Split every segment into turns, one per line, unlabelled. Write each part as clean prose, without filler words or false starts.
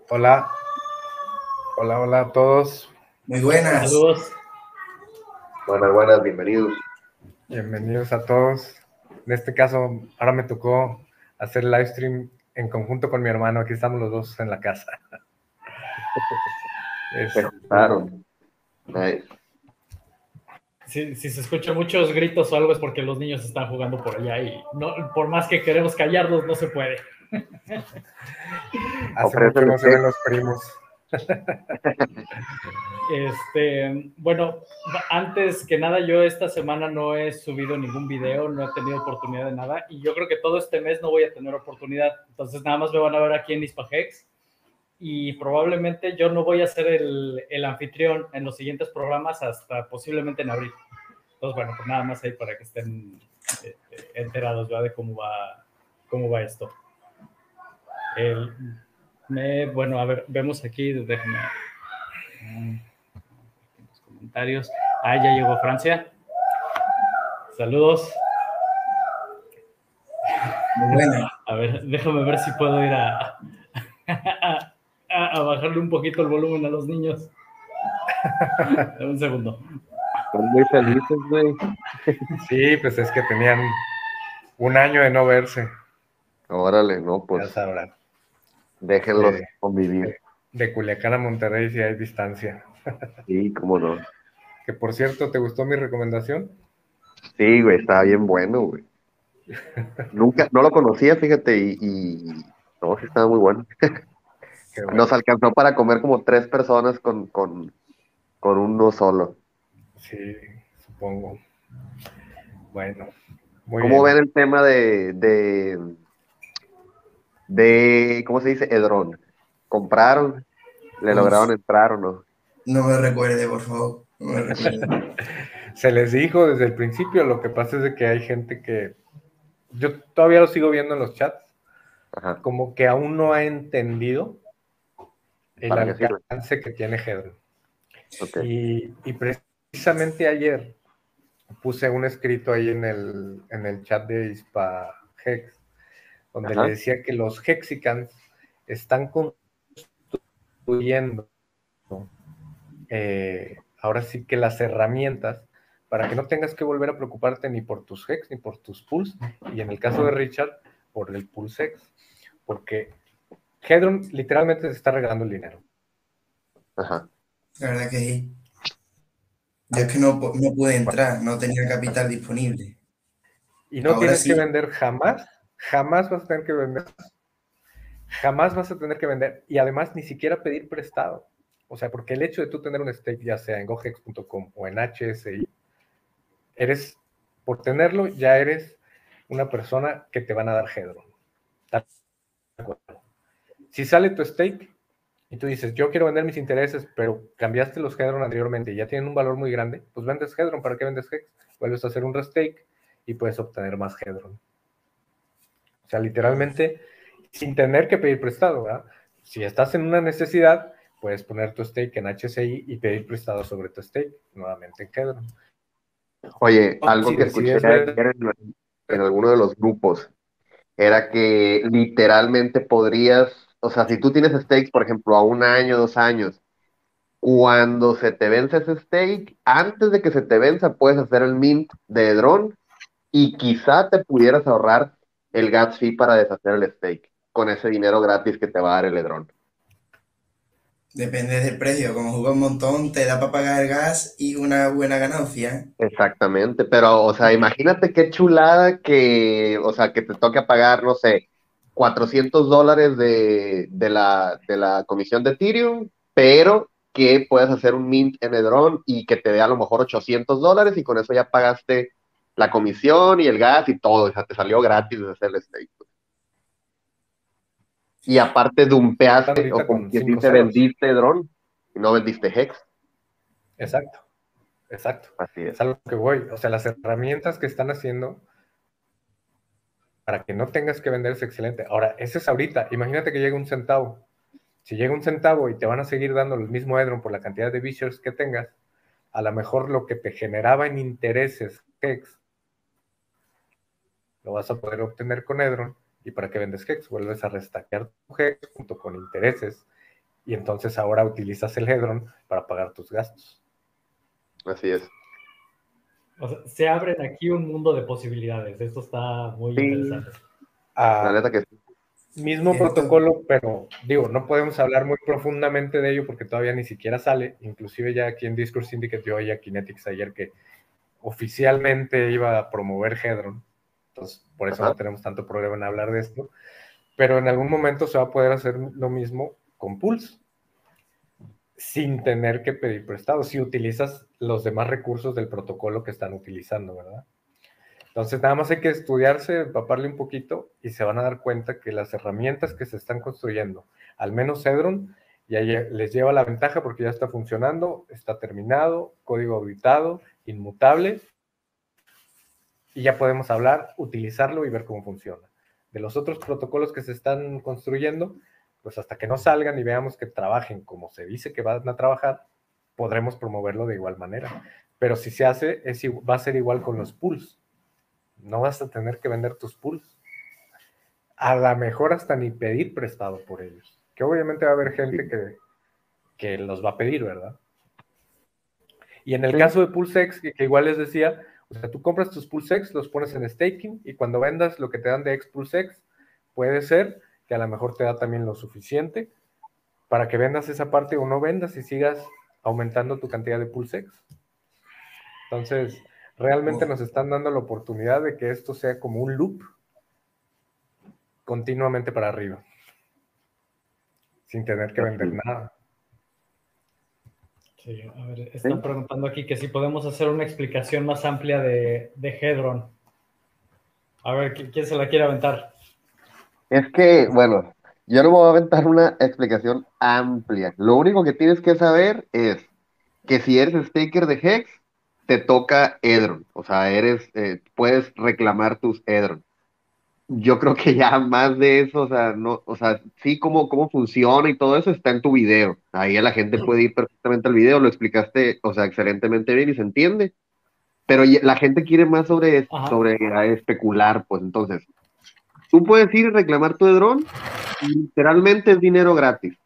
Hola, hola, hola a todos.
Muy buenas.
Saludos.
Buenas, bienvenidos.
Bienvenidos a todos. En este caso, ahora me tocó hacer live stream en conjunto con mi hermano. Aquí estamos los dos en la casa.
Se juntaron. Nice.
Si se escuchan muchos gritos o algo es porque los niños están jugando por allá y no, por más que queremos callarlos, no se puede.
Hace mucho no se ven los primos.
Bueno, antes que nada, yo esta semana no he subido ningún video, no he tenido oportunidad de nada y yo creo que todo este mes no voy a tener oportunidad. Entonces nada más me van a ver aquí en Hispahex y probablemente yo no voy a ser el anfitrión en los siguientes programas hasta posiblemente en abril. Entonces, bueno, pues nada más ahí para que estén enterados, ¿verdad? De cómo va esto. Bueno, a ver, vemos aquí, déjenme los comentarios. Ah, ya llegó Francia. Saludos.
Muy buena.
A ver, déjame ver si puedo ir a bajarle un poquito el volumen a los niños. Un segundo.
Son muy felices, güey.
Sí, pues es que tenían un año de no verse.
Órale, no,
Ya
pues
sabrán.
déjenlos convivir.
De Culiacán a Monterrey sí hay distancia.
Sí, cómo no.
Que por cierto, ¿te gustó mi recomendación?
Sí, güey, estaba bien bueno, güey. Nunca, no lo conocía, fíjate, y no, sí estaba muy bueno.
Qué bueno.
Nos alcanzó para comer como 3 personas con uno solo.
Sí, supongo. Bueno, muy
¿Cómo
bien.
ven el tema de, ¿cómo se dice? Edrón. ¿Compraron? ¿Le
Uf,
lograron entrar o no?
no me recuerde, por favor. No me recuerde.
Se les dijo desde el principio, lo que pasa es de que hay gente que, yo todavía lo sigo viendo en los chats,
Ajá.
como que aún no ha entendido el
¿Para qué sirve?
alcance que tiene Hedron.
Ok.
Y precisamente ayer puse un escrito ahí en el chat de HispaHex, donde le
Ajá.
decía que los Hexicans están construyendo ahora sí que las herramientas para que no tengas que volver a preocuparte ni por tus hex ni por tus pools, y en el caso de Richard, por el pulsex, porque Hedron literalmente se está regalando el dinero.
Ajá.
La verdad que sí. Yo es que no pude entrar, no tenía capital disponible.
Y no
Ahora
tienes que
sí,
vender jamás, jamás vas a tener que vender, jamás vas a tener que vender, y además ni siquiera pedir prestado. O sea, porque el hecho de tú tener un stake, ya sea en gohex.com o en HSI, eres, por tenerlo, ya eres una persona que te van a dar Hedron. Si sale tu stake y tú dices, yo quiero vender mis intereses, pero cambiaste los Hedron anteriormente y ya tienen un valor muy grande, pues vendes Hedron. ¿Para qué vendes Hex? Vuelves a hacer un restake y puedes obtener más Hedron. O sea, literalmente, sin tener que pedir prestado, ¿verdad? Si estás en una necesidad, puedes poner tu stake en HCI y pedir prestado sobre tu stake, nuevamente en Hedron.
Oye, algo
Si
que escuché
decides
ayer
ver,
en alguno de los grupos era que literalmente podrías, o sea, si tú tienes stakes, por ejemplo, a 1 año, 2 años, cuando se te vence ese stake, antes de que se te venza, puedes hacer el mint de Edron y quizá te pudieras ahorrar el gas fee para deshacer el stake con ese dinero gratis que te va a dar el Edron.
depende del precio. Como juega un montón, te da para pagar el gas y una buena ganancia.
Exactamente, pero, o sea, imagínate qué chulada que, o sea, que te toque pagar, no sé, $400 de la comisión de Ethereum, pero que puedas hacer un mint en Edron y que te dé a lo mejor $800 y con eso ya pagaste la comisión y el gas y todo, o sea, te salió gratis de hacer el stake. Y aparte dumpeaste, o
ahorita
como
con
quien
5
dice,
ceros.
vendiste Edron y no vendiste Hex.
Exacto, exacto.
Así es.
Es a lo que voy. O sea, las herramientas que están haciendo para que no tengas que vender es excelente. Ahora, ese es ahorita. Imagínate que llega un centavo. Si llega un centavo y te van a seguir dando el mismo Hedron por la cantidad de Vishers que tengas, a lo mejor lo que te generaba en intereses Hex lo vas a poder obtener con Hedron. ¿Y para qué vendes Hex? Vuelves a restaquear tu Hex junto con intereses y entonces ahora utilizas el Hedron para pagar tus gastos.
Así es.
O sea, se abren aquí un mundo de posibilidades. Esto está muy interesante.
La neta que sí.
Mismo protocolo, pero digo, no podemos hablar muy profundamente de ello porque todavía ni siquiera sale. Inclusive ya aquí en Discord Syndicate yo oí a Kinetics ayer que oficialmente iba a promover Hedron. Entonces, por eso no tenemos tanto problema en hablar de esto. Pero en algún momento se va a poder hacer lo mismo con Pulse, sin tener que pedir prestado, si utilizas los demás recursos del protocolo que están utilizando, ¿verdad? Entonces, nada más hay que estudiarse, empaparle un poquito y se van a dar cuenta que las herramientas que se están construyendo, al menos Hedron, ya les lleva la ventaja porque ya está funcionando, está terminado, código auditado, inmutable, y ya podemos hablar, utilizarlo y ver cómo funciona. De los otros protocolos que se están construyendo, pues hasta que no salgan y veamos que trabajen como se dice que van a trabajar, podremos promoverlo de igual manera. Pero si se hace, va a ser igual con los pools. No vas a tener que vender tus pools. A lo mejor hasta ni pedir prestado por ellos. Que obviamente va a haber gente que los va a pedir, ¿verdad? Y en el caso de PulseX, que igual les decía, o sea, tú compras tus PulseX, los pones en staking y cuando vendas lo que te dan de ex-PulseX, puede ser que a lo mejor te da también lo suficiente para que vendas esa parte o no vendas y sigas aumentando tu cantidad de PulseX. Entonces, realmente nos están dando la oportunidad de que esto sea como un loop continuamente para arriba, sin tener que vender nada.
Sí, a ver, están preguntando aquí que si podemos hacer una explicación más amplia de Hedron. A ver, ¿quién se la quiere aventar?
Es que, bueno, yo no me voy a aventar una explicación amplia. Lo único que tienes que saber es que si eres staker de Hex, te toca Hedron. O sea, puedes reclamar tus Hedron. Yo creo que ya más de eso, o sea, no, o sea, sí, cómo funciona y todo eso está en tu video. Ahí la gente puede ir perfectamente al video, lo explicaste, o sea, excelentemente bien y se entiende. Pero la gente quiere más sobre especular, pues entonces, tú puedes ir y reclamar tu Hedron y literalmente es dinero gratis.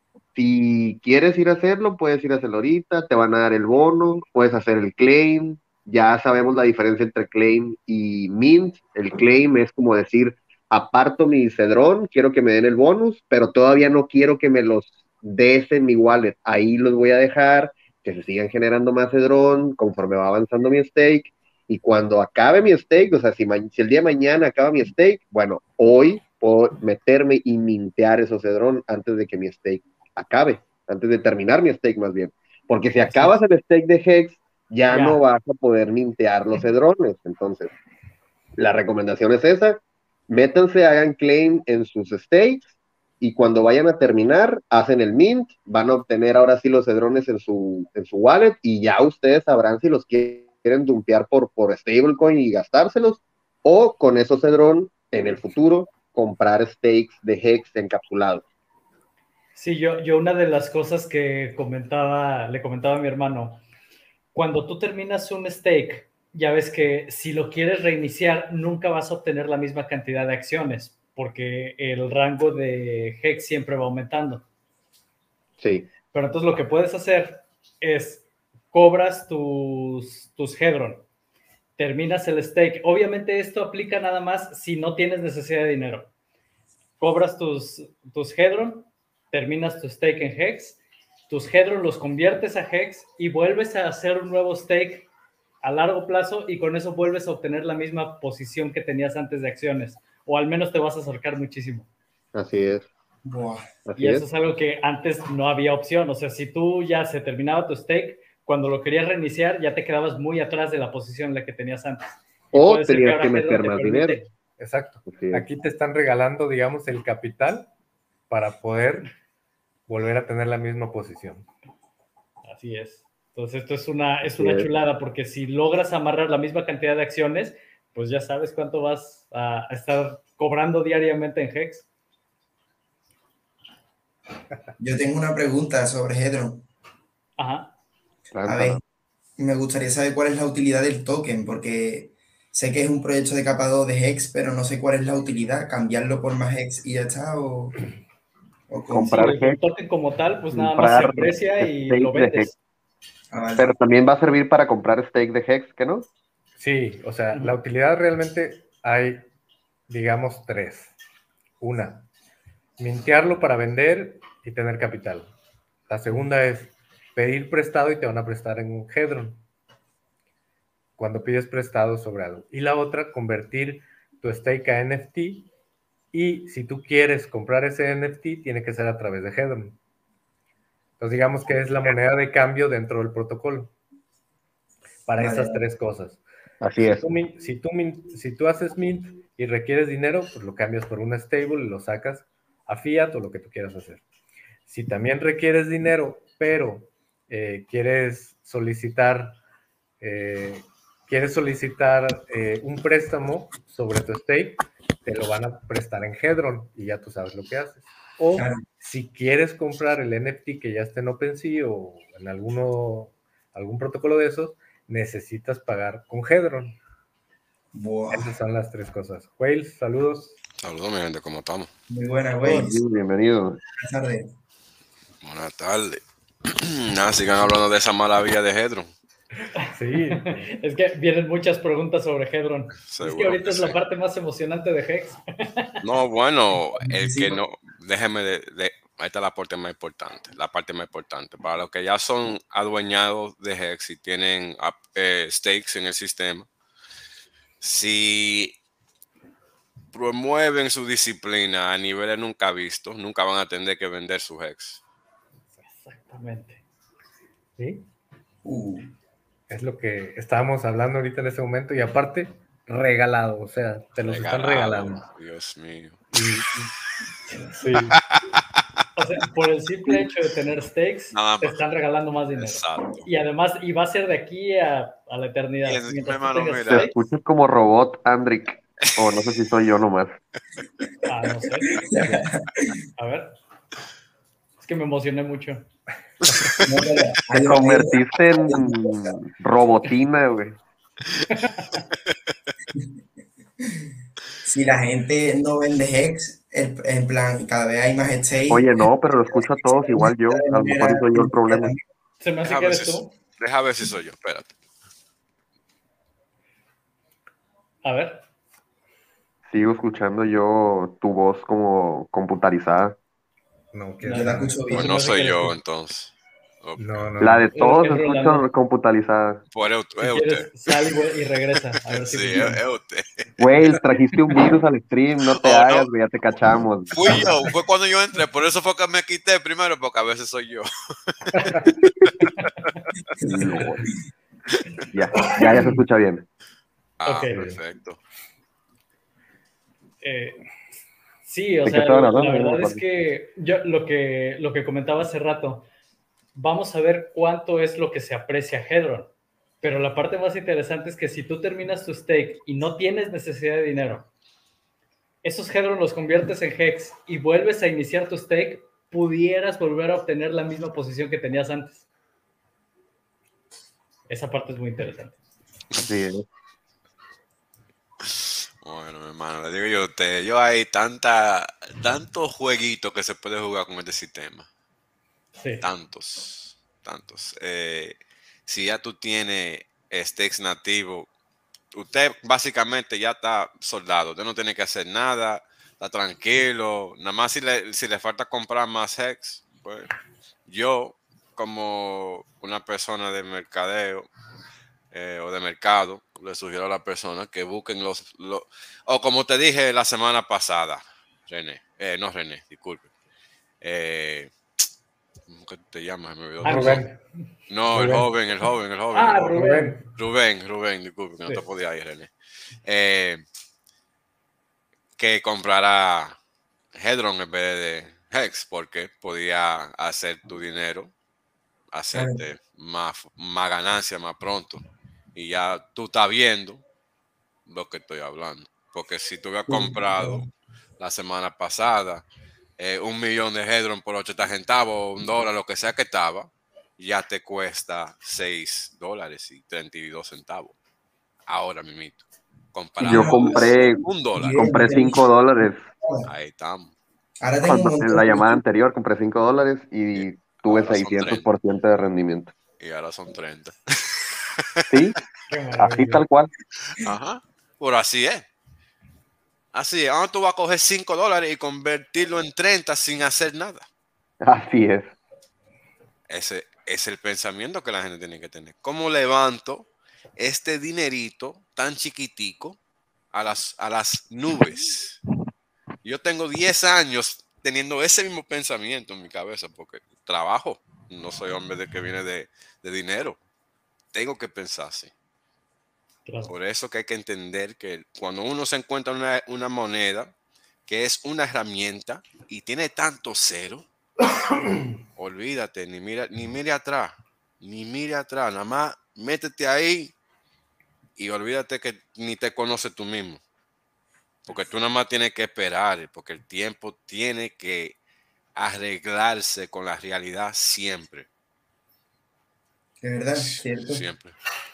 Si quieres ir a hacerlo, puedes ir a hacerlo ahorita, te van a dar el bono, puedes hacer el claim, ya sabemos la diferencia entre claim y mint. El claim es como decir, aparto mi Cedrón, quiero que me den el bonus, pero todavía no quiero que me los des en mi wallet. Ahí los voy a dejar, que se sigan generando más Cedrón conforme va avanzando mi stake. Y cuando acabe mi stake, o sea, si el día de mañana acaba mi stake, bueno, hoy puedo meterme y mintear esos Cedrón antes de que mi stake acabe, antes de terminar mi stake más bien. Porque si acabas el stake de Hex, ya no vas a poder mintear los Hedrones. Entonces, la recomendación es esa, métanse, hagan claim en sus stakes y cuando vayan a terminar, hacen el mint, van a obtener ahora sí los Hedrones en su wallet y ya ustedes sabrán si los quieren dumpear por stablecoin y gastárselos o con esos Hedron en el futuro comprar stakes de Hex encapsulados.
Sí, yo una de las cosas que le comentaba a mi hermano, cuando tú terminas un stake, ya ves que si lo quieres reiniciar, nunca vas a obtener la misma cantidad de acciones, porque el rango de Hex siempre va aumentando.
Sí.
Pero entonces lo que puedes hacer es, cobras tus Hedron, terminas el stake. Obviamente esto aplica nada más si no tienes necesidad de dinero. Cobras tus Hedron, terminas tu stake en Hex, tus Hedron los conviertes a Hex y vuelves a hacer un nuevo stake a largo plazo y con eso vuelves a obtener la misma posición que tenías antes de acciones, o al menos te vas a acercar muchísimo.
Así es.
Y eso es algo que antes no había opción. O sea, si tú ya se terminaba tu stake, cuando lo querías reiniciar ya te quedabas muy atrás de la posición en la que tenías antes.
O tenías que meter más dinero.
Exacto. Aquí te están regalando, digamos, el capital para poder volver a tener la misma posición.
Así es. Entonces esto es una chulada, porque si logras amarrar la misma cantidad de acciones, pues ya sabes cuánto vas a estar cobrando diariamente en Hex.
Yo tengo una pregunta sobre Hedron.
Ajá.
A ver, me gustaría saber cuál es la utilidad del token, porque sé que es un proyecto de capa 2 de Hex, pero no sé cuál es la utilidad, cambiarlo por más Hex y ya está, o
Comprar
el
Hex,
token como tal, pues nada más se
comprar
aprecia y
stake
lo
de
vendes.
Hex.
Vale.
Pero también va a servir para comprar stake de Hex, ¿que no?
Sí, o sea, la utilidad realmente hay, digamos, tres. Una, mintearlo para vender y tener capital. La segunda es pedir prestado y te van a prestar en un Hedron cuando pides prestado sobre algo. Y la otra, convertir tu stake a NFT, y si tú quieres comprar ese NFT, tiene que ser a través de Hedron. Entonces digamos que es la moneda de cambio dentro del protocolo para
Vale.
esas tres cosas.
Así es.
Si tú haces mint y requieres dinero, pues lo cambias por una stable y lo sacas a fiat o lo que tú quieras hacer. Si también requieres dinero, pero quieres solicitar un préstamo sobre tu stake, te lo van a prestar en Hedron y ya tú sabes lo que haces. O
Claro.
si quieres comprar el NFT que ya está en OpenSea o en algún protocolo de esos, necesitas pagar con Hedron.
Buah.
Esas son las tres cosas. Wales, saludos.
Saludos, mi gente, ¿cómo estamos?
Muy buena, güey.
Bienvenido.
Buenas tardes.
Buenas tardes. Nada, sigan hablando de esa maravilla de Hedron.
Sí,
Es que vienen muchas preguntas sobre Hedron. Es que
Seguro
ahorita
que
es la
sí.
parte más emocionante de Hex.
No, bueno, el
Sí.
que no, déjeme ahí está la parte más importante, para los que ya son adueñados de Hex y tienen stakes en el sistema, si promueven su disciplina a niveles nunca vistos, nunca van a tener que vender su Hex.
Exactamente.
sí.
Uh,
Es lo que estábamos hablando ahorita en ese momento. Y aparte, regalado. O sea, te los están regalando.
Dios mío.
Sí.
O sea, por el simple hecho de tener stakes,
Nada
te
más.
están regalando más dinero.
Exacto.
Y además, y va a ser de aquí a la eternidad.
Y es-
Mientras tú
hermano,
tengas
mira.
Te
stakes,
escuchas como robot, Andrick. O no sé si soy yo nomás.
no sé. A ver. Es que me emocioné mucho.
no, pero
Te
hay una-
convertiste en robotina, güey.
Si la gente no vende Hex, en plan, cada vez hay más stakes.
Oye, no, pero lo escucho a todos igual yo. A lo mejor soy yo el problema.
Se me hace
Deja
que
ver
eres tú.
Deja ver si soy yo, espérate.
A ver.
Sigo escuchando yo tu voz como computarizada.
No,
Yo la escucho bien.
Pues
Se me
no
hace
soy
que eres
yo,
tú.
entonces. Ok.
No, no.
La de todos
Es
escucho
Rolando.
computarizada.
Pues es
Si quieres, sal y regresa. A ver si
Sí,
funciona.
es usted.
Güey, trajiste un virus al stream, no te
Oh,
hagas,
no.
güey, ya te cachamos.
Fui yo, fue cuando yo entré, por eso fue que me quité primero, porque a veces soy yo.
Sí, no, ya se escucha bien.
Ah,
Ok.
perfecto.
Sí, o
¿De qué
sea,
estaban
la
hablando? Ya no me
verdad es
acuerdo.
que yo lo que comentaba hace rato, vamos a ver cuánto es lo que se aprecia Hedron. Pero la parte más interesante es que si tú terminas tu stake y no tienes necesidad de dinero, esos Hedron los conviertes en Hex y vuelves a iniciar tu stake, pudieras volver a obtener la misma posición que tenías antes. Esa parte es muy interesante.
Así es.
Bueno, mi hermano, le digo yo a usted, hay tantos jueguitos que se puede jugar con este sistema.
Sí.
Tantos. Si ya tú tienes stakes nativos, usted básicamente ya está soldado. Usted no tiene que hacer nada, está tranquilo. Nada más si le falta comprar más Hex, pues yo, como una persona de mercadeo o de mercado, le sugiero a las personas que busquen o como te dije la semana pasada, René, disculpe. ¿Cómo que te llamas? Me olvidó.
Rubén.
No, el
Rubén.
joven. Rubén, disculpe, que no
Sí.
te podía ir, René. Que comprara Hedron en vez de Hex, porque podía hacer tu dinero, hacerte más ganancia más pronto. Y ya tú estás viendo lo que estoy hablando. Porque si tú hubieras comprado la semana pasada 1,000,000 de Hedron por 80 centavos, $1, lo que sea que estaba, ya te cuesta $6.32. Ahora mismo. Comparado
Yo compré
$1.
$5.
Ahí estamos.
Ahora tengo un
Cuando en
montón.
la llamada anterior compré $5 y tuve
Ahora son
600% de rendimiento.
Y ahora son 30.
Sí,
Qué
así
maravilla.
tal cual.
Ajá. Pero así es. Así es. Ahora tú vas a coger $5 y convertirlo en 30 sin hacer nada.
Así es.
Ese es el pensamiento que la gente tiene que tener. ¿Cómo levanto este dinerito tan chiquitico a las nubes? Yo tengo 10 años teniendo ese mismo pensamiento en mi cabeza porque trabajo. No soy hombre de que viene de dinero. Tengo que pensar así.
Claro.
Por eso que hay que entender que cuando uno se encuentra una moneda que es una herramienta y tiene tanto cero, olvídate, ni mire atrás, nada más métete ahí y olvídate que ni te conoces tú mismo. Porque tú nada más tienes que esperar, porque el tiempo tiene que arreglarse con la realidad siempre.
De verdad, ¿cierto?
Siempre.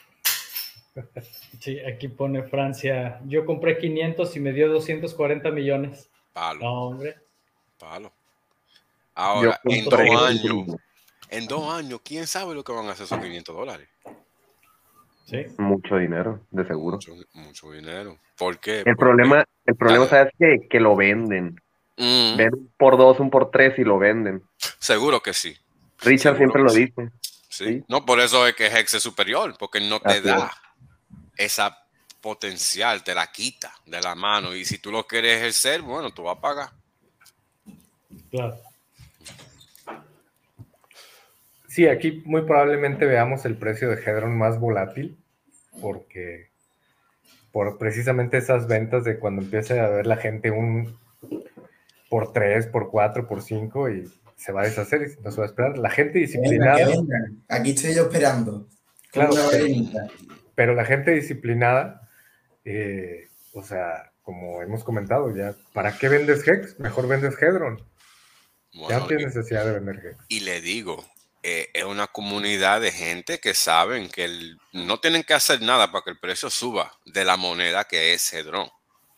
Sí, aquí pone Francia. Yo compré 500 y me dio 240 millones.
Palo,
No, hombre.
palo.
Yo
Ahora,
compré 5 millones.
en 2 años, ¿quién sabe lo que van a hacer esos $500?
Sí.
Mucho dinero, de seguro.
Mucho dinero. ¿Por qué?
El
Porque
problema,
dale.
¿sabes qué? Que lo venden.
Mm,
Ven un por 2, un por 3 y lo venden.
seguro que sí.
Richard
Seguro
siempre
que
lo
sí.
dice.
Sí.
Sí,
No, por eso es que Hex es superior, porque no te
así
da
es.
esa potencial, te la quita de la mano. Y si tú lo quieres ejercer, bueno, tú vas a pagar.
Claro.
Sí, aquí muy probablemente veamos el precio de Hedron más volátil, porque por precisamente esas ventas de cuando empiece a ver la gente un por 3, por 4, por 5 y se va a deshacer y no se va a esperar. La gente
Que
disciplinada,
vengan. Aquí estoy yo esperando. Como
claro,
una ballenita.
pero la gente disciplinada, o sea, como hemos comentado ya, ¿para qué vendes Hex? Mejor vendes Hedron. Ya no
Bueno,
tienes necesidad de vender Hex.
y le digo, es una comunidad de gente que saben que no tienen que hacer nada para que el precio suba de la moneda que es Hedron.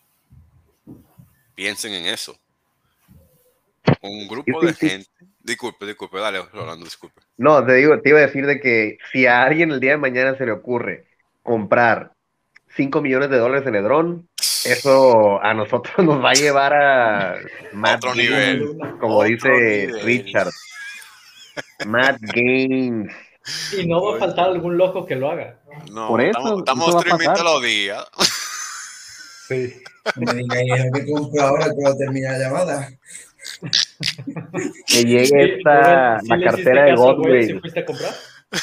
Piensen en eso. Un grupo de gente. Disculpe, dale, Rolando, disculpe.
No, te iba a decir de que si a alguien el día de mañana se le ocurre comprar $5 millones en Hedron, eso a nosotros nos va a llevar a Mad
Otro
A la
nivel.
Games,
luna.
como
Otro
dice
nivel.
Richard. Mad Games.
Y no va a
Oye.
faltar algún loco que lo haga.
Por
No,
eso
estamos
va a
streaming
pasar.
todos los días.
Sí.
No me digáis eso que compro ahora cuando termine la llamada.
Que llegue
Sí, Rubén, ¿sí
la
le hiciste
cartera de
caso a Wells y
Godwin.
fuiste a comprar?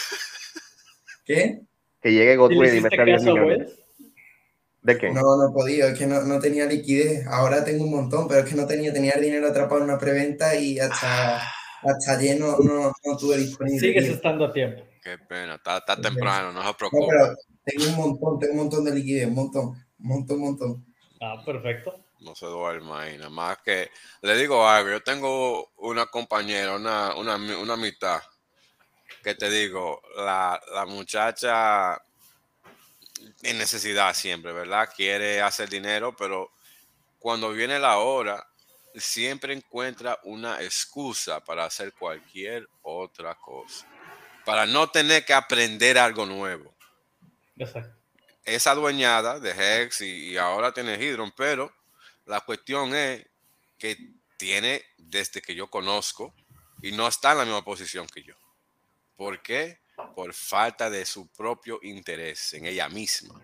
¿Qué?
Que llegue
¿Sí le
Godwin y
hiciste
meta 10
caso a
millones.
Wells?
¿De qué?
No he podido, es que no tenía liquidez. Ahora tengo un montón, pero es que tenía el dinero atrapado en una preventa y hasta ayer no tuve disponible,
Sigues
tío.
estando a tiempo.
Qué pena, está temprano, no se
No,
preocupe.
pero tengo un montón de liquidez, un montón.
Ah, perfecto.
No se duerma ahí, nada más que le digo algo, yo tengo una compañera, una mitad, que te digo, la muchacha en necesidad siempre, ¿verdad? Quiere hacer dinero, pero cuando viene la hora, siempre encuentra una excusa para hacer cualquier otra cosa, para no tener que aprender algo nuevo.
Exacto.
Es adueñada de Hex y ahora tiene Hydron, pero la cuestión es que tiene desde que yo conozco y no está en la misma posición que yo. ¿Por qué? Por falta de su propio interés en ella misma.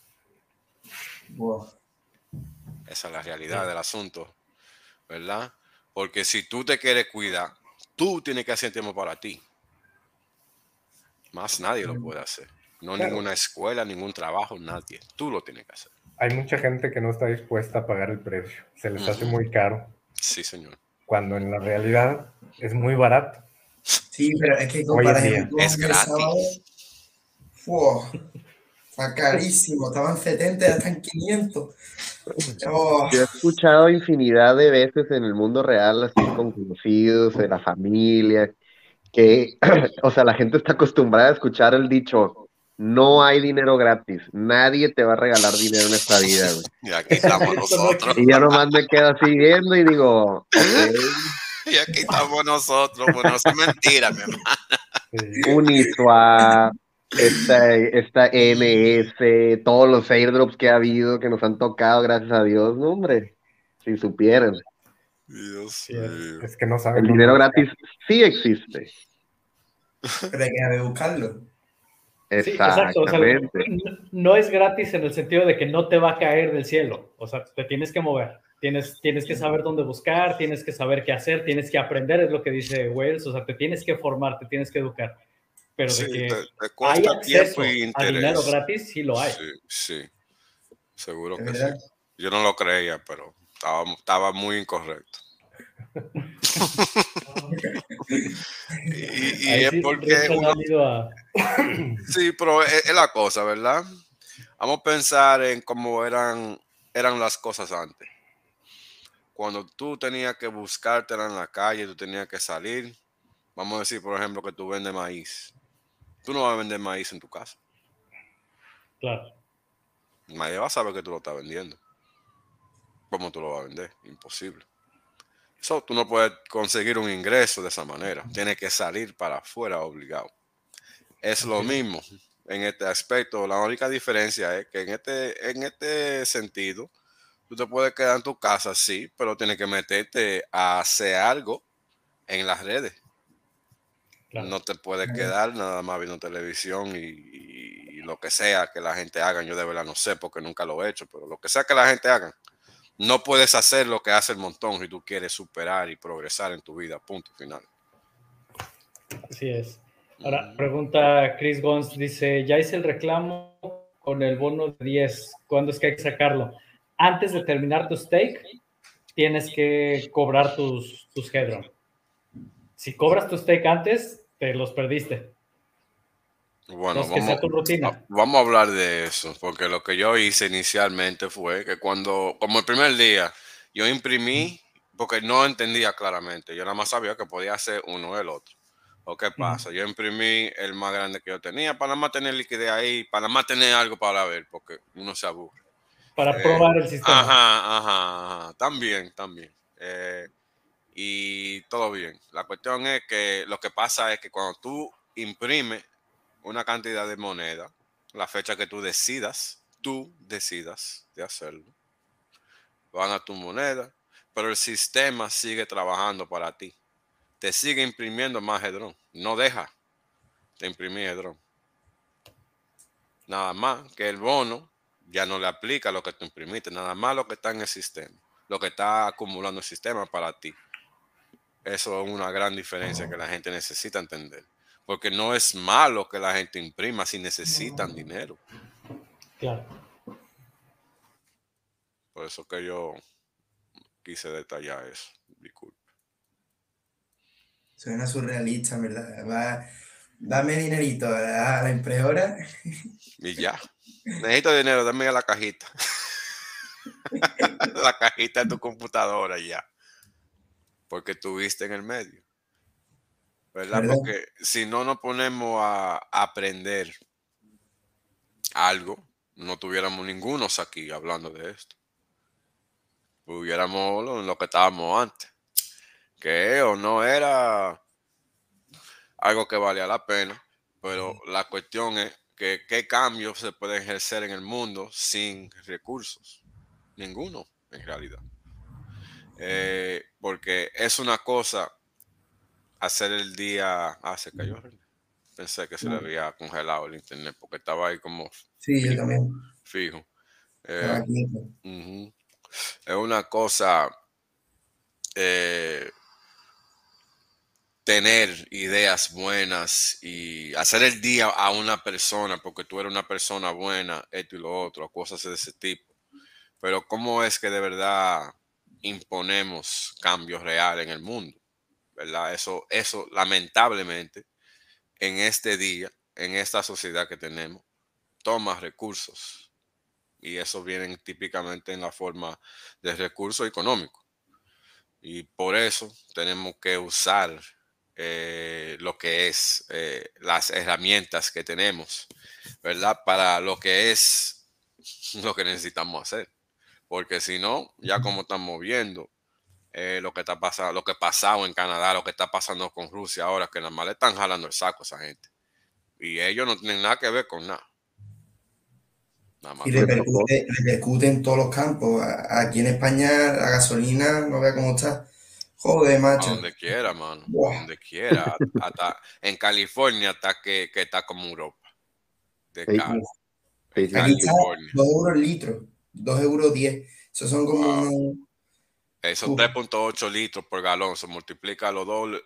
Buah.
Esa es la realidad del asunto, ¿verdad? Porque si tú te quieres cuidar, tú tienes que hacer tiempo para ti. Más nadie lo puede hacer. No
Claro.
ninguna escuela, ningún trabajo, nadie. Tú lo tienes que hacer.
Hay mucha gente que no está dispuesta a pagar el precio. Se les hace muy caro,
Sí, señor.
cuando en la realidad es muy barato.
Sí, pero es que
Hoy en
comparación
día.
con
Es
el
gratis.
sábado, ¡fua! Está carísimo, estaban 70, ya están 500. Oh,
Yo he escuchado infinidad de veces en el mundo real, así con conocidos, de la familia, que, o sea, la gente está acostumbrada a escuchar el dicho, No hay dinero gratis. Nadie te va a regalar dinero en esta vida, güey.
Y aquí estamos nosotros.
Y yo nomás me quedo así viendo y digo, ok,
Y aquí estamos nosotros. Bueno, eso es mentira, mi hermano.
Uniswap, esta MS, todos los airdrops que ha habido, que nos han tocado, gracias a Dios, no, hombre, si supieran.
Dios
Sí,
mío.
Es que no saben
El
dónde
dinero
buscar.
gratis sí existe.
Pero hay que saber buscarlo.
Sí, exacto. O sea,
Exactamente.
no es gratis en el sentido de que no te va a caer del cielo. O sea, te tienes que mover. Tienes que saber dónde buscar, tienes que saber qué hacer, tienes que aprender, es lo que dice Wales. O sea, te tienes que formar, te tienes que educar. Pero de
Sí,
que
te
hay
cuesta tiempo
acceso
y
a dinero
interés.
gratis, sí lo hay.
Sí, sí, seguro
¿De
que
verdad?
sí. Yo no lo creía, pero estaba muy incorrecto. Y
Ahí
es
sí,
porque
Richard ha ido a...
sí, pero es la cosa, ¿verdad? Vamos a pensar en cómo eran las cosas antes. Cuando tú tenías que buscártela en la calle, tú tenías que salir. Vamos a decir, por ejemplo, que tú vendes maíz. Tú no vas a vender maíz en tu casa.
Claro,
Nadie va a saber que tú lo estás vendiendo. ¿Cómo tú lo vas a vender? Imposible. Eso tú no puedes conseguir un ingreso de esa manera. Tienes que salir para afuera obligado. Es lo mismo en este aspecto. La única diferencia es que en este sentido, tú te puedes quedar en tu casa, sí, pero tienes que meterte a hacer algo en las redes.
claro.
No te puedes quedar nada más viendo televisión y lo que sea que la gente haga. Yo de verdad no sé porque nunca lo he hecho, pero lo que sea que la gente haga, no puedes hacer lo que hace el montón si tú quieres superar y progresar en tu vida. Punto final.
Así es. Ahora, pregunta Chris Gons, dice, ya hice el reclamo con el bono de 10, ¿cuándo es que hay que sacarlo? Antes de terminar tu stake, tienes que cobrar tus Hedron. Si cobras tu stake antes, te los perdiste.
Bueno,
Entonces, que sea tu rutina.
vamos a hablar de eso, porque lo que yo hice inicialmente fue que como el primer día, yo imprimí, porque no entendía claramente, yo nada más sabía que podía hacer uno o el otro. ¿O qué pasa? Yo imprimí el más grande que yo tenía para nada más tener liquidez ahí, para nada más tener algo para ver, porque uno se aburre.
Para probar el sistema.
Ajá, también. Y todo bien. La cuestión es que lo que pasa es que cuando tú imprimes una cantidad de moneda, la fecha que tú decidas de hacerlo, van a tu moneda, pero el sistema sigue trabajando para ti. Te sigue imprimiendo más Hedron. No deja de imprimir Hedron. Nada más que el bono ya no le aplica lo que tú imprimiste, nada más lo que está en el sistema, lo que está acumulando el sistema para ti. Eso es una gran diferencia que la gente necesita entender. Porque no es malo que la gente imprima si necesitan dinero.
Claro.
Por eso que yo quise detallar eso. Disculpe.
Suena surrealista, en verdad. Dame dinerito a la impresora.
Y ya. Necesito dinero, dame la cajita. La cajita de tu computadora ya. Porque tuviste en el medio. ¿Verdad?
¿Verdad?
Porque si no nos ponemos a aprender algo, no tuviéramos ningunos aquí hablando de esto. Hubiéramos lo que estábamos antes. Que o no era algo que valía la pena, pero la cuestión es que qué cambios se pueden ejercer en el mundo sin recursos. Ninguno, en realidad. Porque es una cosa hacer el día... se cayó. Pensé que se le había congelado el internet porque estaba ahí como
Sí, yo también.
fijo.
Estaba aquí.
Es una cosa tener ideas buenas y hacer el día a una persona porque tú eres una persona buena, esto y lo otro, cosas de ese tipo. Pero ¿cómo es que de verdad imponemos cambios reales en el mundo? ¿Verdad? Eso lamentablemente en este día, en esta sociedad que tenemos, toma recursos. Y eso viene típicamente en la forma de recursos económicos. Y por eso tenemos que usar lo que es las herramientas que tenemos, ¿verdad? Para lo que es lo que necesitamos hacer. Porque si no, ya como estamos viendo, lo que está pasando, lo que pasado en Canadá, lo que está pasando con Rusia ahora, que nada más le están jalando el saco a esa gente. Y ellos no tienen nada que ver con nada. Nada más.
Y repercute en todos los campos. Aquí en España la gasolina, no vea cómo está. Joder,
A
macho.
donde quiera, mano.
Buah.
A donde quiera. Hasta en California hasta que está como Europa. De
Sí.
caro.
Sí,
En
sí,
Aquí
sí.
está
California.
2 euros el litro. 2,10 €. Esos son como
Wow.
unos...
Esos
Uf.
3.8 litros por galón se multiplica los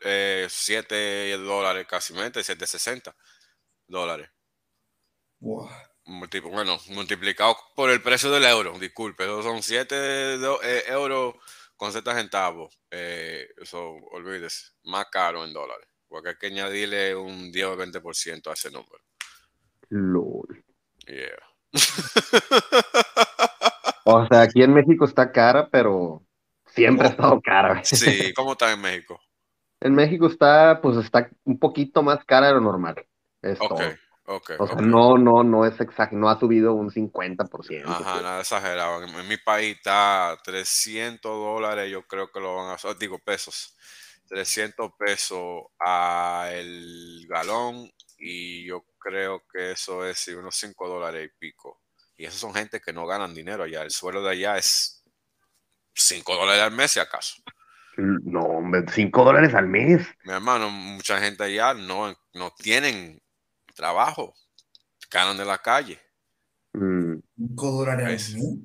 $7 casi, $7.60.
Buah.
Bueno, multiplicado por el precio del euro, disculpe, esos son 7 euros con 70 centavos. Eso, olvídese, más caro en dólares, porque hay que añadirle un 10 o 20% a ese número.
Lol.
Yeah.
O sea, aquí en México está cara, pero siempre ha
¿Cómo?
estado cara.
Sí, ¿cómo está en México?
En México está un poquito más cara de lo normal. Es
Ok,
todo.
ok,
O sea,
ok.
no es exacto, no ha subido un 50%.
Ajá, nada exagerado. En mi país está $300, yo creo que lo van a hacer, digo pesos, $300 a el galón y yo creo que eso es sí, unos $5 y pico. Y esos son gente que no ganan dinero allá. El sueldo de allá es $5 al mes, si acaso.
No, hombre, $5 al mes.
Mi hermano, mucha gente allá no tienen trabajo, ganan de la calle.
Mm,
$5 al
Es
mes.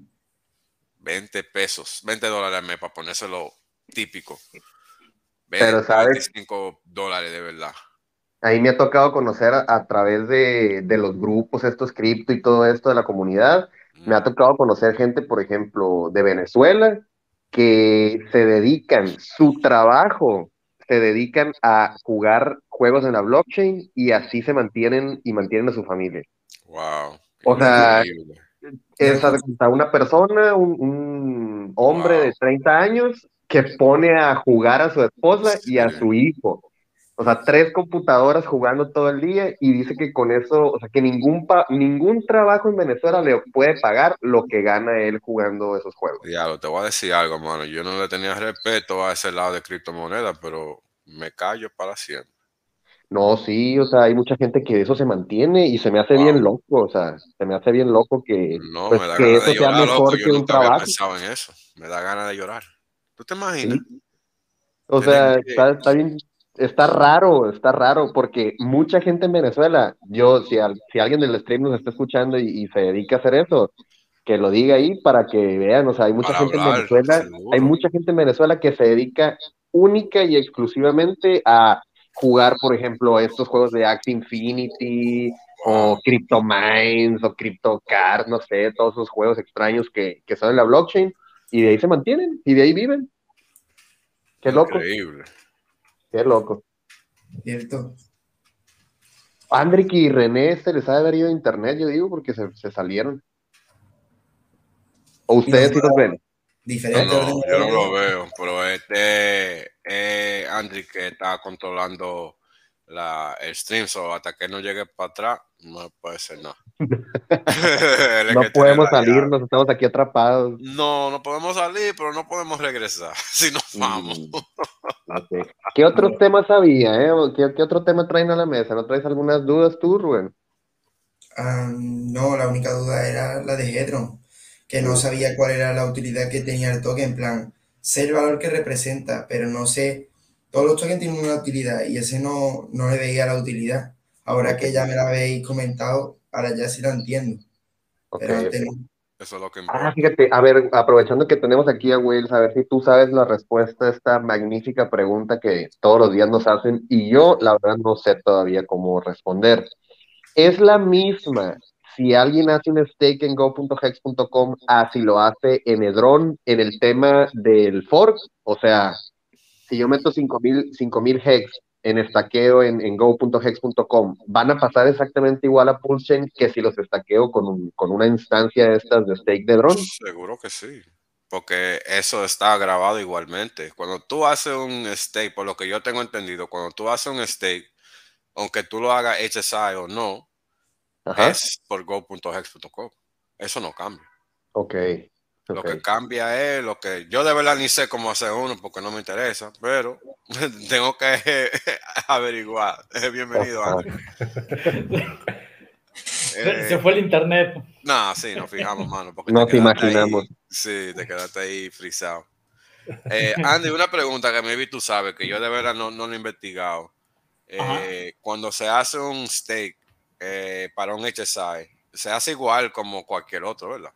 20 pesos, $20 al mes para ponérselo típico.
Pero,
20,
¿sabes?
$25 de verdad.
Ahí me ha tocado conocer a través de los grupos, estos cripto y todo esto de la comunidad. Me ha tocado conocer gente, por ejemplo, de Venezuela, que se dedican, su trabajo, se dedican a jugar juegos en la blockchain y así se mantienen y mantienen a su familia.
Wow,
O
Yo creo,
sea,
increíble.
yo lo
es haz de
escuché.
cuenta, una persona, un hombre
Wow,
de 30 años que pone a jugar a su esposa y a
sí,
su hijo. O sea, 3 computadoras jugando todo el día y dice que con eso, o sea, que ningún trabajo en Venezuela le puede pagar lo que gana él jugando esos juegos.
diablo, te voy a decir algo, mano. Yo no le tenía respeto a ese lado de criptomonedas, pero me callo para siempre.
No, sí, o sea, hay mucha gente que de eso se mantiene y se me hace bien
Wow,
loco, o sea, se me hace bien loco
no,
pues,
me da
que
ganas de
eso sea
llorar, loco.
mejor
Yo
que un
nunca había
trabajo.
pensado en eso. Me da ganas de llorar. ¿Tú te imaginas?
Sí. O
Tener
sea,
que...
está bien, está raro, porque mucha gente en Venezuela, si alguien del stream nos está escuchando y se dedica a hacer eso, que lo diga ahí para que vean, o sea,
Para hablar,
Hay
seguro.
mucha gente en Venezuela que se dedica única y exclusivamente a jugar, por ejemplo, estos juegos de Axie Infinity,
Wow,
o CryptoMines, o CryptoCard, no sé, todos esos juegos extraños que son en la blockchain, y de ahí se mantienen, y de ahí viven. Qué loco,
increíble.
qué loco.
¿Cierto?
Andrick y René se les ha de haber ido a internet, yo digo, porque se salieron. O
Y los
ustedes sí los ven.
diferentes
No, yo no lo
ordenadores.
veo, pero Andri que está controlando el stream, so hasta que no llegue para atrás, no puede ser nada. Él es
No
que tiene
podemos
la
salir,
llave.
nos estamos aquí atrapados.
No podemos salir, pero no podemos regresar si nos vamos.
Mm, no sé. ¿Qué otros temas había, ¿Qué otro tema traen a la mesa? ¿No traes algunas dudas tú, Rubén?
No, la única duda era la de Hedron, que no
Mm,
sabía cuál era la utilidad que tenía el token, en plan, sé el valor que representa, pero no sé, todos los tokens tienen una utilidad y ese no le veía la utilidad. Ahora
ok,
que ya me la habéis comentado, ahora ya sí la entiendo,
ok,
pero antes
ok.
no.
Eso es lo que
Ah,
importa.
fíjate, a ver, aprovechando que tenemos aquí a Will, a ver si tú sabes la respuesta a esta magnífica pregunta que todos los días nos hacen y yo, la verdad, no sé todavía cómo responder. Es la misma si alguien hace un stake en go.hex.com a si lo hace en Hedron en el tema del fork. O sea, si yo meto 5,000 hex en estaqueo en go.hex.com, ¿van a pasar exactamente igual a Pulsechain que si los estaqueo con una instancia de estas de stake de Hedron?
Seguro que sí. porque eso está grabado igualmente. Cuando tú haces un stake, por lo que yo tengo entendido, cuando tú haces un stake, aunque tú lo hagas HSI o no,
Ajá.
es por go.hex.com. Eso no cambia.
Ok.
Lo que
Ok.
cambia es lo que yo de verdad ni sé cómo hacer uno porque no me interesa, pero tengo que averiguar. Bienvenido,
Ajá.
Andrew.
Se fue el internet.
No, sí, nos fijamos, mano, porque
Nos imaginamos.
sí, te quedaste ahí frisado. Andy, una pregunta que maybe tú sabes, que yo de verdad no lo he investigado.
Ajá.
Cuando se hace un stake para un HSI, se hace igual como cualquier otro, ¿verdad?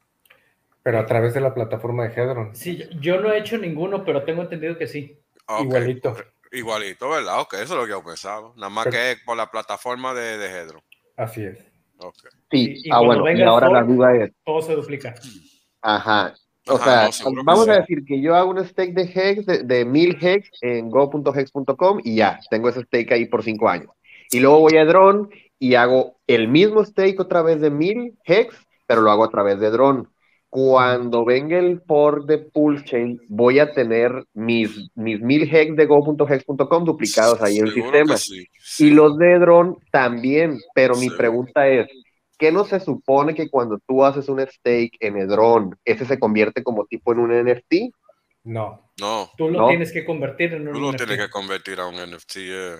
Pero a través de la plataforma de Hedron.
Sí, yo no he hecho ninguno, pero tengo entendido que sí.
Ok,
Igualito.
igualito, ¿verdad? Ok, eso es lo que yo pensaba. Nada más
Pero-
que es por la plataforma de Hedron.
Así es.
Ok.
Sí.
Y cuando
Bueno, y
venga el
ahora la
fork,
duda es,
todo se duplica.
ajá. O
Ajá,
sea,
no, seguro que
vamos
sí.
a decir que yo hago un stake de Hex, de 1000 Hex en go.hex.com y ya, tengo ese stake ahí por 5 años. Y luego voy a Drone y hago el mismo stake otra vez de 1000 Hex, pero lo hago a través de Drone. Cuando venga el fork de Pulsechain, voy a tener mis 1000 Hex de go.hex.com duplicados ahí en el
Seguro que
sistema.
sí.
Y
Sí,
los de Drone también, pero mi
seguro.
pregunta es, ¿qué no se supone que cuando tú haces un stake en Hedron, ese se convierte como tipo en un NFT?
No.
No,
Tú lo
¿No?
tienes que convertir en
tú
un
lo
NFT.
tienes que convertir a un NFT.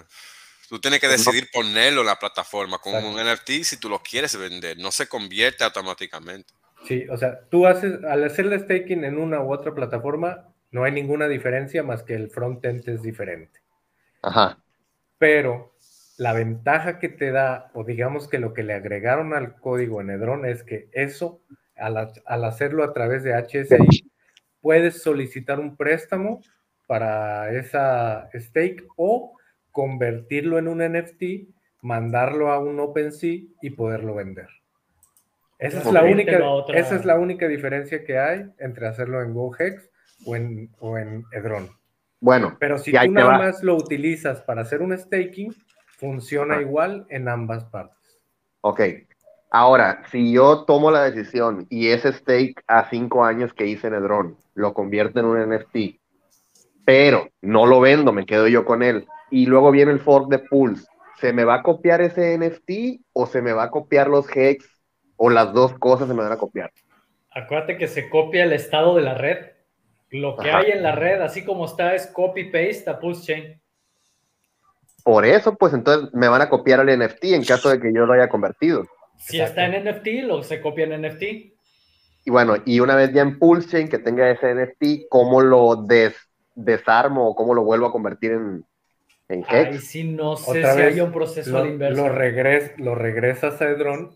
Tú tienes que
No.
decidir ponerlo en la plataforma como
Exacto.
un NFT si tú lo quieres vender. No se convierte automáticamente.
Sí, o sea, al hacerle staking en una u otra plataforma, no hay ninguna diferencia más que el frontend es diferente.
Ajá.
Pero la ventaja que te da, o digamos que lo que le agregaron al código en Hedron es que eso, al hacerlo a través de HSI, puedes solicitar un préstamo para esa stake o convertirlo en un NFT, mandarlo a un OpenSea y poderlo vender. Esa es
Transferírtelo a otra.
esa es la única diferencia que hay entre hacerlo en GoHex o en Hedron.
Bueno,
Pero si
y ahí
tú
te
nada
va.
más lo utilizas para hacer un staking, funciona
Ajá.
igual en ambas partes.
Ok. Ahora, si yo tomo la decisión y ese stake a 5 años que hice en Hedron lo convierto en un NFT, pero no lo vendo, me quedo yo con él, y luego viene el fork de Pulse, ¿se me va a copiar ese NFT o se me va a copiar los Hex o las dos cosas se me van a copiar?
Acuérdate que se copia el estado de la red. Lo que
Ajá.
hay en la red, así como está, es copy-paste a Pulsechain.
Por eso, pues entonces me van a copiar el NFT en caso de que yo lo haya convertido.
Si
Exacto.
está en NFT, lo se copia en NFT.
Y bueno, y una vez ya en Pulsechain que tenga ese NFT, ¿cómo lo desarmo o cómo lo vuelvo a convertir en
Ahí
Hex?
sí no sé
Otra
si
vez
hay un proceso a la inversa.
lo regresas a Hedron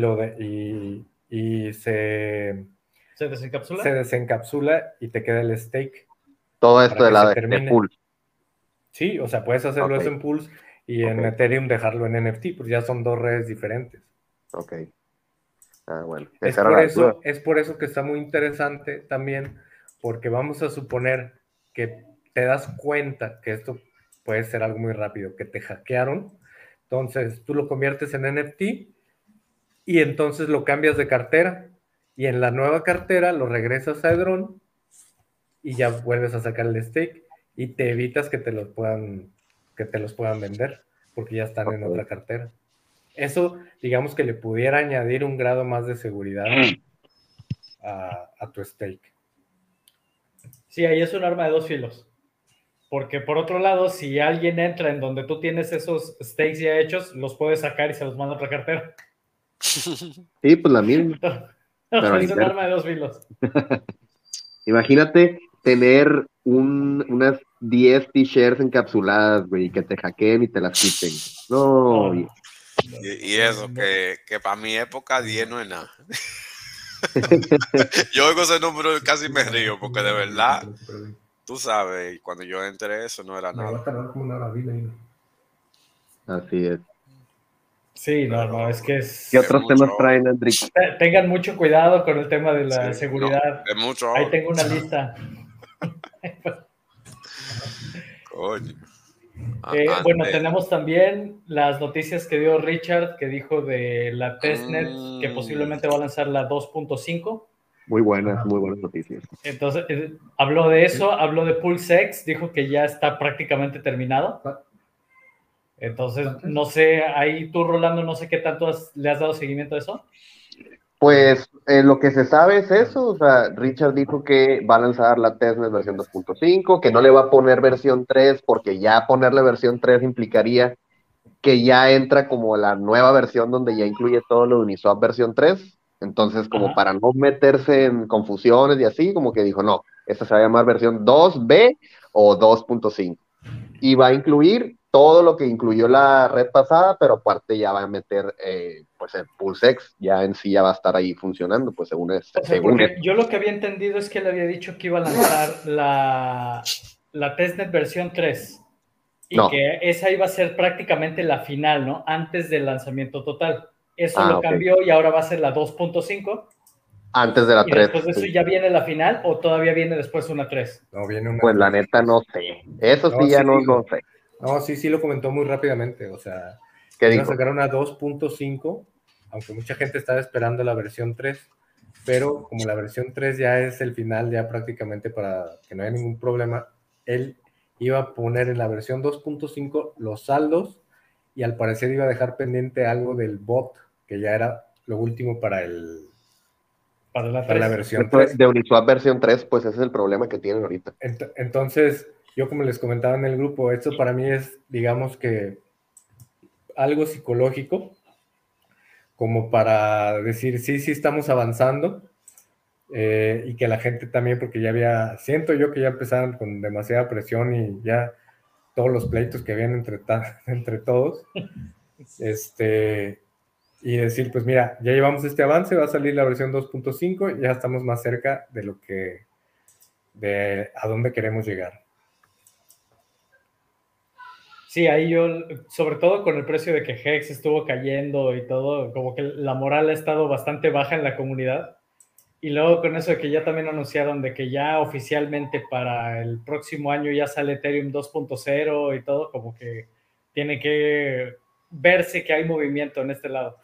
y
¿Se desencapsula?
se desencapsula y te queda el stake
Todo
para
esto de
que se
la de
termine.
Pulse.
Sí, o sea, puedes hacerlo
Ok,
eso en Pulse y en
ok,
Ethereum dejarlo en NFT, pues ya son dos redes diferentes.
ok. Ah, bueno, esa era la duda.
Es por eso que está muy interesante también, porque vamos a suponer que te das cuenta que esto puede ser algo muy rápido, que te hackearon, entonces tú lo conviertes en NFT y entonces lo cambias de cartera y en la nueva cartera lo regresas a Hedron y ya vuelves a sacar el stake y te evitas que que te los puedan vender porque ya están en
Ok.
otra cartera. Eso, digamos que le pudiera añadir un grado más de seguridad a tu stake.
Sí, ahí es un arma de dos filos. Porque por otro lado, si alguien entra en donde tú tienes esos stakes ya hechos, los puedes sacar y se los manda a otra cartera.
Sí, pues la misma, pero a la
Es un
inversa.
arma de dos filos.
Imagínate tener unas 10 t-shirts encapsuladas, güey, y que te hackeen y te las quiten. No,
No,
bien.
Y eso, que para mi época 10 no es nada. Yo oigo ese número y casi me río, porque de verdad, tú sabes, cuando yo entré eso no era
Me va a
nada.
tardar como una hora, dile.
Así es.
Sí,
Pero
no, es que
¿Qué
es
otros
mucho
temas
odio.
traen, Enrique?
tengan mucho cuidado con el tema de la
Sí, no,
seguridad.
es mucho
Ahí
odio.
tengo una lista.
Coño.
Bueno, tenemos también las noticias que dio Richard, que dijo de la testnet, que posiblemente va a lanzar la 2.5.
Muy buenas noticias.
Entonces, habló de eso, habló de PulseX, dijo que ya está prácticamente terminado. Entonces, no sé, ahí tú, Rolando, no sé qué tanto le has dado seguimiento a eso.
Pues lo que se sabe es eso, o sea, Richard dijo que va a lanzar la testnet versión 2.5, que no le va a poner versión 3, porque ya ponerle versión 3 implicaría que ya entra como la nueva versión donde ya incluye todo lo de Uniswap versión 3. Entonces, como
Ajá.
para no meterse en confusiones y así, como que dijo, no, esta se va a llamar versión 2B o 2.5. Y va a incluir todo lo que incluyó la red pasada, pero aparte ya va a meter pues el PulseX, ya en sí ya va a estar ahí funcionando, pues según
O sea,
según
porque yo lo que había entendido es que él había dicho que iba a lanzar la testnet versión 3 y
No,
que esa iba a ser prácticamente la final, ¿no? Antes del lanzamiento total. Eso lo
ok.
cambió y ahora va a ser la 2.5.
Antes de la
¿Y
3,
después de eso
sí.
ya viene la final o todavía viene después una 3?
No, viene una
Pues la
3
neta
después.
no sé. Eso
No,
sí
sí
ya no
dijo.
sé.
No, sí lo comentó muy rápidamente. O sea,
¿Qué
iba a
dijo?
sacar una 2.5, aunque mucha gente estaba esperando la versión 3, pero como la versión 3 ya es el final, ya prácticamente para que no haya ningún problema, él iba a poner en la versión 2.5 los saldos y al parecer iba a dejar pendiente algo del bot, que ya era lo último para
Para la
la
3.
versión
Esto
3.
de Uniswap versión 3, pues ese es el problema que tienen ahorita.
Entonces, yo como les comentaba en el grupo, esto para mí es, digamos que, algo psicológico, como para decir, sí estamos avanzando, y que la gente también, porque siento yo que ya empezaron con demasiada presión y ya todos los pleitos que habían entre todos, y decir, pues mira, ya llevamos este avance, va a salir la versión 2.5, ya estamos más cerca de a dónde queremos llegar.
Sí, ahí yo, sobre todo con el precio de que Hex estuvo cayendo y todo, como que la moral ha estado bastante baja en la comunidad. Y luego con eso de que ya también anunciaron de que ya oficialmente para el próximo año ya sale Ethereum 2.0 y todo, como que tiene que verse que hay movimiento en este lado.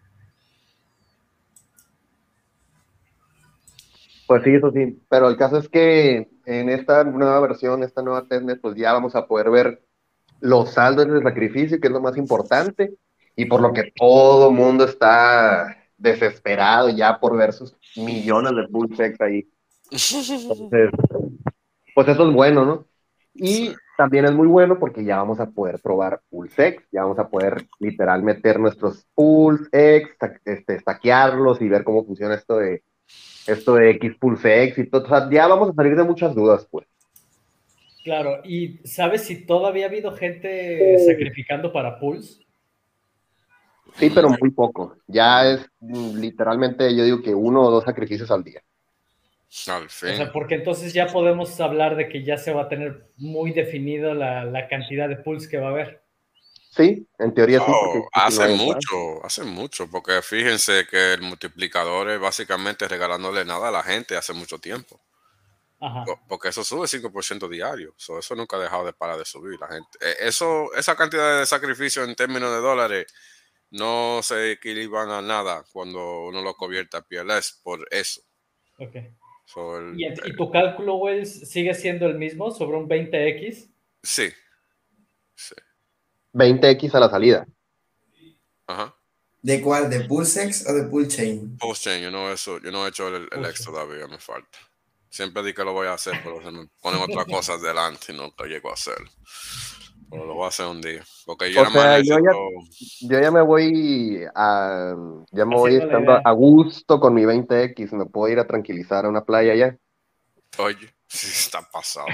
Pues sí, eso sí. Pero el caso es que en esta nueva versión, esta nueva testnet, pues ya vamos a poder ver los saldos de sacrificio, que es lo más importante, y por lo que todo mundo está desesperado ya por ver sus millones de PulseX ahí. Entonces, pues eso es bueno, ¿no?
Sí.
Y también es muy bueno porque ya vamos a poder probar PulseX, ya vamos a poder literal meter nuestros PulseX, stackearlos y ver cómo funciona esto de X PulseX y todo. O sea, ya vamos a salir de muchas dudas, pues.
Claro, ¿y sabes si todavía ha habido gente sacrificando para Pulse?
Sí, pero muy poco. Ya es literalmente, yo digo que 1 o 2 sacrificios al día.
Al
O
fin.
sea, porque entonces ya podemos hablar de que ya se va a tener muy definido la cantidad de Pulse que va a haber.
Sí, en teoría sí, porque
Oh,
si no hay igual.
hace mucho, porque fíjense que el multiplicador es básicamente regalándole nada a la gente hace mucho tiempo.
Ajá.
Porque eso sube 5% diario. Eso nunca ha dejado de parar de subir la gente. Esa cantidad de sacrificio en términos de dólares no se equilibran a nada cuando uno lo convierte a PLS por eso.
Ok.
So,
¿Y tu cálculo, Wells, sigue siendo el mismo sobre un 20X?
sí, sí.
20x a la salida.
Ajá.
¿De cuál? ¿De PulseX o de PulseChain?
Post-chain, yo no he hecho el extra todavía, me falta. Siempre di que lo voy a hacer, pero se me ponen otras cosas delante y no lo llego a hacer. Pero lo voy a hacer un día. Porque yo
O
nada más
sea,
necesito.
yo ya me voy ya me voy
Haciendo la
estando
idea.
a gusto con mi 20x, me puedo ir a tranquilizar a una playa ya.
Oye, sí está pasado.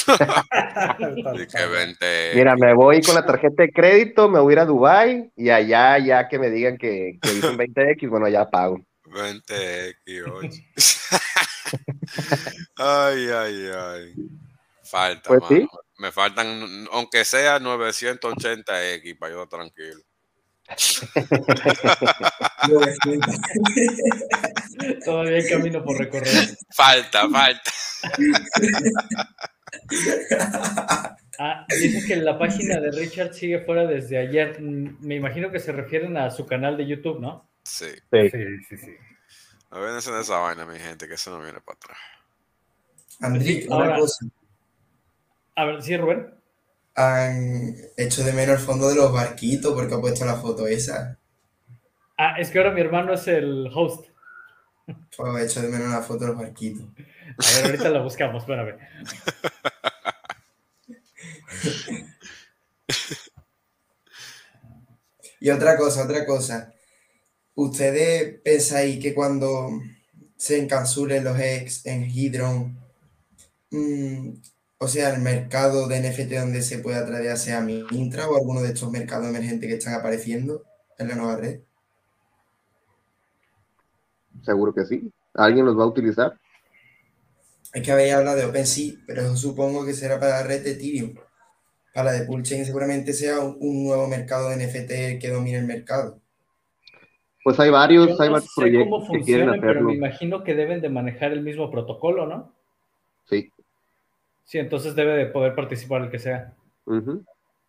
Y que
Mira,
20X.
me voy con la tarjeta de crédito, me voy a ir a Dubai y allá ya que me digan que dicen 20x, bueno, ya pago.
20X, oye. Ay, ay, ay. Falta,
Pues
mano.
sí,
Me faltan, aunque sea 980X para yo estar tranquilo.
Todavía hay camino por recorrer.
Falta.
Dice que la página de Richard sigue fuera desde ayer. Me imagino que se refieren a su canal de YouTube, ¿no?
Sí.
sí.
Sí.
Olvídense de esa vaina, mi gente, que eso no viene para atrás.
Andriy,
Sí,
una
ahora-
cosa.
A ver, sí, Rubén.
Han hecho de menos el fondo de los barquitos porque ha puesto la foto esa.
Ah, es que ahora mi hermano es el host.
Pues he hecho de menos la foto de los barquitos.
A ver, ahorita la buscamos, espérame.
Y otra cosa. ¿Ustedes pensáis que cuando se encapsulen los ex en Hydron, o sea, el mercado de NFT donde se pueda tradear sea Mintra o alguno de estos mercados emergentes que están apareciendo en la nueva red?
Seguro que sí. ¿Alguien los va a utilizar?
Es que habéis hablado de OpenSea, pero eso supongo que será para la red de Ethereum. Para la de Poolchain seguramente sea un nuevo mercado de NFT que domine el mercado.
Pues hay
Yo
varios
no sé cómo
proyectos que quieren
funcionan, pero me
hacerlo.
imagino que deben de manejar el mismo protocolo, ¿no?
Sí.
Sí, entonces debe de poder participar el que sea.
Ujú.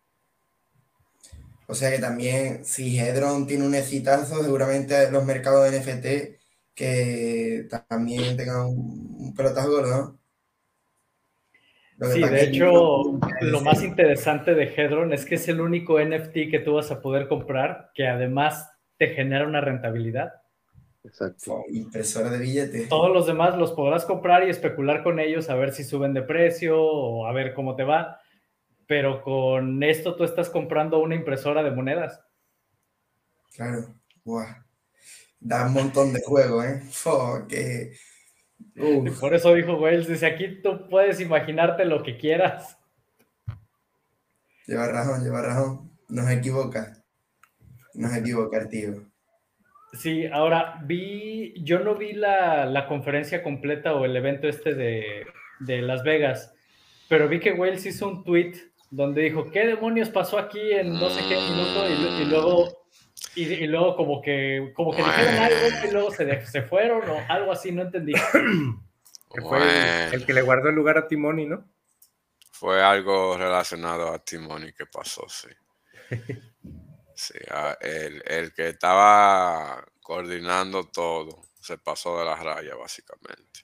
O sea que también, si Hedron tiene un exitazo, seguramente los mercados de NFT que también tengan un pelotazo, ¿no? Lo que
Sí,
pasa
de
es que Hedron
hecho,
nunca es
lo
de
más
cero.
interesante de Hedron es que es el único NFT que tú vas a poder comprar que además te genera una rentabilidad.
Exacto.
Impresora de billetes.
Todos los demás los podrás comprar y especular con ellos a ver si suben de precio o a ver cómo te va. Pero con esto tú estás comprando una impresora de monedas.
Claro. Buah. Da un montón de juego, ¿eh?
Y
Uf.
por eso dijo Wales, dice, aquí tú puedes imaginarte lo que quieras.
Lleva razón. No se equivoca. No se equivoca el tío.
Sí, ahora yo no vi la conferencia completa o el evento este de Las Vegas, pero vi que Wales hizo un tweet donde dijo, ¿qué demonios pasó aquí en no sé qué minuto? Y luego, y luego como que dijeron algo y
Bueno,
luego se fueron o algo así, no entendí.
Que fue el
bueno.
que le guardó el lugar a Timoni, ¿no?
Fue algo relacionado a Timoni que pasó, sí. Sí, el que estaba coordinando todo se pasó de la raya, básicamente.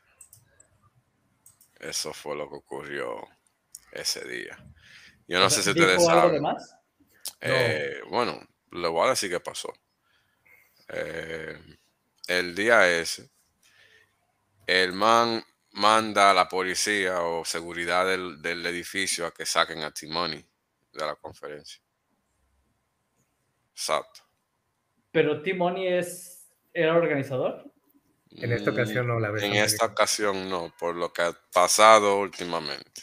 Eso fue lo que ocurrió ese día. Yo
O
no
sea,
sé si ustedes
¿dijo algo de
saben.
más?
No.
Bueno, le voy a decir qué pasó. Eh, el día ese, el man manda a la policía o seguridad del edificio a que saquen a Timoni de la conferencia. Exacto.
Pero T-Money era organizador.
En esta
Mm,
ocasión no la ves,
En esta
Angélica.
ocasión no, por lo que ha pasado últimamente.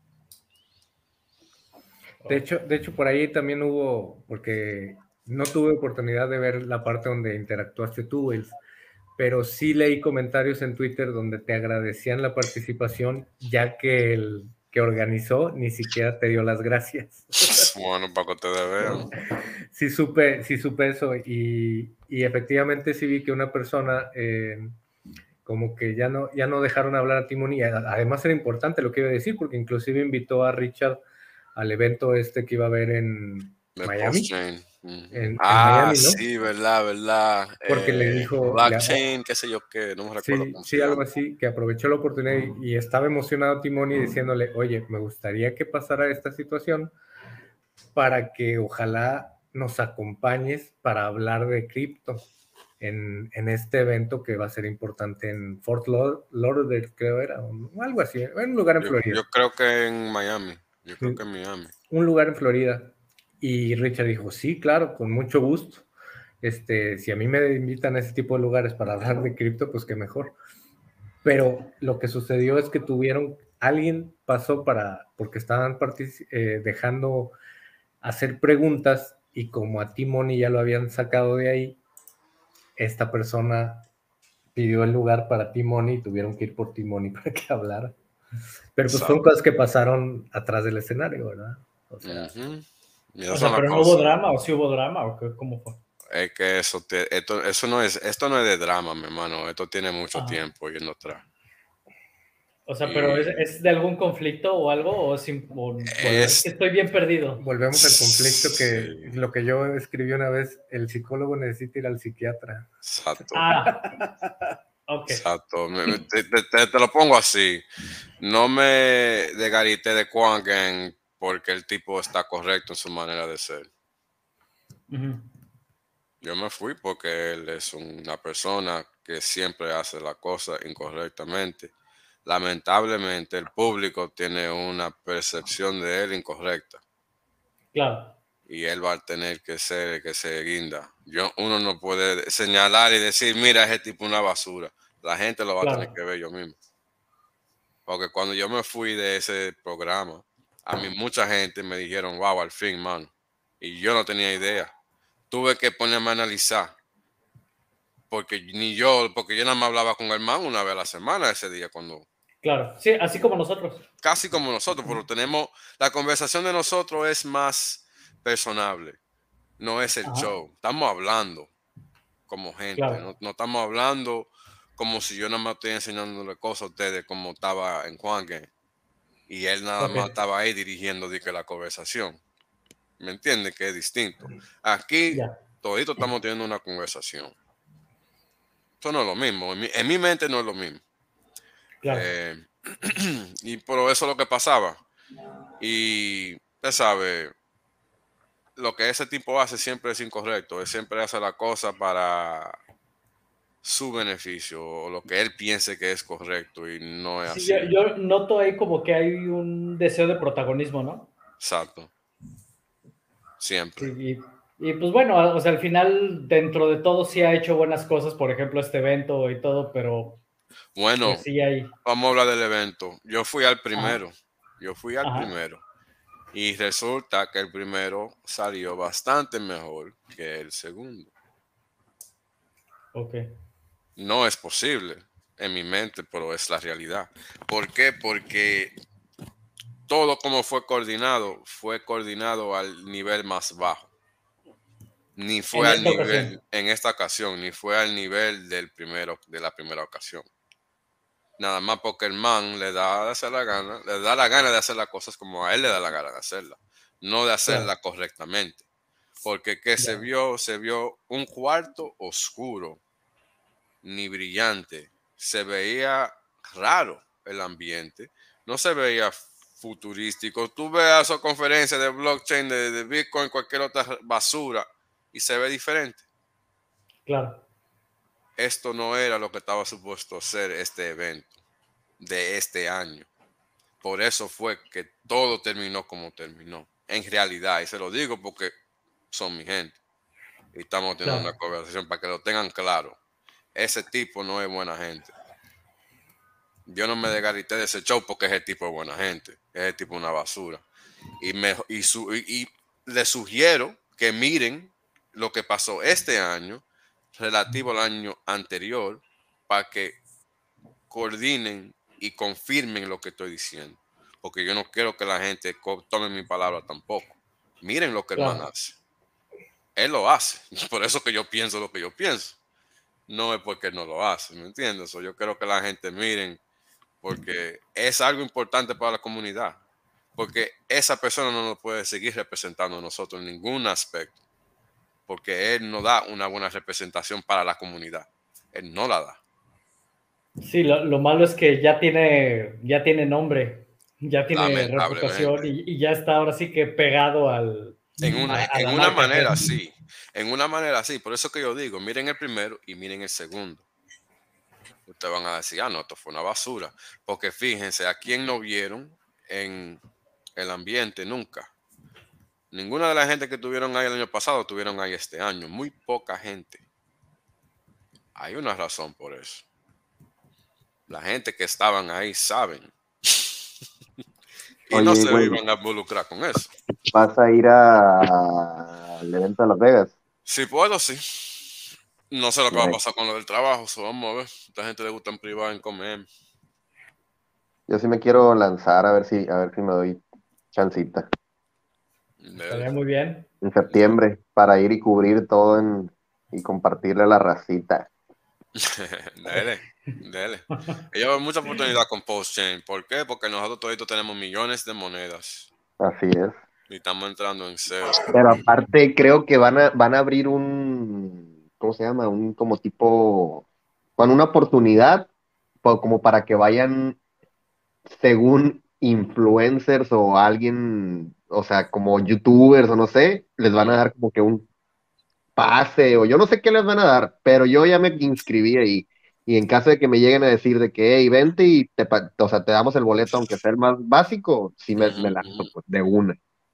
De hecho, por ahí también hubo, porque no tuve oportunidad de ver la parte donde interactuaste tú, Will, pero sí leí comentarios en Twitter donde te agradecían la participación, ya que el que organizó ni siquiera te dio las gracias.
Bueno, para que ustedes vean.
Sí supe eso y efectivamente sí vi que una persona como que ya no dejaron hablar a Timon y además era importante lo que iba a decir porque inclusive invitó a Richard al evento este que iba a haber en
De
Miami,
post-chain. Ujú.
en Miami, ¿no?
Sí, verdad.
Porque le dijo,
Blockchain, qué sé yo qué, no me recuerdo
sí,
cómo se
sí, algo
llama.
así, que aprovechó la oportunidad y estaba emocionado Timoni diciéndole, oye, me gustaría que pasara esta situación para que ojalá nos acompañes para hablar de cripto en este evento que va a ser importante en Fort Lauderdale, creo era, o algo así, en un lugar en Florida.
Yo creo que en Miami. Yo creo
Sí,
que en Miami.
un lugar en Florida. Y Richard dijo, sí, claro, con mucho gusto. Si a mí me invitan a ese tipo de lugares para hablar de cripto, pues qué mejor. Pero lo que sucedió es que alguien pasó porque estaban dejando hacer preguntas y como a Timoni ya lo habían sacado de ahí, esta persona pidió el lugar para Timoni y tuvieron que ir por Timoni para que hablara. Pero pues son
Exacto.
cosas que pasaron atrás del escenario, ¿verdad? O sea,
Ujú. Y
O
esas
sea,
son las
pero no hubo
cosas.
drama o sí hubo drama o cómo fue.
Es que esto no es de drama, mi hermano. Esto tiene mucho
Ajá.
tiempo yendo atrás.
O sea, pero
Y
¿es de algún conflicto o algo? Bueno, es que
es.
estoy bien perdido.
volvemos al conflicto que
Sí,
lo que yo escribí una vez, el psicólogo necesita ir al psiquiatra.
exacto.
Ah, Ok.
Exacto. Te lo pongo así. No me desgarité de Quan Gang porque el tipo está correcto en su manera de ser.
Ujú.
Yo me fui porque él es una persona que siempre hace la cosa incorrectamente. Lamentablemente, el público tiene una percepción de él incorrecta
Claro,
y él va a tener que ser el que se guinda. Uno no puede señalar y decir, mira, ese tipo es una basura. La gente lo va a tener
claro.
que ver yo mismo. Porque cuando yo me fui de ese programa, a mí mucha gente me dijeron, wow, al fin, mano. Y yo no tenía idea. Tuve que ponerme a analizar. Porque yo nada más hablaba con el man una vez a la semana ese día,
Claro, sí, así como nosotros.
casi como nosotros, pero la conversación de nosotros es más personable, no es el
Ajá,
show. Estamos hablando como gente,
claro.
no estamos hablando como si yo nada más estoy enseñándole cosas a ustedes como estaba en Juan Game, y él nada
Ok,
más estaba ahí dirigiendo la conversación. ¿Me entiende? Que es distinto. Aquí,
ya,
todito estamos teniendo una conversación. Eso no es lo mismo. En mi mente no es lo mismo.
claro.
Eh, y por eso es lo que pasaba. Y usted sabe, lo que ese tipo hace siempre es incorrecto. Él siempre hace la cosa para su beneficio o lo que él piense que es correcto y no es
Sí, yo,
así.
yo noto ahí como que hay un deseo de protagonismo, ¿no?
Exacto.
Sí,
Siempre.
y pues bueno, o sea, al final, dentro de todo, sí ha hecho buenas cosas, por ejemplo, este evento y todo, pero
Bueno,
pues sí hay.
vamos a hablar del evento. Yo fui al
Ajá,
primero. Yo fui al
ajá,
primero. Y resulta que el primero salió bastante mejor que el segundo.
ok,
No es posible en mi mente, pero es la realidad. ¿Por qué? Porque todo como fue coordinado al nivel más bajo. Ni fue
en
al
esta
nivel,
ocasión,
en esta ocasión, ni fue al nivel de la primera ocasión. Nada más porque el man le da de hacer la gana, le da la gana de hacer las cosas como a él le da la gana de hacerlas, no de
claro,
hacerla correctamente. Porque que
ya,
se vio un cuarto oscuro, ni brillante. Se veía raro el ambiente, no se veía futurístico. Tú ves esas conferencias de blockchain, de Bitcoin, cualquier otra basura, y se ve diferente.
claro,
Esto no era lo que estaba supuesto ser este evento de este año. Por eso fue que todo terminó como terminó. En realidad, y se lo digo porque son mi gente. Y estamos teniendo una
claro.
conversación para que lo tengan claro. Ese tipo no es buena gente. Yo no me desgarité de ese show porque ese tipo es buena gente. Ese tipo es una basura. Y les sugiero que miren lo que pasó este año relativo al año anterior para que coordinen y confirmen lo que estoy diciendo. Porque yo no quiero que la gente tome mi palabra tampoco. Miren lo que el man
Claro.
hace. Él lo hace. Por eso que yo pienso lo que yo pienso. No es porque él no lo hace, ¿me entiendes? Yo quiero que la gente miren porque es algo importante para la comunidad. Porque esa persona no nos puede seguir representando a nosotros en ningún aspecto. Porque él no da una buena representación para la comunidad. Él no la da.
Sí, lo malo es que ya tiene nombre, ya tiene reputación
Lamentablemente.
y ya está ahora sí que pegado a
En
la
una
marca
manera
Hex.
sí. En una manera sí. Por eso que yo digo, miren el primero y miren el segundo. Ustedes van a decir, no, esto fue una basura. Porque fíjense, ¿a quién no vieron en el ambiente nunca? Ninguna de la gente que tuvieron ahí el año pasado tuvieron ahí este año. Muy poca gente. Hay una razón por eso. La gente que estaban ahí saben. Y no
Oye,
se
güey,
iban a involucrar con eso.
¿vas a ir al evento de Las Vegas?
Si puedo, sí. No sé lo que va a
Güey,
pasar con lo del trabajo. Vamos a ver. A esta gente le gusta en privado en comer.
yo sí me quiero lanzar a ver si me doy chancita
Dele.
Estaría muy bien.
en septiembre para ir y cubrir todo y compartirle a la racita.
Dele. Dele. Ellos ven mucha oportunidad con PostChain. ¿Por qué? Porque nosotros toditos tenemos millones de monedas.
Así es.
Y estamos entrando en cero.
Pero aparte creo que van a abrir ¿cómo se llama? Un como tipo con una oportunidad como para que vayan según influencers o alguien, o sea, como youtubers o no sé, les van a dar como que un pase o yo no sé qué les van a dar, pero yo ya me inscribí ahí. Y en caso de que me lleguen a decir de que, hey, vente y o sea, te damos el boleto, aunque sea el más básico, sí me lanzo pues, de una.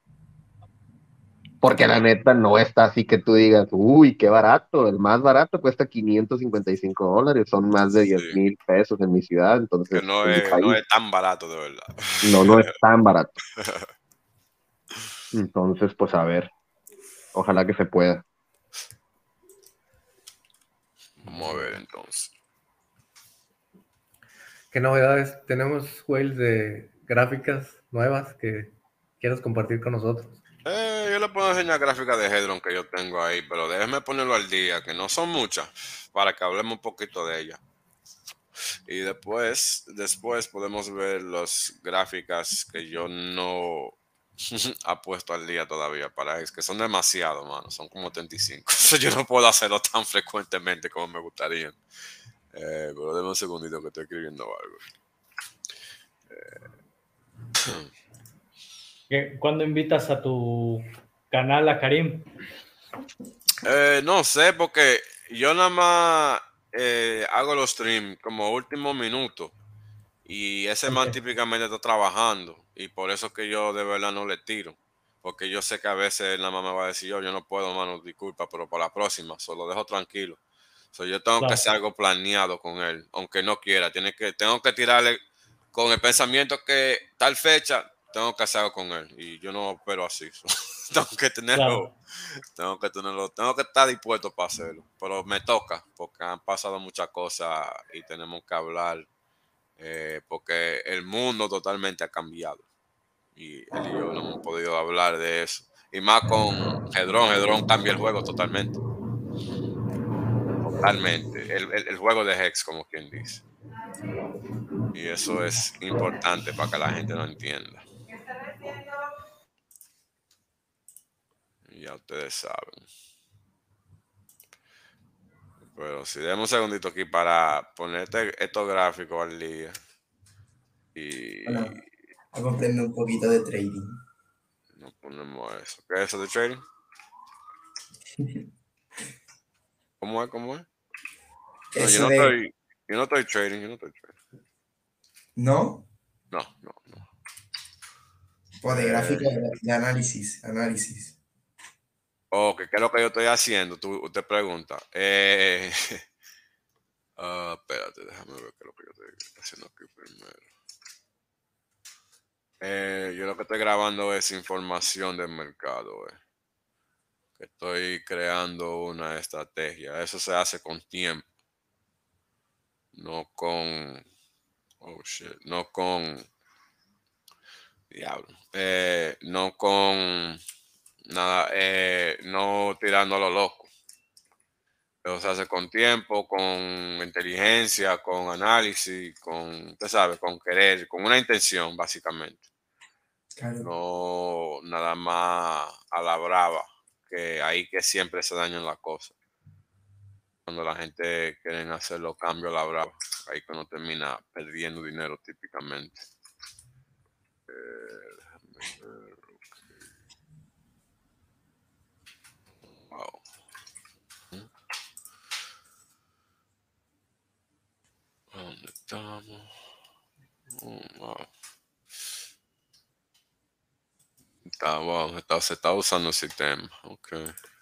Porque la neta no está así que tú digas, uy, qué barato. El más barato cuesta $555, son más de
Sí,
10,000 pesos en mi ciudad,
que
entonces
no
en mi
es, no
país.
es tan barato de verdad.
No, no es tan barato. Entonces, pues a ver, ojalá que se pueda.
Vamos a ver entonces.
¿Qué novedades tenemos, Wales, de gráficas nuevas que quieras compartir con nosotros?
Yo le puedo enseñar gráficas de Hedron que yo tengo ahí, pero déjeme ponerlo al día, que no son muchas, para que hablemos un poquito de ellas. Y después podemos ver las gráficas que yo no ha puesto al día todavía para es que son demasiado, mano, son como 35. Yo no puedo hacerlo tan frecuentemente como me gustaría. Pero déme un segundito que estoy escribiendo algo.
¿Cuándo invitas a tu canal a Karim?
No sé, porque yo nada más hago los streams como último minuto y ese man
Ok,
típicamente está trabajando y por eso que yo de verdad no le tiro, porque yo sé que a veces la mamá me va a decir yo no puedo, mano, disculpa, pero para la próxima, solo dejo tranquilo. Yo tengo que
claro,
hacer algo planeado con él, aunque no quiera, tengo que tirarle con el pensamiento que tal fecha tengo que hacer algo con él y yo no opero así. Tengo que tenerlo.
claro.
Tengo que estar dispuesto para hacerlo, pero me toca porque han pasado muchas cosas y tenemos que hablar porque el mundo totalmente ha cambiado y él y yo no hemos podido hablar de eso. Y más con Hedron, Hedron cambia el juego totalmente, totalmente. El juego de Hex, como quien dice. Y eso es importante para que la gente lo entienda. Y ya ustedes saben. Pero si demos un segundito aquí para ponerte estos gráficos al día. Y
Bueno, vamos a aprender un poquito de trading.
no ponemos eso. ¿Qué es eso de trading? ¿Cómo es? ¿Cómo es? No,
Eso de,
yo no estoy trading, yo no estoy trading.
¿no?
No, no, no.
Pues de gráfica
Eh,
de análisis.
ok, ¿qué es lo que yo estoy haciendo? Usted pregunta. Espérate, déjame ver qué es lo que yo estoy haciendo aquí primero. Yo lo que estoy grabando es información del mercado. Que estoy creando una estrategia. Eso se hace con tiempo, no con... Oh, shit. No con... Diablo. No con nada, no tirando a lo loco. Eso se hace con tiempo, con inteligencia, con análisis, con, usted sabe, con querer, con una intención, básicamente.
Claro.
No nada más a la brava, que ahí que siempre se dañan las cosas. Cuando la gente quiere hacer los cambios a la brava, ahí que uno termina perdiendo dinero típicamente. Déjame ver, wow. ¿Dónde estamos? Wow. Wow, se está usando el sistema. Ok.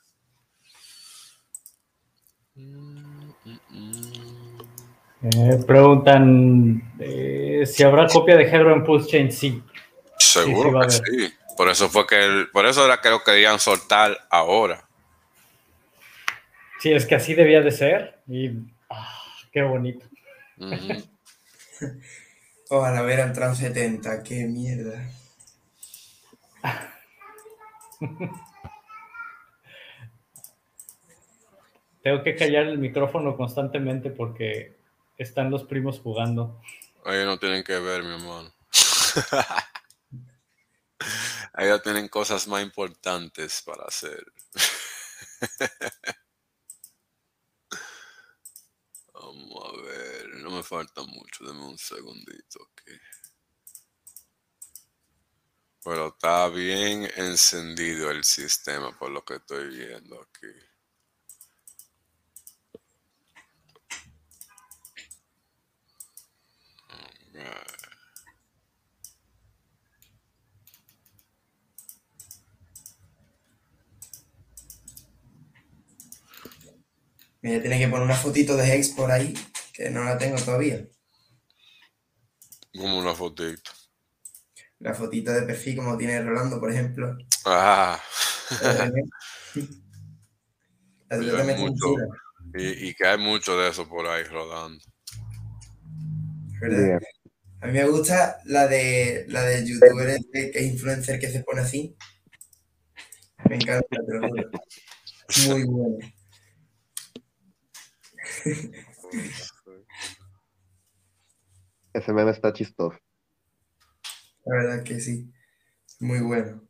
Preguntan si habrá copia de Hedron en Pulse Chain. Sí, sí
Seguro
va a
que
haber.
sí. Por eso fue por eso era que lo querían soltar ahora.
Sí, es que así debía de ser. Y qué bonito.
Ujú.
Ojalá hubiera entrado 70, qué mierda.
Tengo que callar el micrófono constantemente porque están los primos jugando.
Ellos no tienen que ver, mi hermano. Ellos tienen cosas más importantes para hacer. Vamos a me falta mucho, dame un segundito aquí. Pero está bien encendido el sistema por lo que estoy viendo aquí.
Me voy a tener que poner una fotito de Hex por ahí, que no la tengo todavía.
Como una fotito.
La fotito de perfil como tiene Rolando, por ejemplo.
Ah.
La tuya
Hay
también está muy
mucho,
chula,
y que hay mucho de eso por ahí rodando.
¿verdad?
Bien.
A mí me gusta la de youtuber que es influencer que se pone así. Me encanta, te lo juro. Muy bueno.
Ese meme está chistoso.
La verdad que sí. Muy bueno.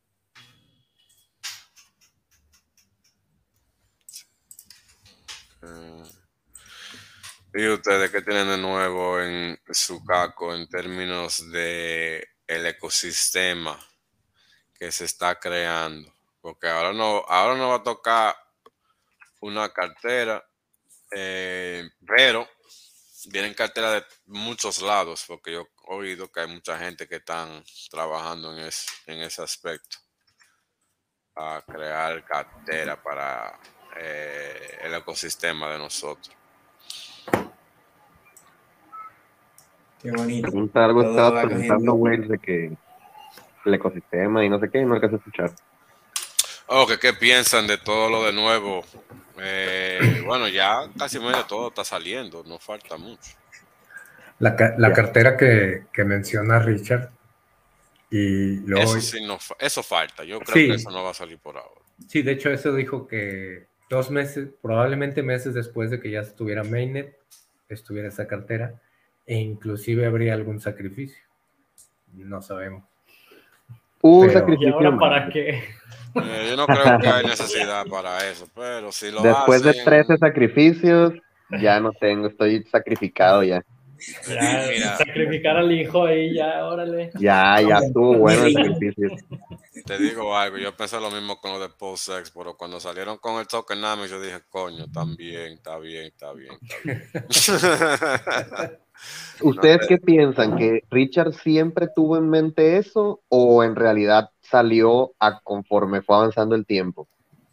¿Y ustedes qué tienen de nuevo en su caco en términos de el ecosistema que se está creando? Porque ahora no va a tocar una cartera, pero vienen carteras de muchos lados, porque yo he oído que hay mucha gente que están trabajando en ese aspecto, a crear cartera para el ecosistema de nosotros.
Qué bonito.
Pregunta algo
Todo
estabas
va
preguntando,
cogiendo.
güey, de que el ecosistema y no sé qué, y no alcanzé a escuchar.
Oh, que qué piensan de todo lo de nuevo. Bueno, ya casi medio todo está saliendo, no falta mucho.
La
Ya.
cartera que menciona Richard, y luego,
Eso sí, eso falta. Yo creo que eso
sí,
no va a salir por ahora.
sí, de hecho eso dijo que 2 meses, probablemente meses después de que ya estuviera Mainnet, estuviera esa cartera, e inclusive habría algún sacrificio. No sabemos.
Un
Pero
¿Y
sacrificio
ahora
más.
para qué?
Yo no creo que hay necesidad para eso, pero si lo
Después de 13
hacen,
sacrificios, ya no tengo, estoy sacrificado ya.
Ya,
mira,
sacrificar al hijo ahí, ya, órale.
Ya estuvo
Muy
bueno el
rico.
sacrificio.
te digo algo, yo pensé lo mismo con lo de PostX, pero cuando salieron con el tokenomics, yo dije, coño, está bien. No
¿Ustedes
te-
qué piensan? ¿Que Richard siempre tuvo en mente eso o en realidad salió a conforme fue avanzando el tiempo?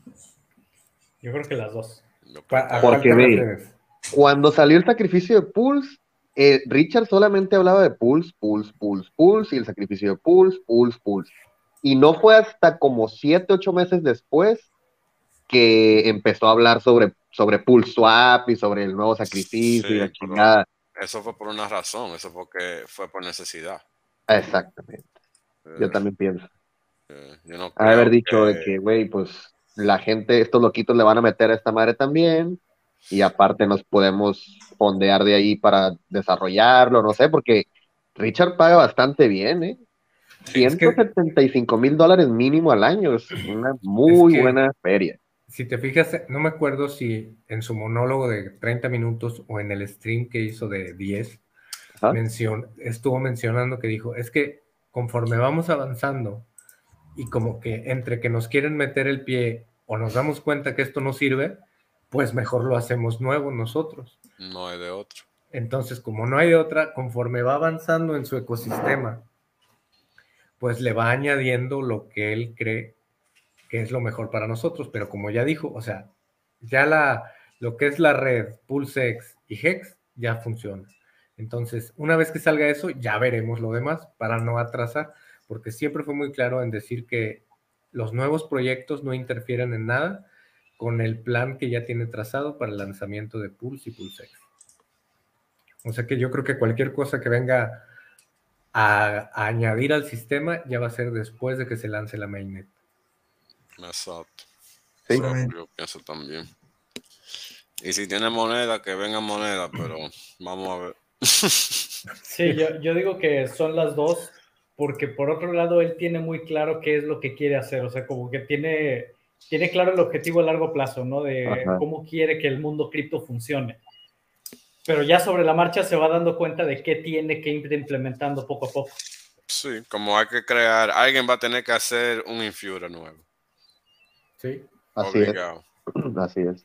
Yo creo que las dos.
yo creo
¿a
que
cuál
Porque
te
ve,
refieres?
cuando salió el sacrificio de Pulse, Richard solamente hablaba de Pulse y el sacrificio de Pulse. Y no fue hasta como 7, 8 meses después que empezó a hablar sobre Pulse Swap y sobre el nuevo sacrificio y
sí,
la
pero
chingada.
eso fue por una razón, eso fue por necesidad.
Exactamente. Yo
Eh,
también pienso.
yo no
Ha de haber
creo
dicho de
que
que, güey, pues la gente, estos loquitos le van a meter a esta madre también, y aparte nos podemos fondear de ahí para desarrollarlo, no sé, porque Richard paga bastante bien, ¿eh?
Es que,
$175,000 mínimo al año, es una
es
muy
que
buena feria.
si te fijas, no me acuerdo si en su monólogo de 30 minutos o en el stream que hizo de 10,
Ajá.
estuvo mencionando que dijo, es que conforme vamos avanzando y como que entre que nos quieren meter el pie o nos damos cuenta que esto no sirve, pues mejor lo hacemos nuevo nosotros.
no hay de otro.
Entonces, como no hay otra, conforme va avanzando en su ecosistema, pues le va añadiendo lo que él cree que es lo mejor para nosotros, pero como ya dijo, o sea, ya lo que es la red PulseX y Hex ya funciona. Entonces, una vez que salga eso, ya veremos lo demás para no atrasar, porque siempre fue muy claro en decir que los nuevos proyectos no interfieren en nada con el plan que ya tiene trazado para el lanzamiento de Pulse y PulseX. O sea que yo creo que cualquier cosa que venga a añadir al sistema ya va a ser después de que se lance la mainnet.
Exacto.
Sí.
Eso yo pienso también. Y si tiene moneda, que venga moneda, pero vamos a ver.
Sí, yo digo que son las dos, porque por otro lado él tiene muy claro qué es lo que quiere hacer, o sea, como que tiene claro el objetivo a largo plazo, ¿no? De
Ajá.
cómo quiere que el mundo cripto funcione. Pero ya sobre la marcha se va dando cuenta de qué tiene que ir implementando poco a poco.
Sí, como hay que crear, alguien va a tener que hacer un Infuser nuevo.
Sí.
Así
Obligado.
es, así es.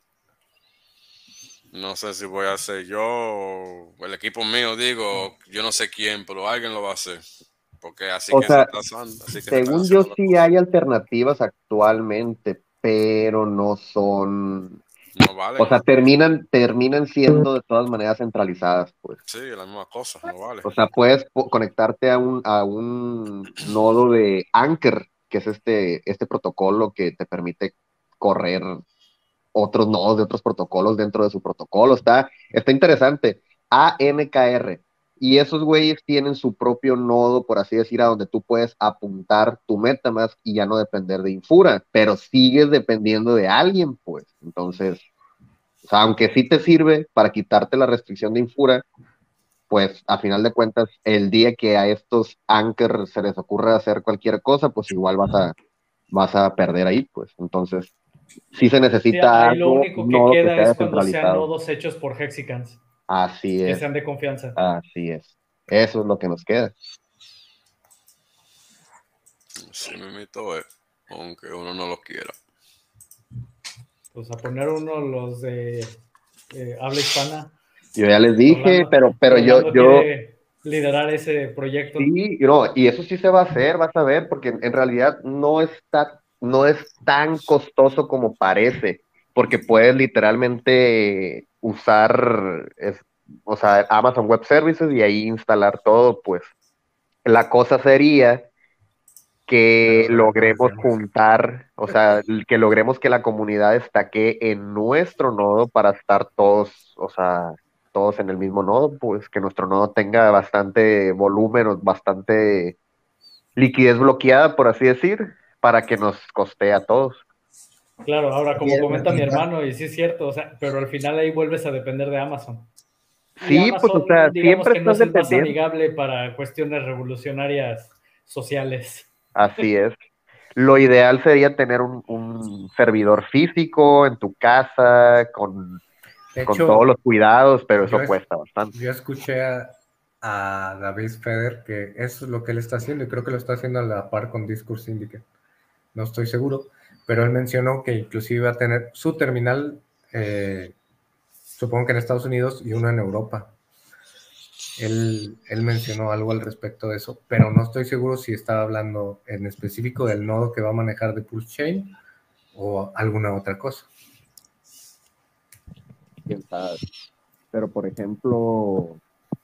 No sé si voy a hacer yo o el equipo mío, digo, yo no sé quién, pero alguien lo va a hacer. Porque así
O
que
sea,
así que se están
según yo
haciendo las
sí
cosas.
hay alternativas actualmente, pero no son,
No
o
valen.
sea, terminan siendo de todas maneras centralizadas, pues.
Sí, la misma cosa, no vale.
O sea, puedes conectarte a un nodo de Anchor, que es este protocolo que te permite correr otros nodos de otros protocolos dentro de su protocolo. Está interesante. ANKR. Y esos güeyes tienen su propio nodo, por así decir, a donde tú puedes apuntar tu MetaMask y ya no depender de Infura, pero sigues dependiendo de alguien, pues. Entonces, o sea, aunque sí te sirve para quitarte la restricción de Infura, pues a final de cuentas, el día que a estos Anchor se les ocurra hacer cualquier cosa, pues igual vas a perder ahí, pues. Entonces, sí se
Sí,
necesita
ahí lo
algo,
único
un
que
nodo que
queda
sea
es cuando sean
descentralizado.
nodos hechos por Hexicans,
Así
que
es,
sean de confianza.
así es. Eso es lo que nos queda.
Sí, me invito, aunque uno no lo quiera.
Pues a poner uno los de habla hispana.
Yo ya les dije,
Rolando,
pero
Rolando
yo
quiere liderar ese proyecto.
sí, no, y eso sí se va a hacer, vas a ver, porque en realidad no es tan costoso como parece, porque puedes literalmente usar, o sea, Amazon Web Services y ahí instalar todo, pues. La cosa sería que
Pero luego, ¿cómo
logremos
hacemos?
juntar, o sea, que logremos que la comunidad estaque en nuestro nodo para estar todos, o sea, todos en el mismo nodo, pues que nuestro nodo tenga bastante volumen o bastante liquidez bloqueada, por así decir, para que nos costee a todos.
Claro, ahora como
Quiero
comenta mi
matizar.
hermano, y sí es cierto, o sea, pero al final ahí vuelves a depender de Amazon. Y
Sí, pues, o sea,
Amazon, digamos
siempre
que no
estás
es el más
dependiendo.
amigable para cuestiones revolucionarias sociales.
Así es. Lo ideal sería tener un servidor físico en tu casa
De
con todos
hecho,
los cuidados, pero
yo,
eso cuesta bastante.
yo escuché a David Feder que eso es lo que él está haciendo y creo que lo está haciendo a la par con Discourse Syndicate. No estoy seguro, pero él mencionó que inclusive iba a tener su terminal, supongo que en Estados Unidos y uno en Europa. Él mencionó algo al respecto de eso, pero no estoy seguro si estaba hablando en específico del nodo que va a manejar de Pulse Chain o alguna otra cosa.
Quién sabe. Pero, por ejemplo,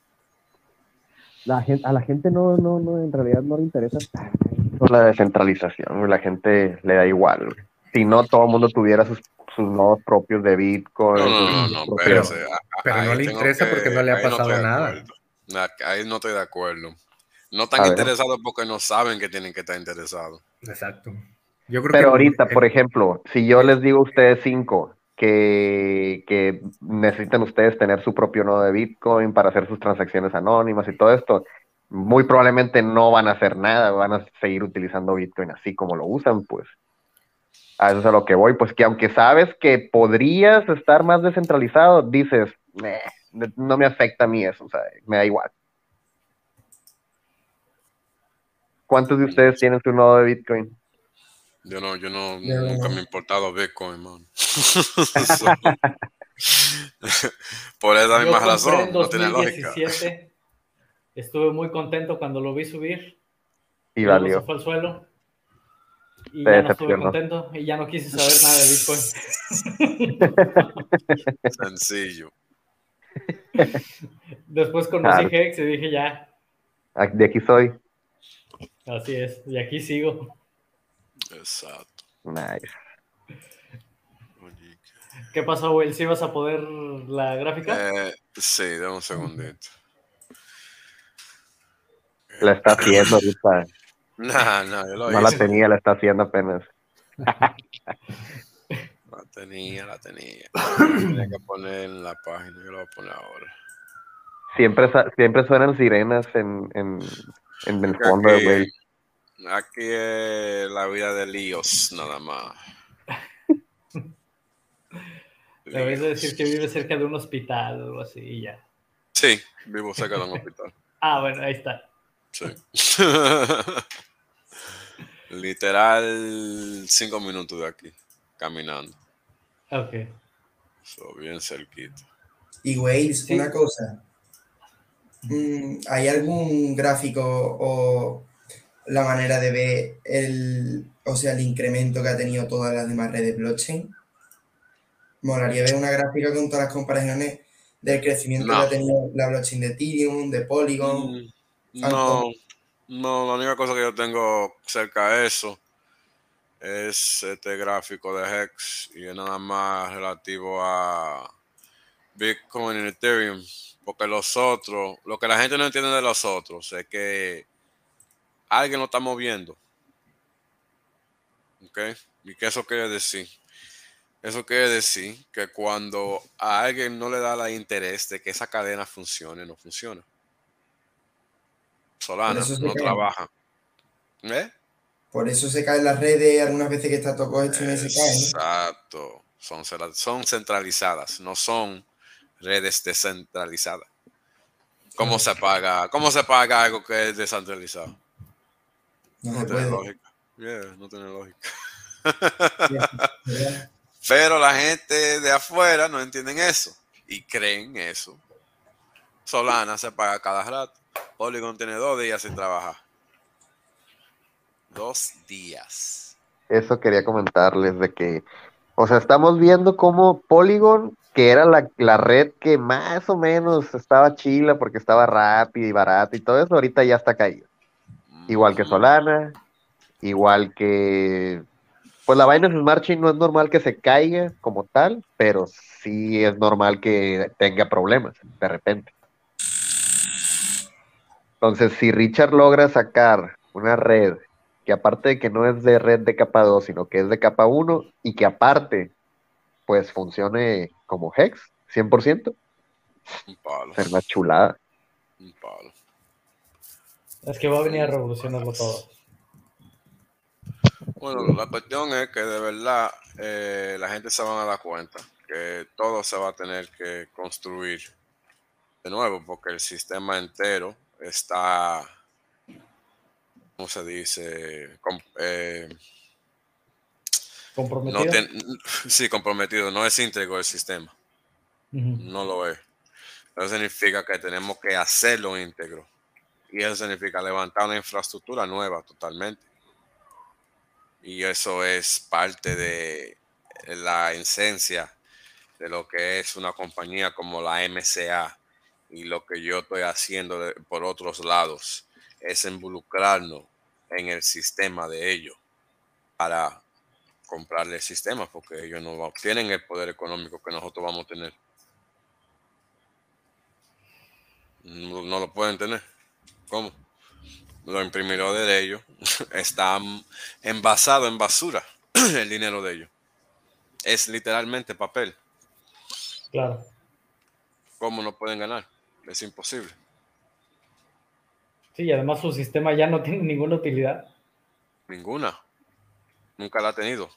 a la gente no, en realidad no le interesa tanto la descentralización, güey. La gente le da igual, güey. Si no, todo el mundo tuviera sus nodos propios de Bitcoin, sus
No,
propios.
espérese.
Pero no
Ahí
le
tengo
interesa porque no
que,
le ha
ahí no estoy
pasado
de
nada.
acuerdo. Ahí no estoy de acuerdo. No están
A ver.
interesados porque no saben que tienen que estar interesados.
Exacto. Yo creo que
Pero ahorita, por ejemplo, si yo les digo a ustedes cinco que necesitan ustedes tener su propio nodo de Bitcoin para hacer sus transacciones anónimas y todo esto, muy probablemente no van a hacer nada, van a seguir utilizando Bitcoin así como lo usan, pues. A eso es a lo que voy, pues que aunque sabes que podrías estar más descentralizado, dices, no me afecta a mí eso, o sea, me da igual. ¿Cuántos de
No
ustedes
sé.
tienen su nodo de Bitcoin?
Yo
Yo
nunca me he
no.
importado Bitcoin, man. So, por esa
Yo
misma
compré en
razón, no tiene lógica.
2017, estuve muy contento cuando lo vi subir
Y
y luego se
valió,
fue al suelo y
te
ya no estuve
decepcionó.
contento y ya no quise saber nada de Bitcoin.
Sencillo.
Después conocí
Claro,
Hex y dije ya,
de aquí soy.
así es, y aquí sigo.
Exacto.
Nice.
Oye,
¿Qué pasó, Will? ¿Sí vas a poder la gráfica?
sí, dame un segundito.
La está haciendo ahorita.
No, yo lo
No la
hice.
tenía, la está haciendo apenas.
La tenía. Tenía que poner en la página, yo lo voy a poner ahora.
Siempre suenan sirenas en
Es
el
que
fondo de Whale.
aquí es la vida de líos, nada más.
Debes de decir
Líos.
que vive cerca de un hospital o algo así y ya.
Sí, vivo cerca de un hospital.
Ah, bueno, ahí está.
Sí. Literal 5 minutos de aquí, caminando.
Ok.
So, bien cerquita.
Y Waze,
Sí.
una cosa. ¿Hay algún gráfico o la manera de ver el incremento que ha tenido todas las demás redes blockchain? Molaría ver una gráfica con todas las comparaciones del crecimiento que
No.
ha tenido la blockchain de Ethereum, de Polygon,
No,
Phantom.
no, la única cosa que yo tengo cerca de eso es este gráfico de Hex y es nada más relativo a Bitcoin y Ethereum, porque los otros, lo que la gente no entiende de los otros es que alguien lo está moviendo, ¿ok? ¿Y qué eso quiere decir? Eso quiere decir que cuando a alguien no le da el interés de que esa cadena funcione, no funciona.
Por
Solana
eso se
no
caen.
trabaja. ¿Eh?
Por eso se caen las redes, algunas veces que está todo esto y se caen, ¿no?
Exacto. Son centralizadas, no son redes descentralizadas. ¿Cómo
Claro,
se paga? ¿Cómo se paga algo que es descentralizado?
no
No
se
tiene
puede.
lógica. Yeah, no tiene lógica.
¿Verdad?
Pero la gente de afuera no entienden eso y creen eso. Solana se paga cada rato. Polygon tiene 2 días sin trabajar. 2 días.
Eso quería comentarles de que, o sea, estamos viendo cómo Polygon, que era la red que más o menos estaba chila porque estaba rápida y barata y todo eso, ahorita ya está caída. Igual que
Ujú.
Solana, igual que, pues la Binance Smart Chain no es normal que se caiga como tal, pero sí es normal que tenga problemas de repente. Entonces, si Richard logra sacar una red que aparte de que no es de red de capa 2 sino que es de capa uno y que aparte pues funcione como Hex, 100%,
Un palo.
será una chulada.
Un palo.
Es que va a venir a
Un
revolucionarlo
palazo.
todo.
Bueno, la cuestión es que de verdad la gente se van a dar cuenta que todo se va a tener que construir de nuevo porque el sistema entero está, ¿cómo se dice? No
¿Comprometido?
sí, comprometido, no es íntegro el sistema,
Ujú.
no lo es. Eso significa que tenemos que hacerlo íntegro y eso significa levantar una infraestructura nueva totalmente. Y eso es parte de la esencia de lo que es una compañía como la MCA y lo que yo estoy haciendo por otros lados es involucrarnos en el sistema de ellos para comprarle el sistema porque ellos no tienen el poder económico que nosotros vamos a tener. No lo pueden tener. ¿Cómo? Los imprimidores de ellos están envasados en basura el dinero de ellos. Es literalmente papel.
Claro.
¿Cómo no pueden ganar? Es imposible.
Sí, y además su sistema ya no tiene ninguna utilidad.
Ninguna. Nunca la ha tenido.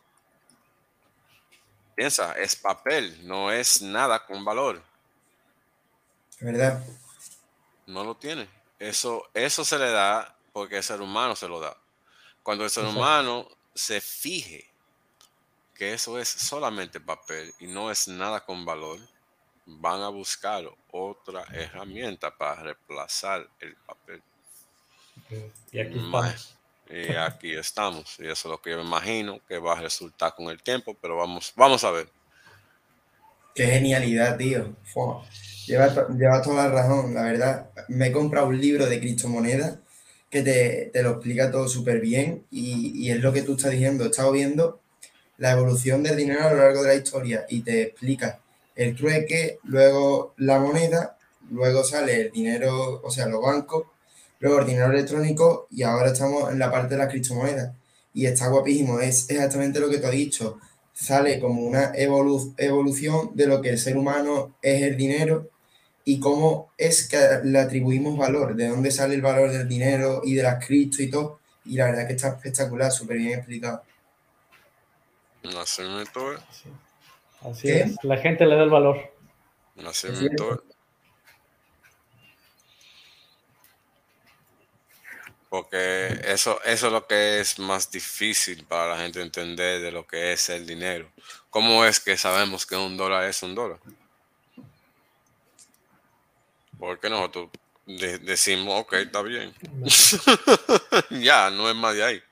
Piensa, es papel, no es nada con valor.
Es verdad.
No lo tiene. Eso se le da porque el ser humano se lo da. Cuando el ser
Exacto.
humano se fije que eso es solamente papel y no es nada con valor, van a buscar otra herramienta para reemplazar el papel.
Y aquí
Ma-
estamos.
Y aquí estamos. Y eso es lo que yo me imagino que va a resultar con el tiempo, pero vamos a ver.
Qué genialidad, tío. Fua. Llevas toda la razón, la verdad. Me he comprado un libro de criptomonedas que te lo explica todo súper bien y es lo que tú estás diciendo. He estado viendo la evolución del dinero a lo largo de la historia y te explica el trueque, luego la moneda, luego sale el dinero, o sea, los bancos, luego el dinero electrónico y ahora estamos en la parte de las criptomonedas. Y está guapísimo, es exactamente lo que te he dicho. Sale como una evolución de lo que el ser humano es el dinero y cómo es que le atribuimos valor, de dónde sale el valor del dinero y de las cripto y todo. Y la verdad que está espectacular, súper bien explicado.
Así mismo es.
Sí. Así es. La gente le da el valor.
Así mismo es.
¿Qué?
La gente le da el valor.
Así
Es
mismo
cierto.
es. Porque eso es lo que es más difícil para la gente entender de lo que es el dinero. ¿Cómo es que sabemos que un dólar es un dólar? Porque nosotros decimos, ok, está bien. Ya, no es más de ahí.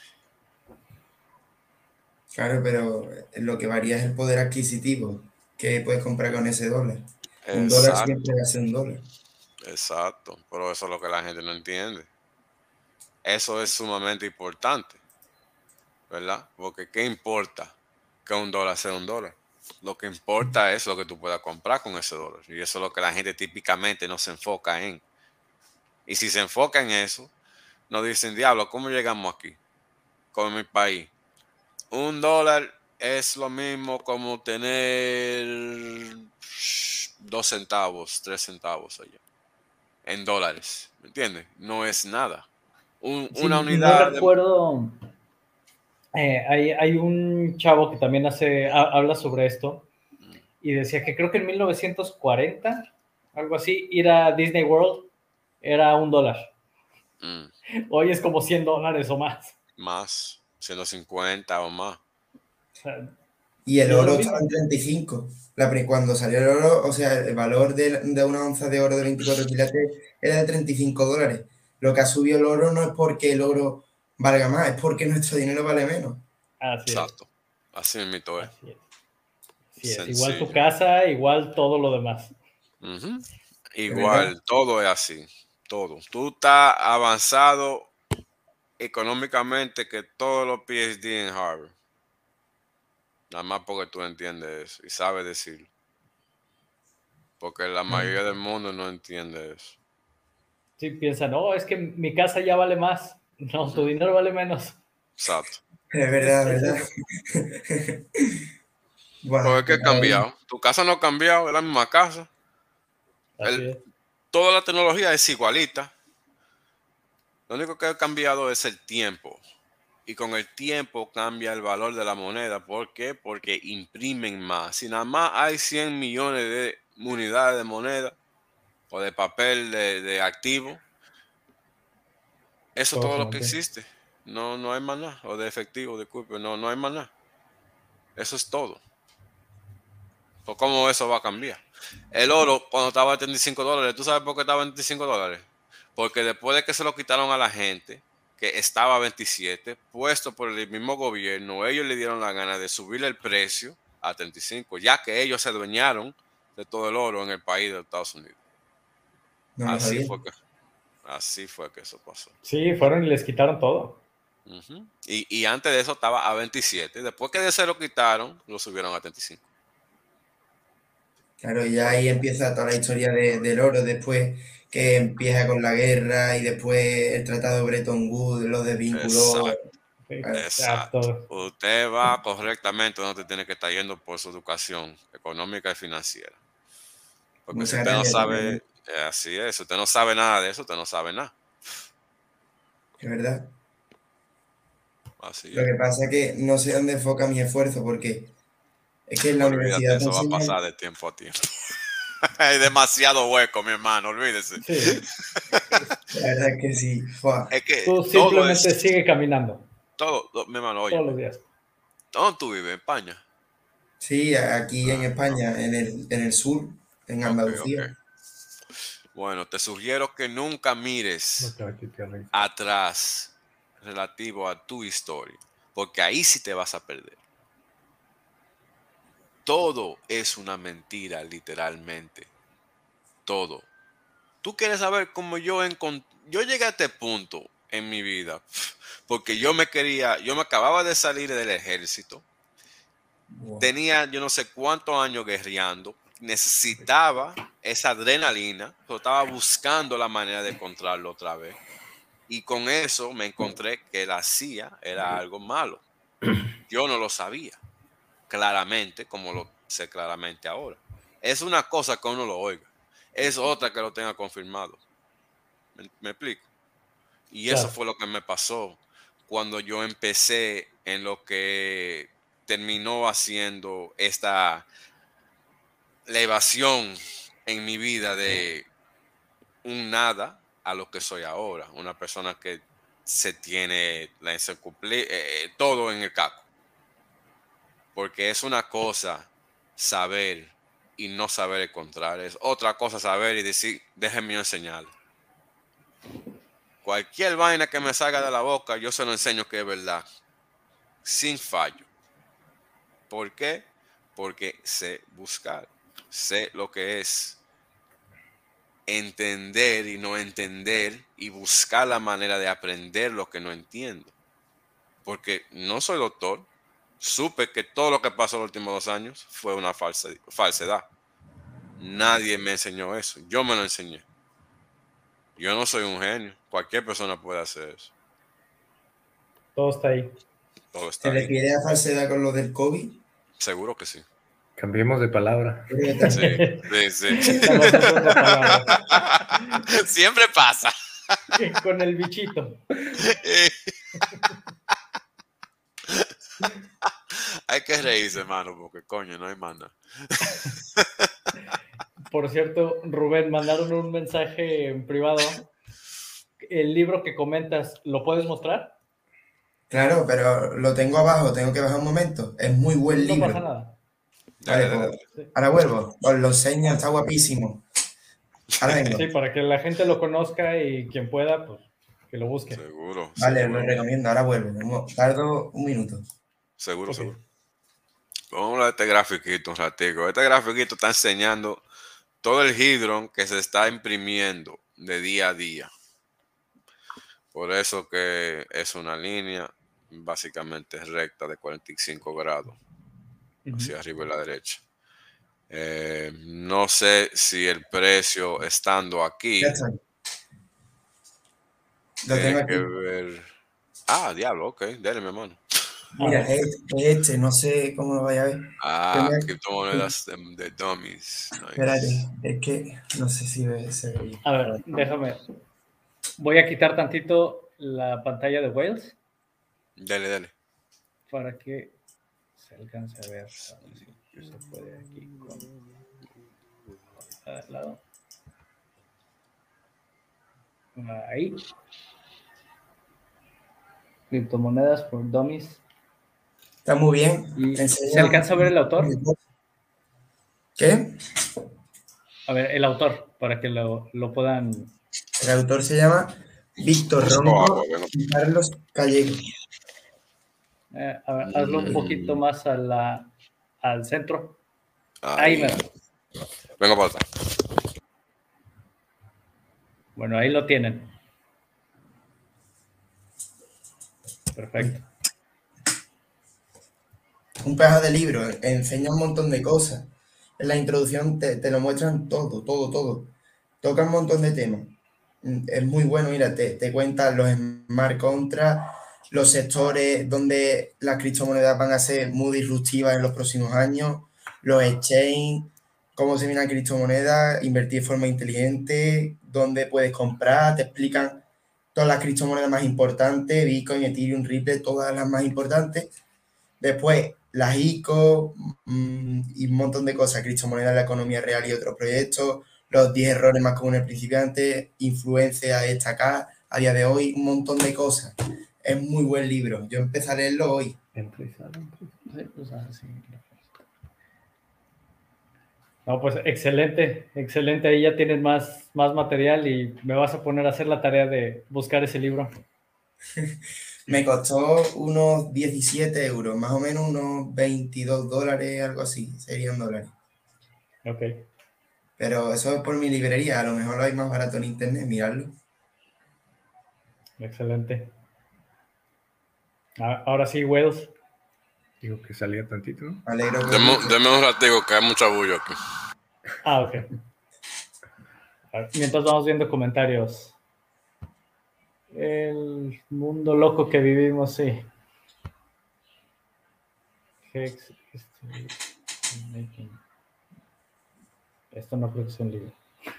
Claro, pero lo que varía es el poder adquisitivo que puedes comprar con ese dólar. Un dólar siempre
Exacto,
va a ser un dólar.
exacto. Pero eso es lo que la gente no entiende. Eso es sumamente importante, ¿verdad? Porque ¿qué importa que un dólar sea un dólar? Lo que importa es lo que tú puedas comprar con ese dólar. Y eso es lo que la gente típicamente no se enfoca en. Y si se enfoca en eso, nos dicen, diablo, ¿cómo llegamos aquí? Con mi país. Un dólar es lo mismo como tener 2 centavos, 3 centavos allá. En dólares. ¿Me entiendes? No es nada.
Sí,
Una
no
unidad de...
recuerdo. Hay un chavo que también habla sobre esto y decía que creo que en 1940, algo así, ir a Disney World era $1.
Mm,
Hoy es como $100 o más.
más, 150 o más.
O sea,
Y el
y es lo
oro estaba en
mismo.
35. Cuando salió el oro, o sea, el valor de una onza de oro de 24 quilates era de $35. Lo que ha subido el oro no es porque el oro valga más, es porque nuestro dinero vale menos.
Así es,
Exacto. Así mismo es.
así es. Así es. Igual tu
Sencillo.
casa, igual todo lo demás.
Ujú.
¿De verdad?
Igual, todo es así. Todo. Tú estás avanzado económicamente que todos los PhD en Harvard. Nada más porque tú entiendes eso y sabes decirlo. Porque la mayoría del mundo no entiende eso.
Sí, piensan, no, es que mi casa ya vale más. No, tu
Ujú.
dinero vale menos.
Exacto.
Es
Es,
verdad,
es
¿verdad?
eso.
Buah,
Porque ¿qué ha cambiado? Tu casa no ha cambiado, es la misma casa.
Así
El-
es.
Toda la tecnología es igualita. Lo único que ha cambiado es el tiempo. Y con el tiempo cambia el valor de la moneda. ¿Por qué? Porque imprimen más. Si nada más hay 100 millones de unidades de moneda o de papel de activo, eso es
Todo
todo
se
lo que
mantiene.
existe. No, no hay más nada. O de efectivo, disculpe. No, no hay más nada. Eso es todo. Pues, ¿cómo eso va a cambiar? El oro, cuando estaba a $35, ¿tú sabes por qué estaba a $25? Porque después de que se lo quitaron a la gente, que estaba a 27, puesto por el mismo gobierno, ellos le dieron la gana de subirle el precio a 35, ya que ellos se adueñaron de todo el oro en el país de Estados Unidos.
no lo
Así
sabía.
fue que, así fue que eso pasó.
Sí, fueron y les quitaron todo.
Ujú. Y antes de eso estaba a 27. Después que se lo quitaron, lo subieron a 35.
Claro, y ya ahí empieza toda la historia del oro, después que empieza con la guerra y después el Tratado de Bretton Woods, los desvinculó.
Exacto. Exacto.
Exacto.
Usted va correctamente donde tiene que estar yendo por su educación económica y financiera. Porque si
Muchas
usted no
gracias,
sabe, así es, si usted no sabe nada de eso, usted no sabe nada.
es verdad.
Así
Lo
es.
que pasa es que no sé dónde enfoca mi esfuerzo porque es que en la
Olvídate,
universidad te
eso va a
enseñan,
pasar de tiempo a tiempo. Hay demasiado hueco, mi hermano, olvídese.
Sí.
la verdad es que sí. Fua.
Es que
Tú
todo
simplemente
es,
sigue caminando
mi hermano,
todos
óyeme.
los días.
¿Dónde tú vives? ¿En España?
Sí, aquí en
Ok,
España, en el sur, en
ok,
Andalucía.
ok. Bueno, te sugiero que nunca
No
mires
te va a quitar rey.
atrás relativo a tu historia, porque ahí sí te vas a perder. Todo es una mentira, literalmente. Todo. ¿Tú quieres saber cómo yo llegué a este punto en mi vida? Porque yo me acababa de salir del ejército,
Buah.
tenía yo no sé cuántos años guerreando, necesitaba esa adrenalina, pero estaba buscando la manera de encontrarlo otra vez. Y con eso me encontré que la CIA era algo malo. Yo no lo sabía claramente, como lo sé claramente ahora. Es una cosa que uno lo oiga, es otra que lo tenga confirmado. ¿Me explico? Y eso
Claro.
fue lo que me pasó cuando yo empecé en lo que terminó haciendo la evasión en mi vida de un nada a lo que soy ahora. Una persona que se tiene todo en el caco. Porque es una cosa saber y no saber encontrar. Es otra cosa saber y decir, déjenme enseñarle. Cualquier vaina que me salga de la boca, yo se lo enseño que es verdad. Sin fallo. ¿Por qué? Porque sé buscar. Sé lo que es entender y no entender y buscar la manera de aprender lo que no entiendo. Porque no soy doctor. Supe que todo lo que pasó los últimos 2 años fue una falsedad. Nadie me enseñó eso. Yo me lo enseñé. Yo no soy un genio. Cualquier persona puede hacer eso.
Todo está ahí.
Todo está
¿Se
ahí.
refiere a falsedad con lo del COVID?
Seguro que sí.
Cambiemos de palabra.
Sí.
Estamos usando palabras.
Siempre pasa.
Con el bichito.
Hay que reírse, hermano, porque coño, no hay más nada.
Por cierto, Rubén, mandaron un mensaje en privado. El libro que comentas, ¿lo puedes mostrar?
Claro, pero lo tengo abajo, tengo que bajar un momento. Es muy buen
No
libro.
pasa nada.
Vale,
Dale.
pues, ahora vuelvo. Os lo enseño, está guapísimo. Ahora vengo.
Sí, para que la gente lo conozca y quien pueda, pues, que lo busque.
Seguro.
Vale,
seguro.
lo recomiendo, ahora vuelvo. Tardo un minuto.
Seguro,
Ok.
seguro. Vamos a hablar de este grafiquito un ratico. Este grafiquito está enseñando todo el Hydron que se está imprimiendo de día a día. Por eso que es una línea básicamente recta de 45 grados hacia arriba y la derecha. No sé si el precio estando aquí
Ya está. Lo tengo
tiene
aquí.
que ver. Diablo, ok, dale, mi hermano.
Mira, es este, no sé cómo lo vaya a ver.
Criptomonedas de dummies. Nice.
Espérate, es que no sé si se ve bien.
A ver, déjame. Voy a quitar tantito la pantalla de Wales
Dale.
para que se alcance a ver. A ver si se puede aquí con al lado. Ahí. Criptomonedas por dummies.
Está muy bien.
¿Y
Te enseño-
se alcanza a ver el autor?
¿Qué?
A ver, el autor, para que lo puedan.
El autor se llama Víctor Ronco y Carlos Gallego.
A ver, hazlo un poquito más al centro. Ahí
Ahí.
mero.
Venga para atrás.
Bueno, ahí lo tienen. Perfecto.
Un pedazo de libro, enseña un montón de cosas. En la introducción te lo muestran todo. Toca un montón de temas. Es muy bueno, mira, te cuentan los smart contracts, los sectores donde las criptomonedas van a ser muy disruptivas en los próximos años, los exchange, cómo se mina criptomonedas, invertir de forma inteligente, dónde puedes comprar, te explican todas las criptomonedas más importantes, Bitcoin, Ethereum, Ripple, todas las más importantes. Después, las ICO y un montón de cosas, criptomonedas en la economía real y otros proyectos, los 10 errores más comunes principiantes, influencia a destacar a día de hoy, un montón de cosas. Es muy buen libro. Yo empecé a leerlo hoy.
No, pues excelente. Ahí ya tienes más material y me vas a poner a hacer la tarea de buscar ese libro.
Me costó unos 17 euros, más o menos unos 22 dólares, algo así, serían dólares.
Ok.
Pero eso es por mi librería, a lo mejor lo hay más barato en internet, miradlo.
Excelente. Ahora sí, Wales.
Digo que salía tantito, ¿no?
Me alegro que
Deme un ratico que hay mucha bulla aquí.
Ok. A ver, mientras vamos viendo comentarios. El mundo loco que vivimos, sí. Hex, esto no creo que sea un libro.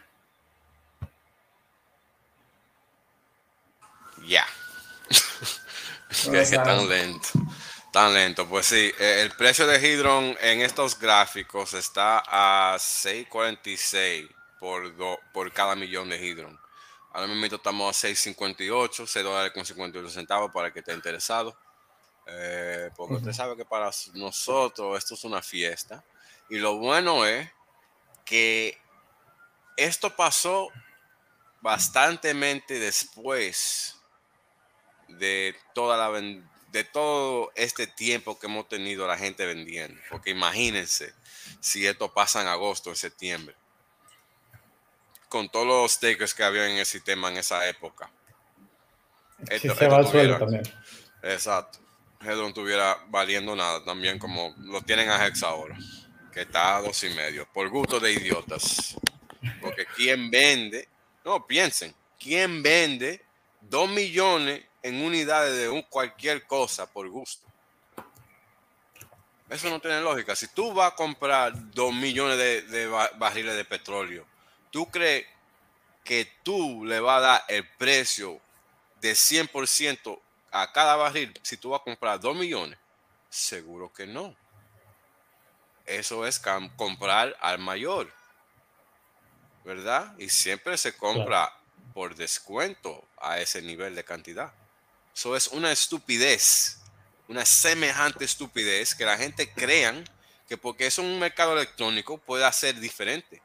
Ya.
No
Que
lo saben.
Tan lento. Pues sí, el precio de Hydron en estos gráficos está a 6.46 por cada millón de Hydron. Ahora mismo estamos a 6.58, $6.58 para el que esté interesado. Porque usted sabe que para nosotros esto es una fiesta. Y lo bueno es que esto pasó bastantemente después de de todo este tiempo que hemos tenido la gente vendiendo. Porque imagínense si esto pasa en agosto, en septiembre, con todos los stakers que había en el sistema en esa época.
Si se va al suelo también.
Exacto. Hedron estuviera valiendo nada también, como lo tienen a Hex ahora, que está a 2.5, por gusto de idiotas. Porque ¿quién vende? No, piensen, ¿quién vende 2 millones en unidades de cualquier cosa por gusto? Eso no tiene lógica. Si tú vas a comprar 2 millones de barriles de petróleo, ¿tú crees que tú le vas a dar el precio de 100% a cada barril si tú vas a comprar 2 millones? Seguro que no. Eso es comprar al mayor, ¿verdad? Y siempre se compra por descuento a ese nivel de cantidad. Eso es una estupidez, una semejante estupidez que la gente crean que porque es un mercado electrónico puede hacer diferente.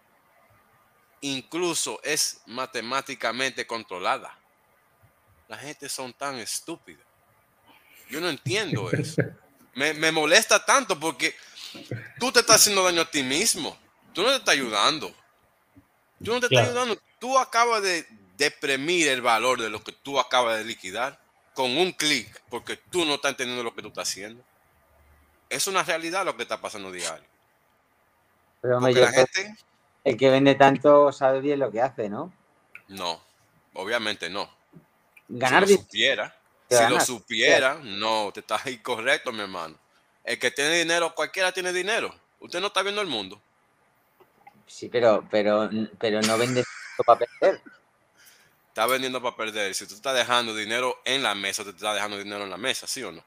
Incluso es matemáticamente controlada. La gente son tan estúpida. Yo no entiendo eso. Me molesta tanto porque tú te estás haciendo daño a ti mismo. Tú no te estás ayudando. Tú no te estás ayudando. Tú acabas de deprimir el valor de lo que tú acabas de liquidar con un clic porque tú no estás entendiendo lo que tú estás haciendo. Es una realidad lo que está pasando diario.
Pero
porque la gente...
El que vende tanto sabe bien lo que hace, ¿no?
No, obviamente no.
Ganar
si lo supiera, no, te estás incorrecto, mi hermano. El que tiene dinero, cualquiera tiene dinero. Usted no está viendo el mundo.
Sí, pero no vende para perder.
Está vendiendo para perder. Si tú estás dejando dinero en la mesa, te estás dejando dinero en la mesa, ¿sí o no?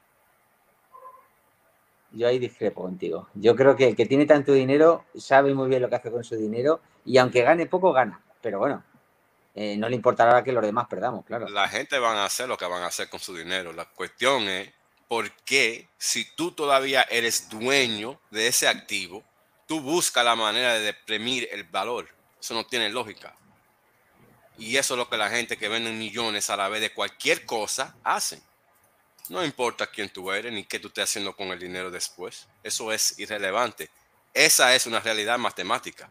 Yo ahí discrepo contigo. Yo creo que el que tiene tanto dinero sabe muy bien lo que hace con su dinero y aunque gane poco, gana. Pero bueno, no le importará que los demás perdamos, claro.
La gente van a hacer lo que van a hacer con su dinero. La cuestión es por qué, si tú todavía eres dueño de ese activo, tú buscas la manera de deprimir el valor. Eso no tiene lógica. Y eso es lo que la gente que vende millones a la vez de cualquier cosa hacen. No importa quién tú eres ni qué tú estés haciendo con el dinero después. Eso es irrelevante. Esa es una realidad matemática.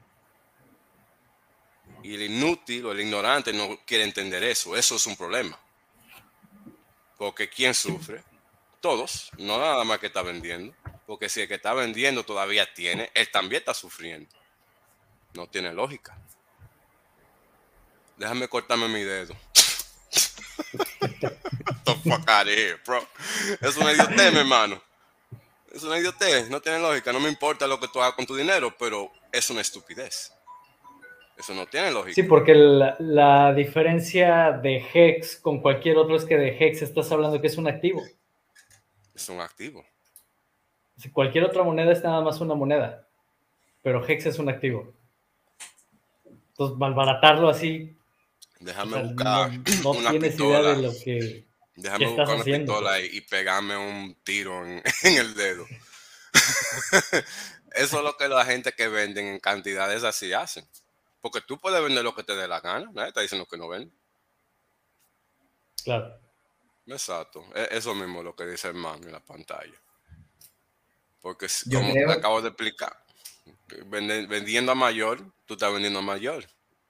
Y el inútil o el ignorante no quiere entender eso. Eso es un problema. Porque ¿quién sufre? Todos. No nada más que está vendiendo. Porque si el que está vendiendo todavía tiene, él también está sufriendo. No tiene lógica. Déjame cortarme mi dedo. The fuck out of here, bro. Es una idiotez, mi hermano. Es una idiotez. No tiene lógica. No me importa lo que tú hagas con tu dinero, pero es una estupidez. Eso no tiene lógica.
Sí, porque la diferencia de Hex con cualquier otro es que de Hex estás hablando que es un activo.
Es un activo.
Si cualquier otra moneda es nada más una moneda, pero Hex es un activo. Entonces, malbaratarlo así.
Déjame buscar
no
una
tienes
pistola.
idea de lo que
Déjame
estás
buscar una
haciendo,
pistola
pues.
y pegarme un tiro en el dedo. Eso es lo que la gente que venden en cantidades así hacen. Porque tú puedes vender lo que te dé la gana. Nadie está diciendo que no vende.
Claro.
Exacto. Eso mismo es lo que dice el man en la pantalla. Porque
Yo
como
creo-
te acabo de explicar, vendiendo a mayor, tú estás vendiendo a mayor.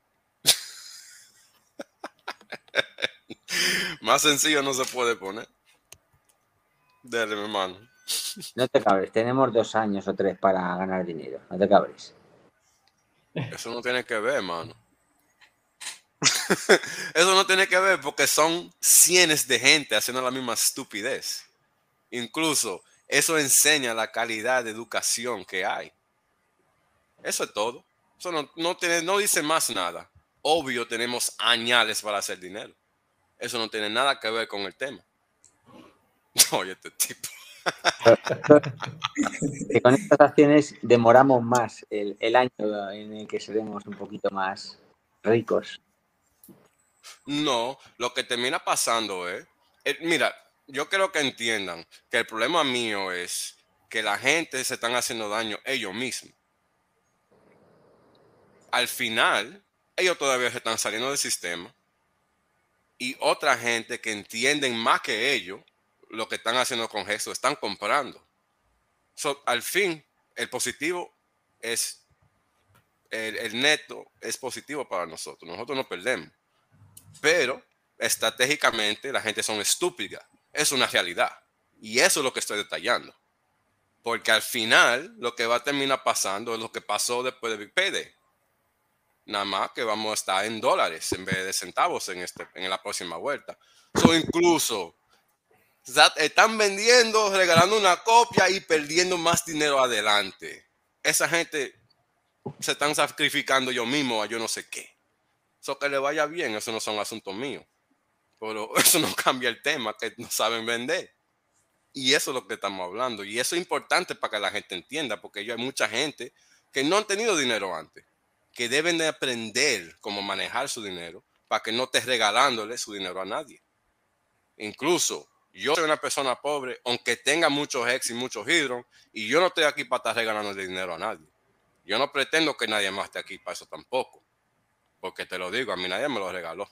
Más sencillo no se puede poner. Dale, mi hermano.
No te cabres, tenemos 2 años o 3 para ganar dinero. No te cabres.
Eso no tiene que ver, hermano. Eso no tiene que ver porque son cientos de gente haciendo la misma estupidez. Incluso eso enseña la calidad de educación que hay. Eso es todo. Eso no dice más nada. Obvio, tenemos añales para hacer dinero. Eso no tiene nada que ver con el tema. Oye, este tipo.
Que con estas acciones demoramos más el año en el que seremos un poquito más ricos.
No, lo que termina pasando es, mira, yo quiero que entiendan que el problema mío es que la gente se están haciendo daño ellos mismos. Al final, ellos todavía se están saliendo del sistema y otra gente que entienden más que ellos lo que están haciendo con eso, están comprando. Al fin, el positivo es, el neto es positivo para nosotros. Nosotros no perdemos. Pero estratégicamente la gente son estúpida. Es una realidad. Y eso es lo que estoy detallando. Porque al final lo que va a terminar pasando es lo que pasó después de Big Payday. Nada más que vamos a estar en dólares en vez de centavos en la próxima vuelta. Incluso están vendiendo, regalando una copia y perdiendo más dinero adelante. Esa gente se están sacrificando yo mismo a yo no sé qué. Eso que le vaya bien, eso no son asuntos míos. Pero eso no cambia el tema, que no saben vender. Y eso es lo que estamos hablando. Y eso es importante para que la gente entienda, porque hay mucha gente que no han tenido dinero antes, que deben de aprender cómo manejar su dinero para que no estés regalándole su dinero a nadie. Incluso yo soy una persona pobre, aunque tenga muchos ex y muchos hidros, y yo no estoy aquí para estar regalando dinero a nadie. Yo no pretendo que nadie más esté aquí para eso tampoco. Porque te lo digo, a mí nadie me lo regaló.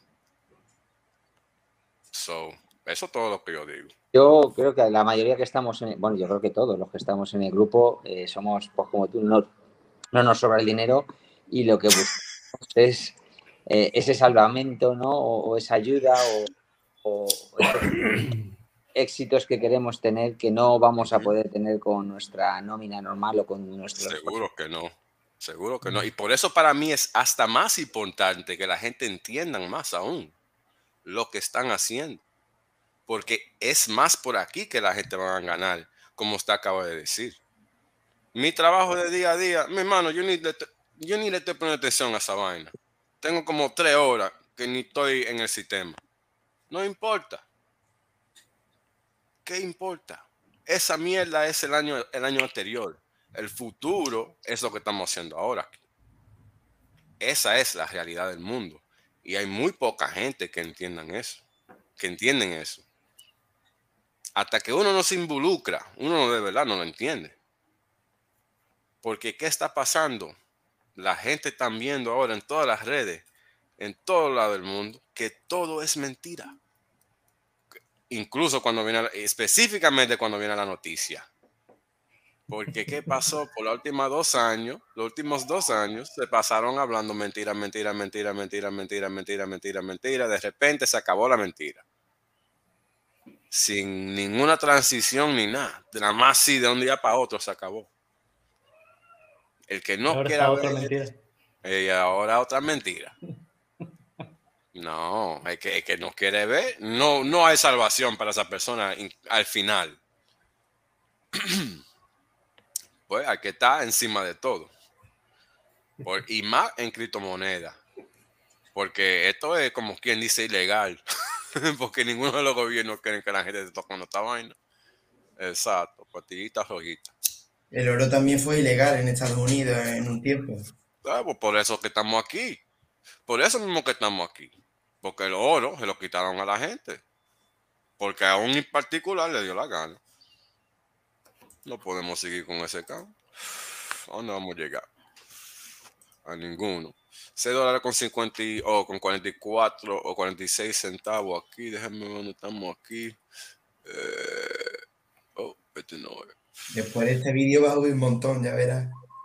Eso es todo lo que yo digo.
Yo creo que la mayoría que estamos bueno, yo creo que todos los que estamos en el grupo somos, pues como tú, no nos sobra el dinero y lo que buscamos es ese salvamento, ¿no? O esa ayuda o esos éxitos que queremos tener que no vamos a poder tener con nuestra nómina normal o con nuestros...
Seguro que no. Seguro que no. Y por eso para mí es hasta más importante que la gente entienda más aún lo que están haciendo. Porque es más por aquí que la gente va a ganar, como usted acaba de decir. Mi trabajo de día a día, mi hermano, yo ni le estoy poniendo atención a esa vaina. Tengo como 3 horas que ni estoy en el sistema. No importa. ¿Qué importa? Esa mierda es el año anterior. El futuro es lo que estamos haciendo ahora. Esa es la realidad del mundo. Y hay muy poca gente que entiendan eso. Que entienden eso. Hasta que uno no se involucra, uno de verdad no lo entiende. Porque ¿qué está pasando? La gente está viendo ahora en todas las redes, en todo lado del mundo, que todo es mentira. Incluso específicamente cuando viene la noticia. Porque ¿qué pasó? Por los últimos 2 años, se pasaron hablando mentira. De repente se acabó la mentira. Sin ninguna transición ni nada. Nada más sí, de un día para otro se acabó. El que no quiera ver
otra mentira.
Y ahora otra mentira. No, el que no quiere ver, no hay salvación para esa persona al final. Pues hay que estar encima de todo. Y más en criptomonedas. Porque esto es como quien dice ilegal. Porque ninguno de los gobiernos quieren que la gente esté tocando esta vaina. Exacto, patillita rojita.
El oro también fue ilegal en Estados Unidos en un tiempo.
Pues por eso que estamos aquí. Por eso mismo que estamos aquí. Porque el oro se lo quitaron a la gente. Porque a un en particular le dio la gana. No podemos seguir con ese campo. ¿A dónde vamos a llegar? A ninguno. $6 con 50 o con 44 o 46 centavos aquí. Déjenme ver dónde estamos aquí. Este no es.
Después de este vídeo va a subir un montón, ya verás.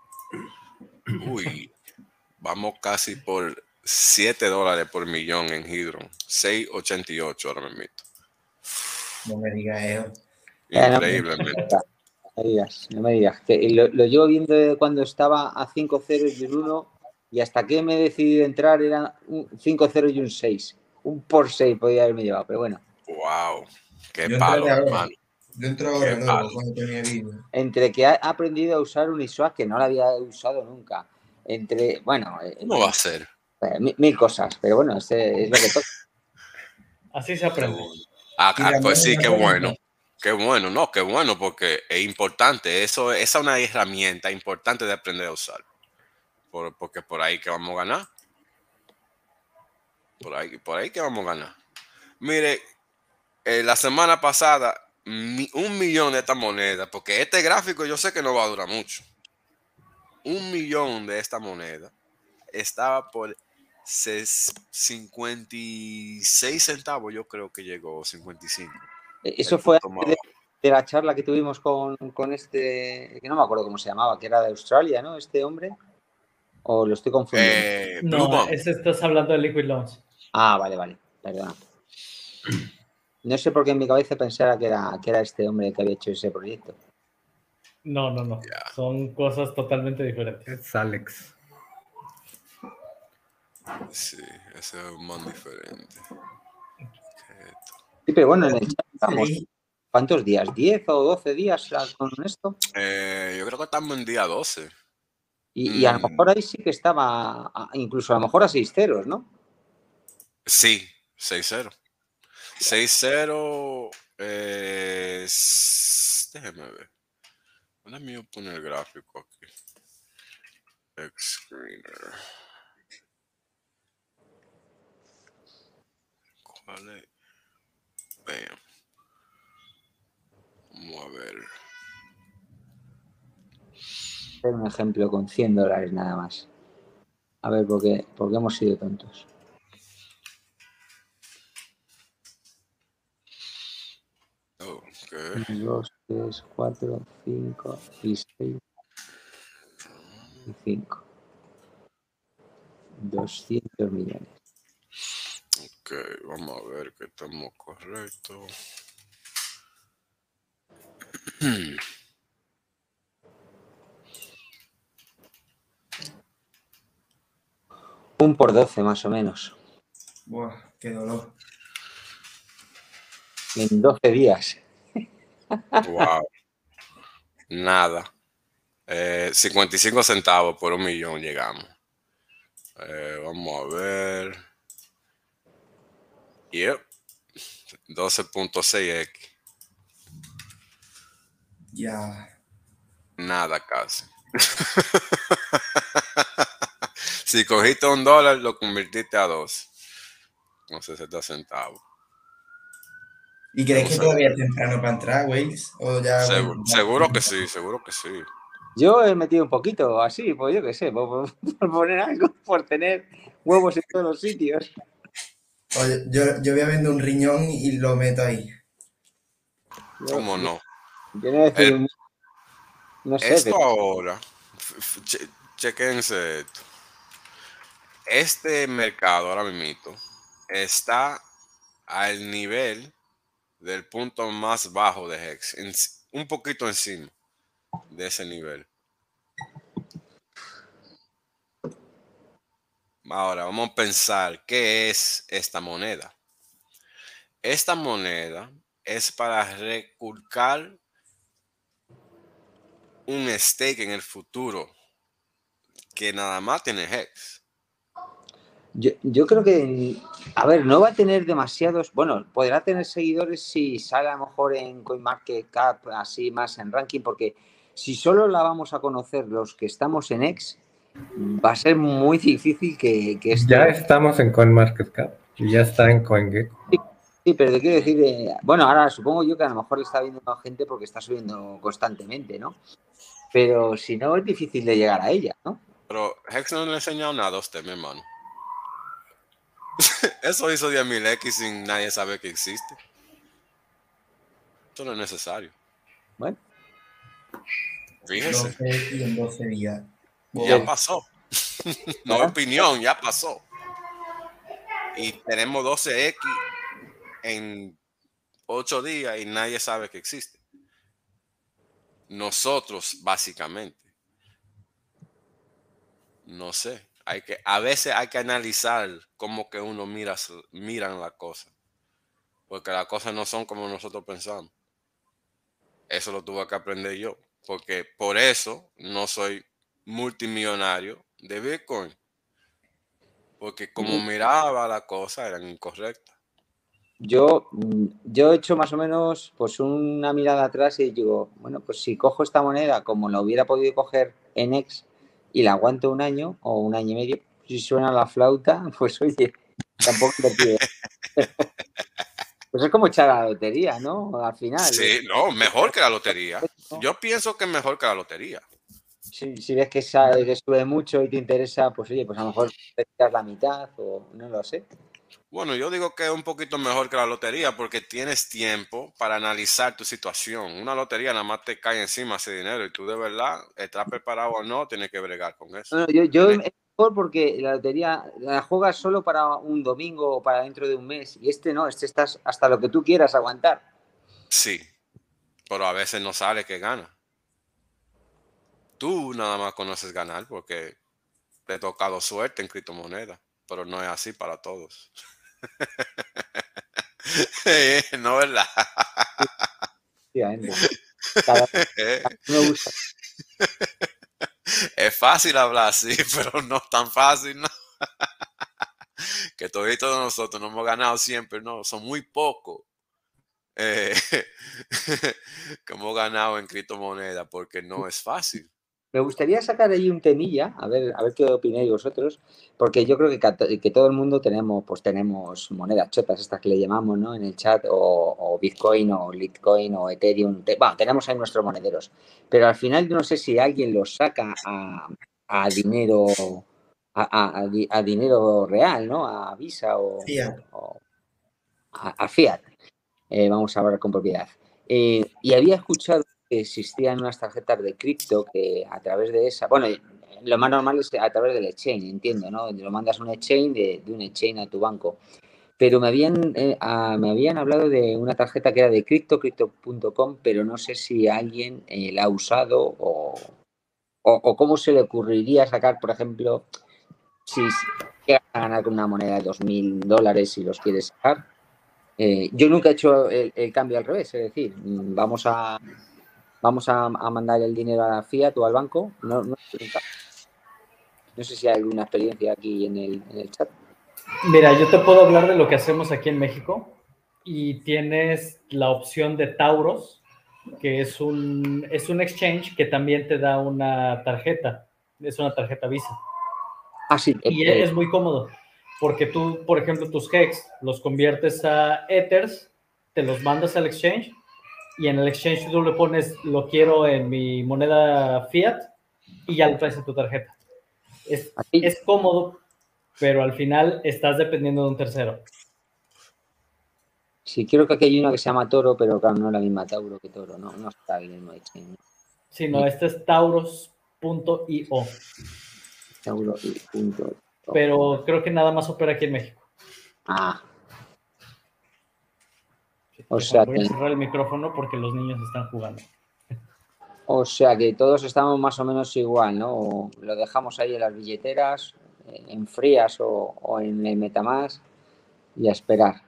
Uy, vamos casi por $7 por millón en Hydron. 6.88 ahora mismo.
No me digas eso.
Increíblemente.
No me digas. Que lo llevo viendo de cuando estaba a 5.0 y un 1 y hasta que me he decidido entrar era un 5.0 y un 6. Un por 6 podía haberme llevado, pero bueno.
Wow, qué
Yo
palo,
entré
hermano.
Yo entro ahora, luego, cuando termine el vídeo.
Entre que ha aprendido a usar Uniswap, que no lo había usado nunca. Entre, bueno.
¿Cómo va a ser?
Mil cosas, pero bueno, es lo que toca.
Así se aprende.
Pues sí, qué bueno. Qué bueno, no, qué bueno, porque es importante. Esa es una herramienta importante de aprender a usar. Porque por ahí que vamos a ganar. Por ahí que vamos a ganar. Mire, la semana pasada, 1 millón de estas monedas, porque este gráfico yo sé que no va a durar mucho. 1 millón de esta moneda estaba por 56 centavos, yo creo que llegó, 55.
Eso fue antes de la charla que tuvimos con este, que no me acuerdo cómo se llamaba, que era de Australia, ¿no? Este hombre. ¿O lo estoy confundiendo?
No, ese estás hablando de Liquid Launch.
Ah, vale, perdona. No sé por qué en mi cabeza pensaba que era este hombre que había hecho ese proyecto.
No. Yeah. Son cosas totalmente diferentes.
Es Alex.
Sí, ese es más diferente.
Sí, pero bueno, en el chat estamos. ¿Cuántos días? ¿10 o 12 días con esto?
Yo creo que estamos en día 12.
Y a lo mejor ahí sí que estaba, incluso a lo mejor a 6 ceros, ¿no?
Sí, 6-0. 6-0. Déjeme ver. Déjame poner el gráfico aquí. X-Screener. ¿Cuál es? Bam. Vamos a ver.
Hacer un ejemplo con $100 nada más. A ver, ¿por qué hemos sido tontos?
Okay.
1, 2, 3, 4, 5 y 6 y 5. 200 millones.
Ok, vamos a ver que estamos correctos.
Un por 12 más o menos.
Buah, qué dolor.
En 12 días.
Wow. Nada. 55 centavos por 1 millón llegamos. Vamos a ver. Yep. 12.6x.
Ya.
Nada casi. Si cogiste $1, lo convertiste a 2. Con 60 centavos.
¿Y crees que todavía es temprano para entrar, Wales? ¿O ya
seguro que sí, seguro que sí.
Yo he metido un poquito así, pues yo qué sé, por poner algo, por tener huevos en todos los sitios.
Oye, yo voy a vender un riñón y lo meto ahí.
¿Cómo no?
Yo no decir, no sé.
Esto ahora, chequense esto. Este mercado ahora mismo está al nivel del punto más bajo de Hex, un poquito encima de ese nivel. Ahora vamos a pensar qué es esta moneda. Esta moneda es para reculcar un stake en el futuro que nada más tiene Hex.
Yo creo que, a ver, no va a tener demasiados, bueno, podrá tener seguidores si sale a lo mejor en CoinMarketCap, así más en ranking, porque si solo la vamos a conocer los que estamos en X, va a ser muy difícil que esto...
Ya estamos en CoinMarketCap y ya está en CoinGecko.
Sí, pero te quiero decir, bueno, ahora supongo yo que a lo mejor está viendo gente porque está subiendo constantemente, ¿no? Pero si no, es difícil de llegar a ella, ¿no?
Pero Hex no le ha enseñado nada a usted, mi hermano. Eso hizo 10.000X sin nadie saber que existe. Esto no es necesario.
Bueno.
Fíjese.
12 en 12 días.
Wow. Ya pasó. No es opinión, ya pasó. Y tenemos 12X en 8 días y nadie sabe que existe. Nosotros, básicamente. No sé. A veces hay que analizar cómo que uno miran las cosas. Porque las cosas no son como nosotros pensamos. Eso lo tuve que aprender yo. Porque por eso no soy multimillonario de Bitcoin. Porque como miraba la cosa eran incorrectas.
Yo he hecho más o menos pues una mirada atrás y digo, bueno, pues si cojo esta moneda como la hubiera podido coger en X y la aguanto un año o un año y medio, si suena la flauta, pues oye, Tampoco invertí. Pues es como echar a la lotería, ¿no? Al final.
Sí, no, mejor que la lotería. Yo pienso que es mejor que la lotería.
Si ves que sube mucho y te interesa, pues oye, pues a lo mejor te tiras la mitad o no lo sé.
Bueno, yo digo que es un poquito mejor que la lotería porque tienes tiempo para analizar tu situación. Una lotería nada más te cae encima ese dinero y tú de verdad estás preparado o no, tienes que bregar con eso.
No, yo es mejor porque la lotería la juegas solo para un domingo o para dentro de un mes y no, estás hasta lo que tú quieras aguantar.
Sí, pero a veces no sale que gana. Tú nada más conoces ganar porque te ha tocado suerte en criptomonedas, pero no es así para todos. No, ¿verdad?
Cada me gusta.
Es fácil hablar así, pero no tan fácil, ¿no? Que todos nosotros no hemos ganado siempre, no, son muy pocos que hemos ganado en criptomonedas porque no es fácil.
Me gustaría sacar ahí un temilla, a ver qué opináis vosotros, porque yo creo que todo el mundo tenemos monedas chotas, estas que le llamamos, ¿no? En el chat, o Bitcoin, o Litecoin, o Ethereum. Bueno, tenemos ahí nuestros monederos. Pero al final yo no sé si alguien los saca a dinero, a dinero real, ¿no? A Visa o a Fiat. Vamos a hablar con propiedad. Y había escuchado que existían unas tarjetas de cripto que a través de esa, bueno, lo más normal es a través del exchange, entiendo, ¿no? Lo mandas a un exchange, de un exchange a tu banco. Pero me habían hablado de una tarjeta que era de crypto.com, pero no sé si alguien la ha usado o cómo se le ocurriría sacar, por ejemplo, si llegas a ganar con una moneda de $2.000 y los quieres sacar. Yo nunca he hecho el cambio al revés, es decir, vamos a mandar el dinero a la Fiat o al banco. No sé si hay alguna experiencia aquí en el chat.
Mira, yo te puedo hablar de lo que hacemos aquí en México y tienes la opción de Tauros, que es un exchange que también te da una tarjeta, es una tarjeta Visa.
Ah, sí.
Y es muy cómodo, porque tú, por ejemplo, tus HEX los conviertes a Ethers, te los mandas al exchange y en el exchange tú le pones lo quiero en mi moneda Fiat y ya lo traes en tu tarjeta. Es cómodo, pero al final estás dependiendo de un tercero.
Sí, creo que aquí hay una que se llama Toro, pero claro, no es la misma Tauro que Toro, no está bien el mismo exchange.
Sí, no, este es tauros.io.
Tauro.io.
Pero creo que nada más opera aquí en México.
Ah.
O sea, voy a cerrar el micrófono porque los niños están jugando.
O sea que todos estamos más o menos igual, ¿no? O lo dejamos ahí en las billeteras, en frías o en el MetaMask y a esperar.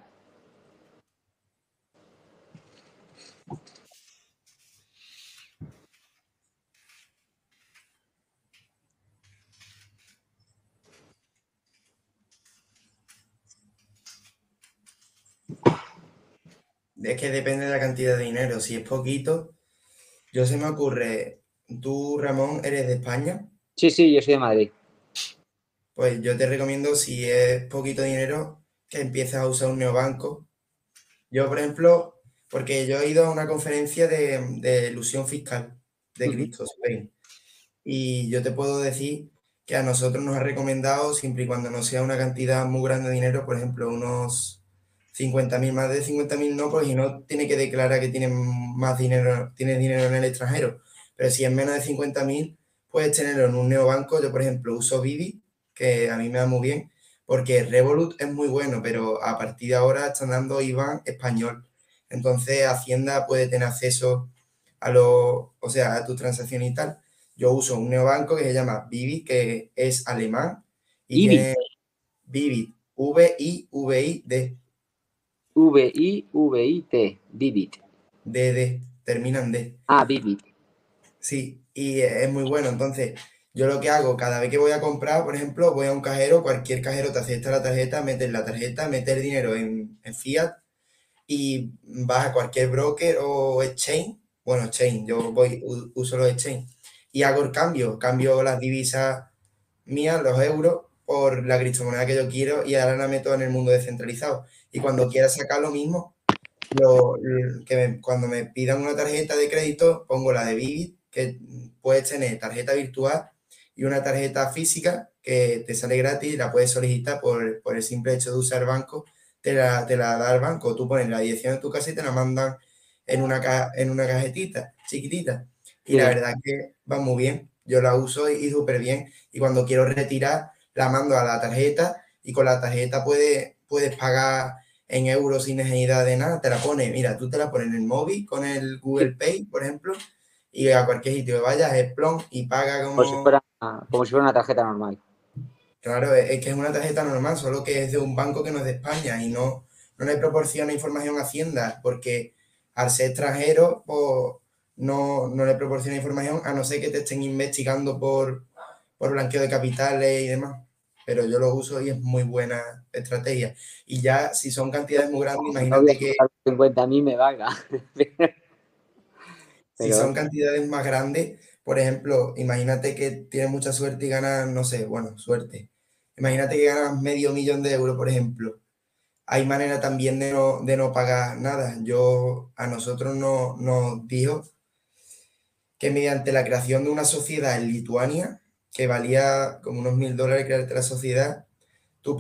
Es que depende de la cantidad de dinero. Si es poquito, yo se me ocurre, tú, Ramón, eres de España.
Sí, yo soy de Madrid.
Pues yo te recomiendo, si es poquito dinero, que empieces a usar un neobanco. Yo, por ejemplo, porque yo he ido a una conferencia de ilusión fiscal de Cristo Spain. Y yo te puedo decir que a nosotros nos ha recomendado, siempre y cuando no sea una cantidad muy grande de dinero, por ejemplo, unos 50.000, más de 50.000 no, porque si no tiene que declarar que tiene más dinero, tiene dinero en el extranjero. Pero si es menos de 50.000, puedes tenerlo en un neobanco. Yo, por ejemplo, uso Vivi, que a mí me da muy bien, porque Revolut es muy bueno, pero a partir de ahora están dando IBAN español. Entonces Hacienda puede tener acceso a tus transacciones y tal. Yo uso un neobanco que se llama Vivi, que es alemán y tiene Vivid, V-I-V-I-D.
V-I-V-I-T, Vivid.
D, terminan D.
Ah, Vivid.
Sí, y es muy bueno. Entonces, yo lo que hago, cada vez que voy a comprar, por ejemplo, voy a un cajero, cualquier cajero te acepta la tarjeta, meter dinero en Fiat y vas a cualquier broker o exchange. Bueno, exchange, uso los exchange y hago el cambio las divisas mías, los euros, por la criptomoneda que yo quiero y ahora la meto en el mundo descentralizado. Y cuando quiera sacar lo mismo, cuando me pidan una tarjeta de crédito, pongo la de Vivid, que puedes tener tarjeta virtual y una tarjeta física que te sale gratis y la puedes solicitar por el simple hecho de usar banco, te la da el banco. Tú pones la dirección de tu casa y te la mandan en una cajetita chiquitita. Y la verdad es que va muy bien. Yo la uso y súper bien. Y cuando quiero retirar, la mando a la tarjeta y con la tarjeta puedes pagar en euros sin necesidad de nada. Te la pones, mira, tú te la pones en el móvil con el Google Pay, por ejemplo, y a cualquier sitio que vayas, es plom y paga
Como si fuera una tarjeta normal.
Claro, es que es una tarjeta normal, solo que es de un banco que no es de España y no le proporciona información a Hacienda, porque al ser extranjero, pues no le proporciona información, a no ser que te estén investigando por blanqueo de capitales y demás. Pero yo lo uso y es muy buena estrategia. Y ya, si son cantidades muy grandes, imagínate que
50 a mí me valga.
si son cantidades más grandes, por ejemplo, imagínate que tienes mucha suerte y ganas, no sé, bueno, suerte. Imagínate que ganas medio millón de euros, por ejemplo. Hay manera también de no pagar nada. A nosotros nos dijo que mediante la creación de una sociedad en Lituania, que valía como unos $1000 crearte la sociedad, tú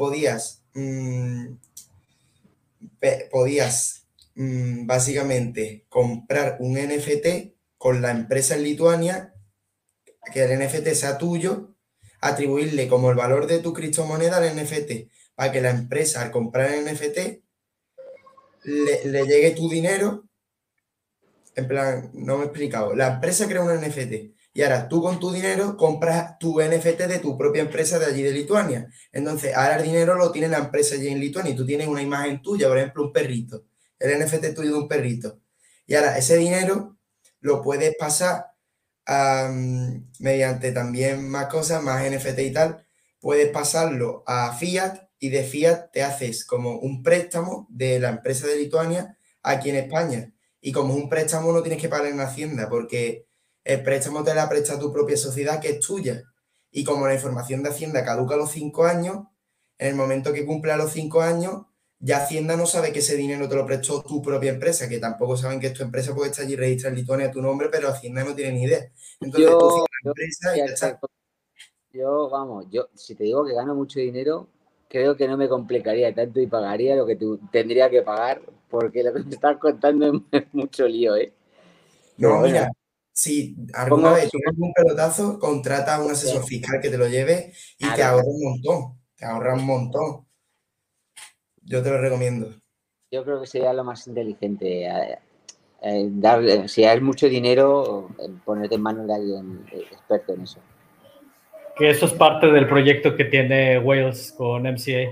podías básicamente comprar un NFT con la empresa en Lituania, que el NFT sea tuyo, atribuirle como el valor de tu criptomoneda al NFT, para que la empresa al comprar el NFT le llegue tu dinero. En plan, no me he explicado. La empresa crea un NFT y ahora tú con tu dinero compras tu NFT de tu propia empresa de allí de Lituania. Entonces, ahora el dinero lo tiene la empresa allí en Lituania y tú tienes una imagen tuya, por ejemplo, un perrito. El NFT tuyo de un perrito. Y ahora ese dinero lo puedes pasar mediante también más cosas, más NFT y tal. Puedes pasarlo a Fiat y de Fiat te haces como un préstamo de la empresa de Lituania aquí en España. Y como es un préstamo, no tienes que pagar en Hacienda, porque el préstamo te la presta tu propia sociedad, que es tuya. Y como la información de Hacienda caduca a los 5 años, en el momento que cumpla los 5 años, ya Hacienda no sabe que ese dinero te lo prestó tu propia empresa, que tampoco saben que tu empresa puede estar allí registrada en Lituania a tu nombre, pero Hacienda no tiene ni idea. Entonces tú cierras la empresa y ya está.
Yo, si te digo que gano mucho dinero, creo que no me complicaría tanto y pagaría lo que tú tendría que pagar, porque lo que me estás contando es mucho lío, ¿eh?
No,
Pero bueno,
mira, si alguna vez tienes un pelotazo, contrata a un asesor fiscal que te lo lleve y te ahorra un montón. Te ahorra un montón. Yo te lo recomiendo.
Yo creo que sería lo más inteligente. Si hay mucho dinero, ponerte en manos de alguien experto en eso.
Que eso es parte del proyecto que tiene Wales con MCA.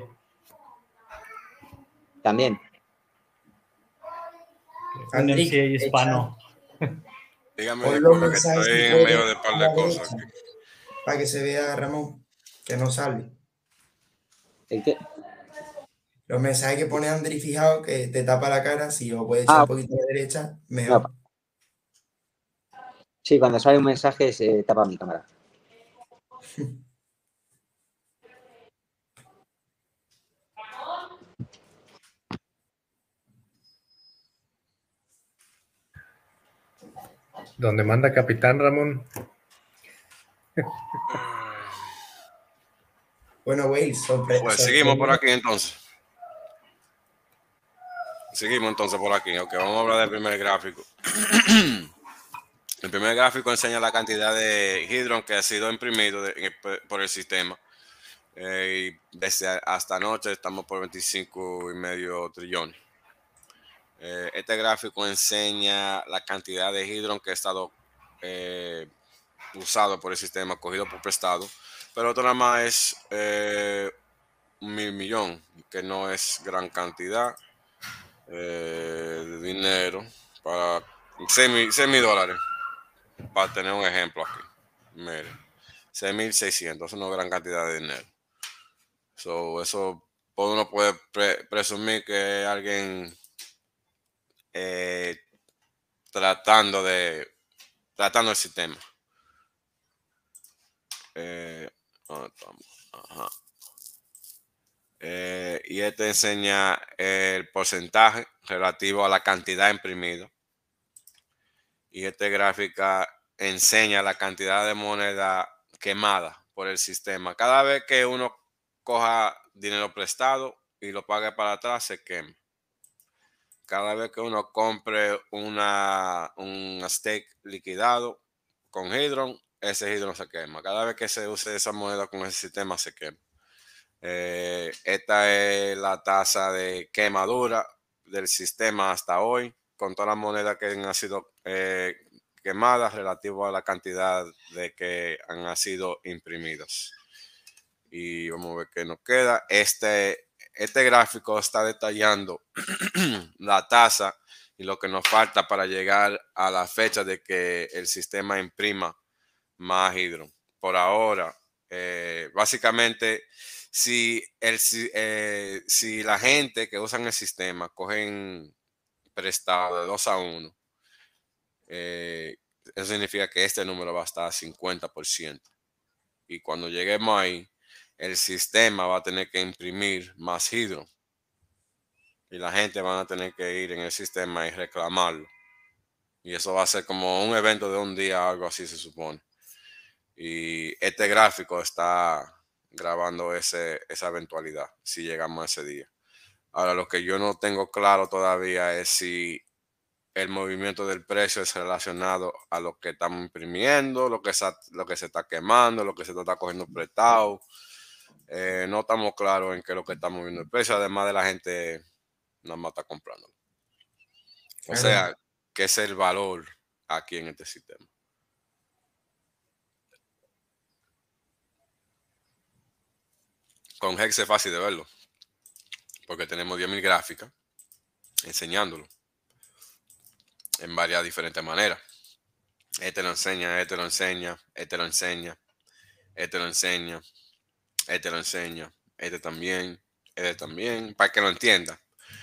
También.
Un
Andrick,
MCA hispano.
Dígame,
pon los
disculpe, que
mensajes
estoy
si
en
puedes
medio de par
a
de
la
cosas.
derecha, para que se vea, Ramón, que no sale.
¿El qué?
Los mensajes que pone Andrick, fijaos que te tapa la cara, si lo puedes echar un poquito a la derecha, mejor.
No. Sí, cuando sale un mensaje se tapa mi cámara.
Donde manda Capitán Ramón.
Bueno, Wales,
Pues seguimos por aquí entonces. Seguimos entonces por aquí. Ok, vamos a hablar del primer gráfico. El primer gráfico enseña la cantidad de Hydron que ha sido imprimido por el sistema. Y desde hasta anoche estamos por 25,5 trillones. Este gráfico enseña la cantidad de Hydron que ha estado usado por el sistema, cogido por prestado. Pero otro nada más es 1.000 millones, que no es gran cantidad de dinero para $6,000, para tener un ejemplo aquí. Mire, 6.600, es una gran cantidad de dinero. Eso uno puede presumir que alguien tratando el sistema. Ajá. y este enseña el porcentaje relativo a la cantidad imprimida. Y esta gráfica enseña la cantidad de moneda quemada por el sistema. Cada vez que uno coja dinero prestado y lo pague para atrás, se quema. Cada vez que uno compre un stake liquidado con Hydron, ese Hydron se quema. Cada vez que se use esa moneda con ese sistema, se quema. Esta es la tasa de quemadura del sistema hasta hoy, con todas las monedas que han sido quemadas relativo a la cantidad de que han sido imprimidas. Y vamos a ver qué nos queda. Este gráfico está detallando la tasa y lo que nos falta para llegar a la fecha de que el sistema imprima más Hydron. Por ahora, básicamente, si la gente que usan el sistema cogen prestado de 2-1, eso significa que este número va a estar a 50%. Y cuando lleguemos ahí, el sistema va a tener que imprimir más Hydron. Y la gente va a tener que ir en el sistema y reclamarlo. Y eso va a ser como un evento de un día, algo así se supone. Y este gráfico está grabando esa eventualidad, si llegamos a ese día. Ahora, lo que yo no tengo claro todavía es si el movimiento del precio es relacionado a lo que estamos imprimiendo, lo que se está quemando, lo que se está cogiendo prestado. No estamos claros en qué es lo que está moviendo el precio, además de la gente nada más está comprando. O sea, ¿qué es el valor aquí en este sistema? Con Hex es fácil de verlo, porque tenemos 10.000 gráficas enseñándolo en varias diferentes maneras. Este lo enseña, este lo enseña, este lo enseña, este lo enseña, este lo enseña, este también, para que lo entienda.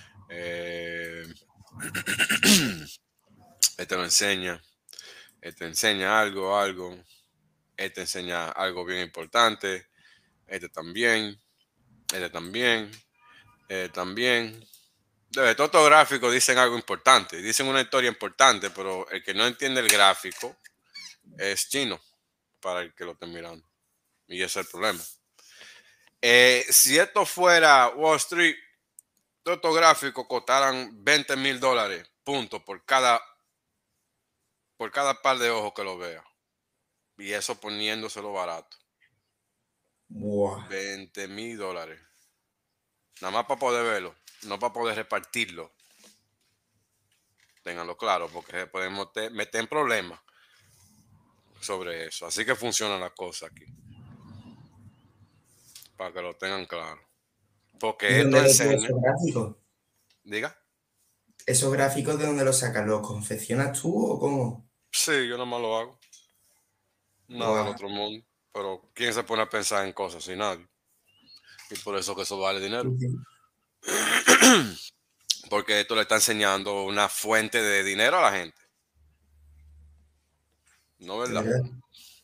Este lo enseña, este enseña algo, este enseña algo bien importante, este también, este también, también. Todos estos gráficos dicen algo importante, dicen una historia importante, pero el que no entiende el gráfico es chino para el que lo esté mirando. Y ese es el problema. Si esto fuera Wall Street, todos estos gráficos costaran $20,000, punto, por cada par de ojos que lo vea. Y eso poniéndoselo barato.
Buah.
$20,000. Nada más para poder verlo, no para poder repartirlo. Ténganlo claro, porque se pueden meter en problemas sobre eso. Así que funciona la cosa aquí. Para que lo tengan claro.
¿Y
Porque esto
dónde ves tú
enseña.
esos gráficos?
Diga.
¿Esos gráficos de dónde los sacas? ¿Los confeccionas tú o cómo?
Sí, yo nomás lo hago. Nada del
Buah.
otro mundo. Pero ¿quién se pone a pensar en cosas sin nadie? Y por eso que eso vale dinero.
Sí.
Porque esto le está enseñando una fuente de dinero a la gente. ¿No,
¿De
verdad?
verdad?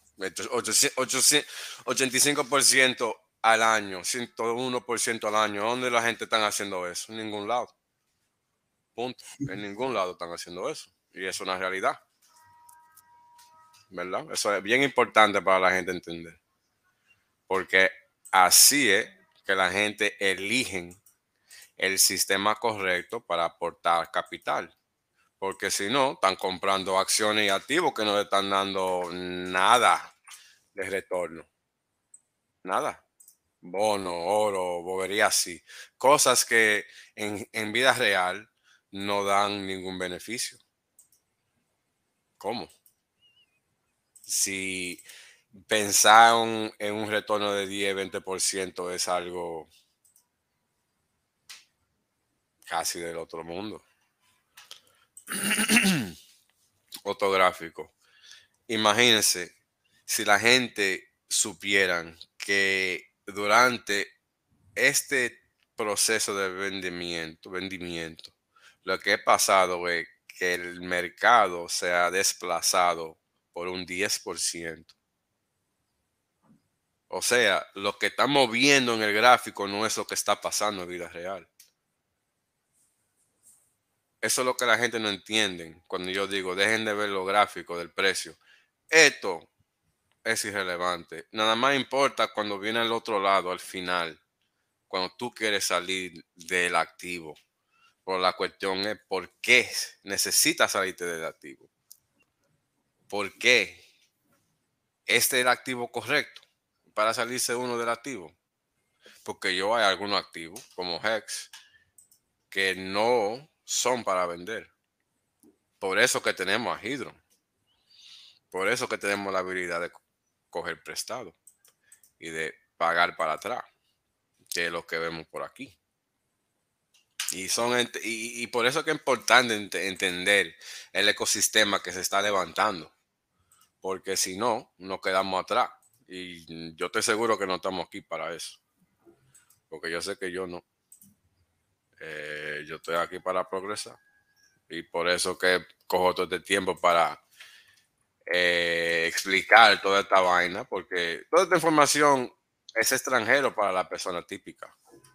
85% al año, 101% al año. ¿Dónde la gente está haciendo eso? En ningún lado. Punto. En ningún lado están haciendo eso. Y eso es una realidad. ¿Verdad? Eso es bien importante para la gente entender. Porque así es que la gente eligen el sistema correcto para aportar capital. Porque si no, están comprando acciones y activos que no le están dando nada de retorno. Nada. Bono, oro, bobería así. Cosas que en vida real no dan ningún beneficio. ¿Cómo? Si pensar en un retorno de 10-20% es algo casi del otro mundo. Otro gráfico. Imagínense si la gente supieran que durante este proceso de vendimiento, lo que ha pasado es que el mercado se ha desplazado por un 10%. O sea, lo que estamos viendo en el gráfico no es lo que está pasando en vida real. Eso es lo que la gente no entiende cuando yo digo, dejen de ver los gráficos del precio. Esto es irrelevante. Nada más importa cuando viene al otro lado, al final, cuando tú quieres salir del activo. Pero la cuestión es por qué necesitas salirte del activo. ¿Por qué? Este es el activo correcto para salirse uno del activo. Porque yo hay algunos activos, como Hex, que no son para vender. Por eso que tenemos a Hydro. Por eso que tenemos la habilidad de coger prestado y de pagar para atrás, que es lo que vemos por aquí. Y por eso que es importante entender el ecosistema que se está levantando. Porque si no, nos quedamos atrás. Y yo estoy seguro que no estamos aquí para eso. Porque yo sé que yo no. Yo estoy aquí para progresar. Y por eso que cojo todo este tiempo para explicar toda esta vaina. Porque toda esta información es extranjero para la persona típica.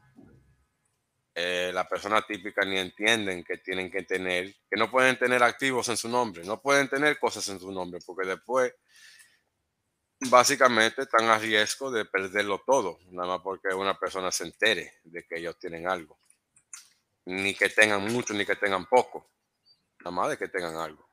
La persona típica ni entienden que tienen que tener, que no pueden tener activos en su nombre, no pueden tener cosas en su nombre, porque después básicamente están a riesgo de perderlo todo, nada más porque una persona se entere de que ellos tienen algo. Ni que tengan mucho, ni que tengan poco, nada más de que tengan algo.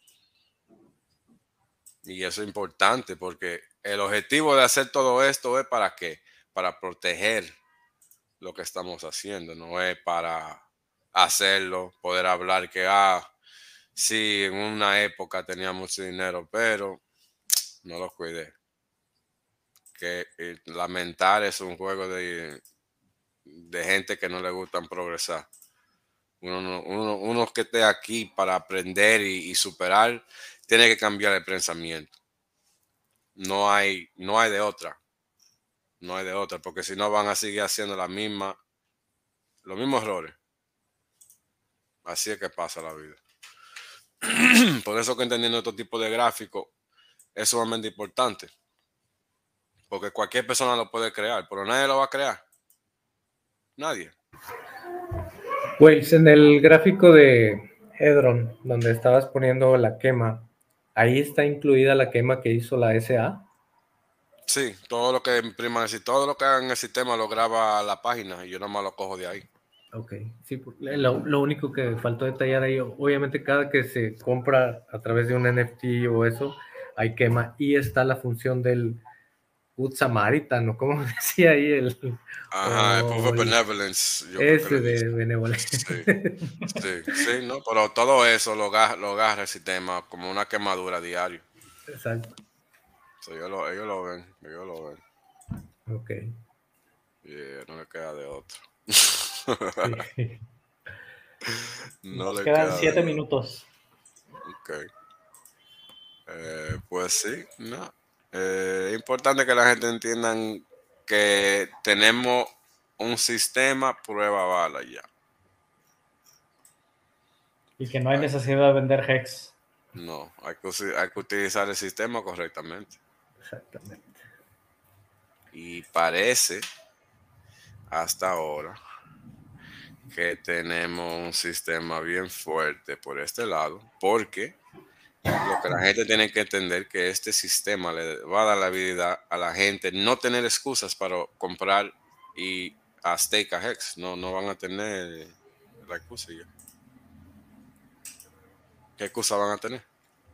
Y eso es importante porque el objetivo de hacer todo esto es para qué, para proteger lo que estamos haciendo, no es para hacerlo, poder hablar que, sí, en una época tenía mucho dinero, pero no lo cuidé. Que lamentar es un juego de gente que no le gustan progresar. Uno que esté aquí para aprender y superar, tiene que cambiar el pensamiento. No hay de otra. No hay de otra, porque si no van a seguir haciendo los mismos errores. Así es que pasa la vida. Por eso que entendiendo este tipo de gráfico es sumamente importante. Porque cualquier persona lo puede crear, pero nadie lo va a crear. Nadie.
Pues en el gráfico de Hedron, donde estabas poniendo la quema, ahí está incluida la quema que hizo la SA.
Sí, todo lo que impriman, todo lo que hagan en el sistema lo graba la página y yo nomás lo cojo de ahí.
Ok, sí, lo único que faltó detallar ahí, obviamente cada que se compra a través de un NFT o eso, hay quema y está la función del Good Samaritan, ¿o cómo decía ahí
Ajá, el Proof of Benevolence. Yo creo que
ese
le
de
dice.
benevolencia.
Sí, ¿no? Pero todo eso lo agarra el sistema como una quemadura diario.
Exacto.
So, ellos lo ven.
Ok.
Yeah, no le queda de otro.
Sí.
No
Nos
le
quedan
queda
7
de
minutos.
otro. Ok. Pues sí, no. Es importante que la gente entienda que tenemos un sistema prueba bala ya.
Y que no hay necesidad de vender Hex.
No, hay que utilizar el sistema correctamente.
Exactamente.
Y parece hasta ahora que tenemos un sistema bien fuerte por este lado, porque lo que la gente tiene que entender que este sistema le va a dar la habilidad a la gente no tener excusas para comprar y a stake a Hex. No van a tener la excusa ya. ¿Qué excusa van a tener?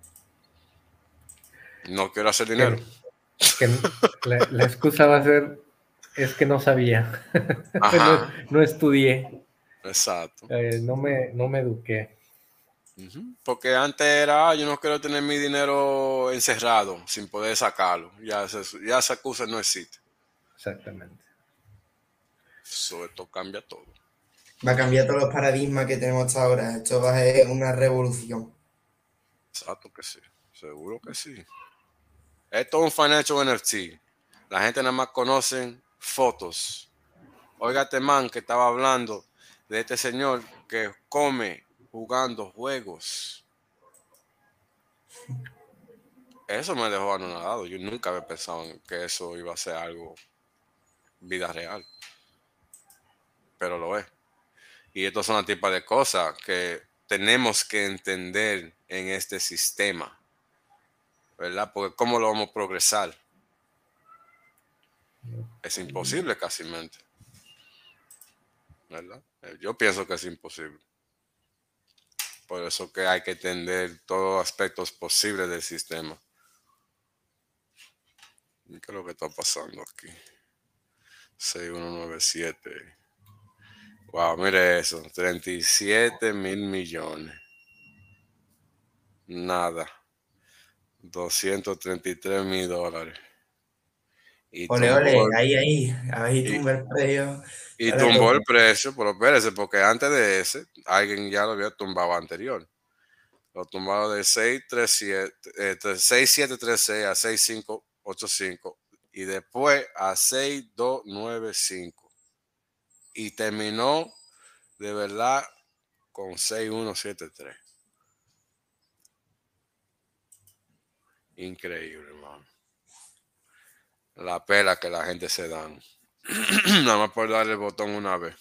No quiero hacer dinero.
Que la excusa va a ser, es que no sabía.
Ajá.
No estudié.
Exacto.
No me eduqué.
Porque antes era, yo no quiero tener mi dinero encerrado sin poder sacarlo. Ya esa excusa no existe.
Exactamente.
Esto cambia todo.
Va a cambiar todos los paradigmas que tenemos hasta ahora. Esto va a ser una revolución.
Exacto que sí. Seguro que sí. Esto es un financial NFT. La gente nada más conoce fotos. Oiga, este man que estaba hablando de este señor que come jugando juegos. eso me dejó anonadado. Yo nunca había pensado en que eso iba a ser algo vida real. Pero lo es. Y estos son la tipo de cosas que tenemos que entender en este sistema, ¿verdad? Porque ¿cómo lo vamos a progresar? Es imposible casi mente, ¿verdad? Yo pienso que es imposible. Por eso que hay que entender todos los aspectos posibles del sistema. ¿Qué es lo que está pasando aquí? 6197. Wow, mire eso. 37,000 millones. Nada. 233,000 dólares. Y
Ole, ahí, ahí
y,
tumba el precio.
y
Está la
tumbó
cosa.
el precio, pero espérese, porque antes de ese, alguien ya lo había tumbado anterior. Lo tumbaron de 6,736 a 6,585 y después a 6,295. Y terminó de verdad con 6,173. Increíble, hermano. La pela que la gente se dan. Nada más por darle el botón una vez.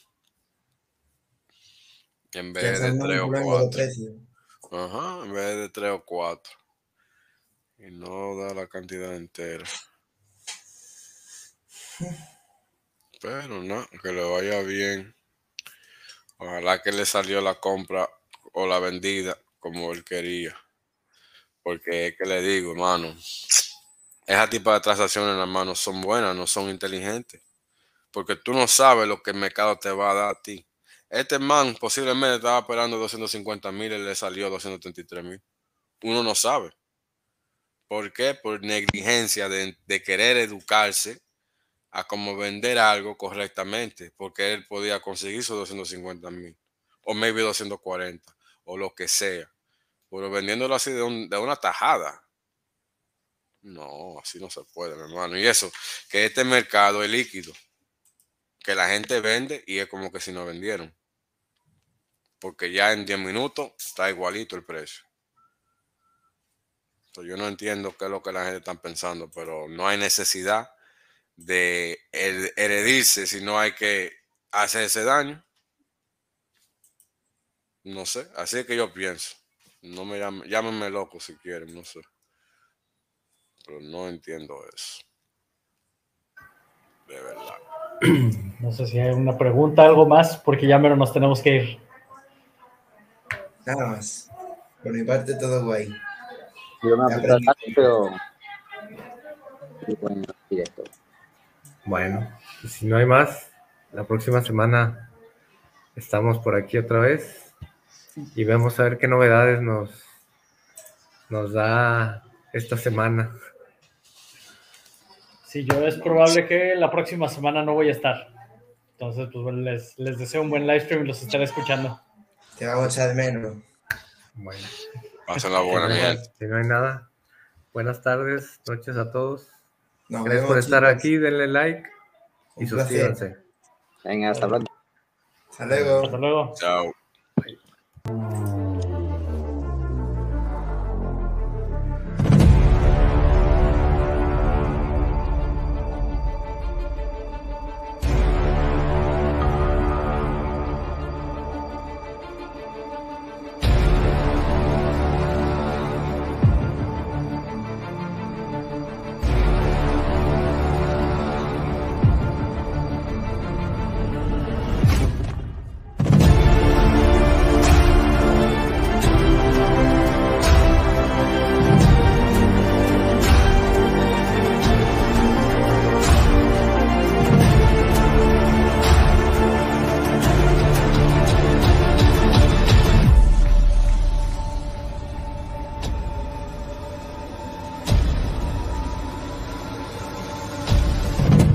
En
Ya
vez de
están
3 o
manipulando los
4.
precios.
Ajá, en vez de 3 o 4. Y no da la cantidad entera. Pero no, que le vaya bien. Ojalá que le salió la compra o la vendida como él quería. Porque es que le digo, hermano, ese tipo de transacciones, hermano, son buenas, no son inteligentes. Porque tú no sabes lo que el mercado te va a dar a ti. Este man posiblemente estaba esperando 250,000 y le salió 233,000. Uno no sabe. ¿Por qué? Por negligencia de querer educarse a cómo vender algo correctamente. Porque él podía conseguir sus 250,000. O maybe 240. O lo que sea. Pero vendiéndolo así de una tajada. No, así no se puede, mi hermano. Y eso, que este mercado es líquido. Que la gente vende y es como que si no vendieron. Porque ya en 10 minutos está igualito el precio. Entonces, yo no entiendo qué es lo que la gente está pensando, pero no hay necesidad de heredirse si no hay que hacerse daño. No sé, así es que yo pienso. No me llámenme loco si quieren, no sé. Pero no entiendo eso. De verdad.
No sé si hay una pregunta, algo más, porque ya menos nos tenemos que ir.
Nada más. Por mi parte, todo guay.
Yo me
Ya
apunto al
aprendí.
chat, pero y bueno, directo.
Bueno, pues si no hay más, la próxima semana estamos por aquí otra vez y vamos a ver qué novedades nos da esta semana.
Sí, yo es probable que la próxima semana no voy a estar. Entonces, pues bueno, les deseo un buen live stream y los estaré escuchando.
Te vamos a echar de menos.
Bueno,
Pasen la buena, mi gente.
si no hay nada, buenas tardes, noches a todos.
Nos
Gracias
vemos,
por estar
chicos.
aquí, denle like y
Un placer.
suscríbanse.
Venga, hasta pronto.
Hasta luego.
Hasta luego.
Chao.
Bye.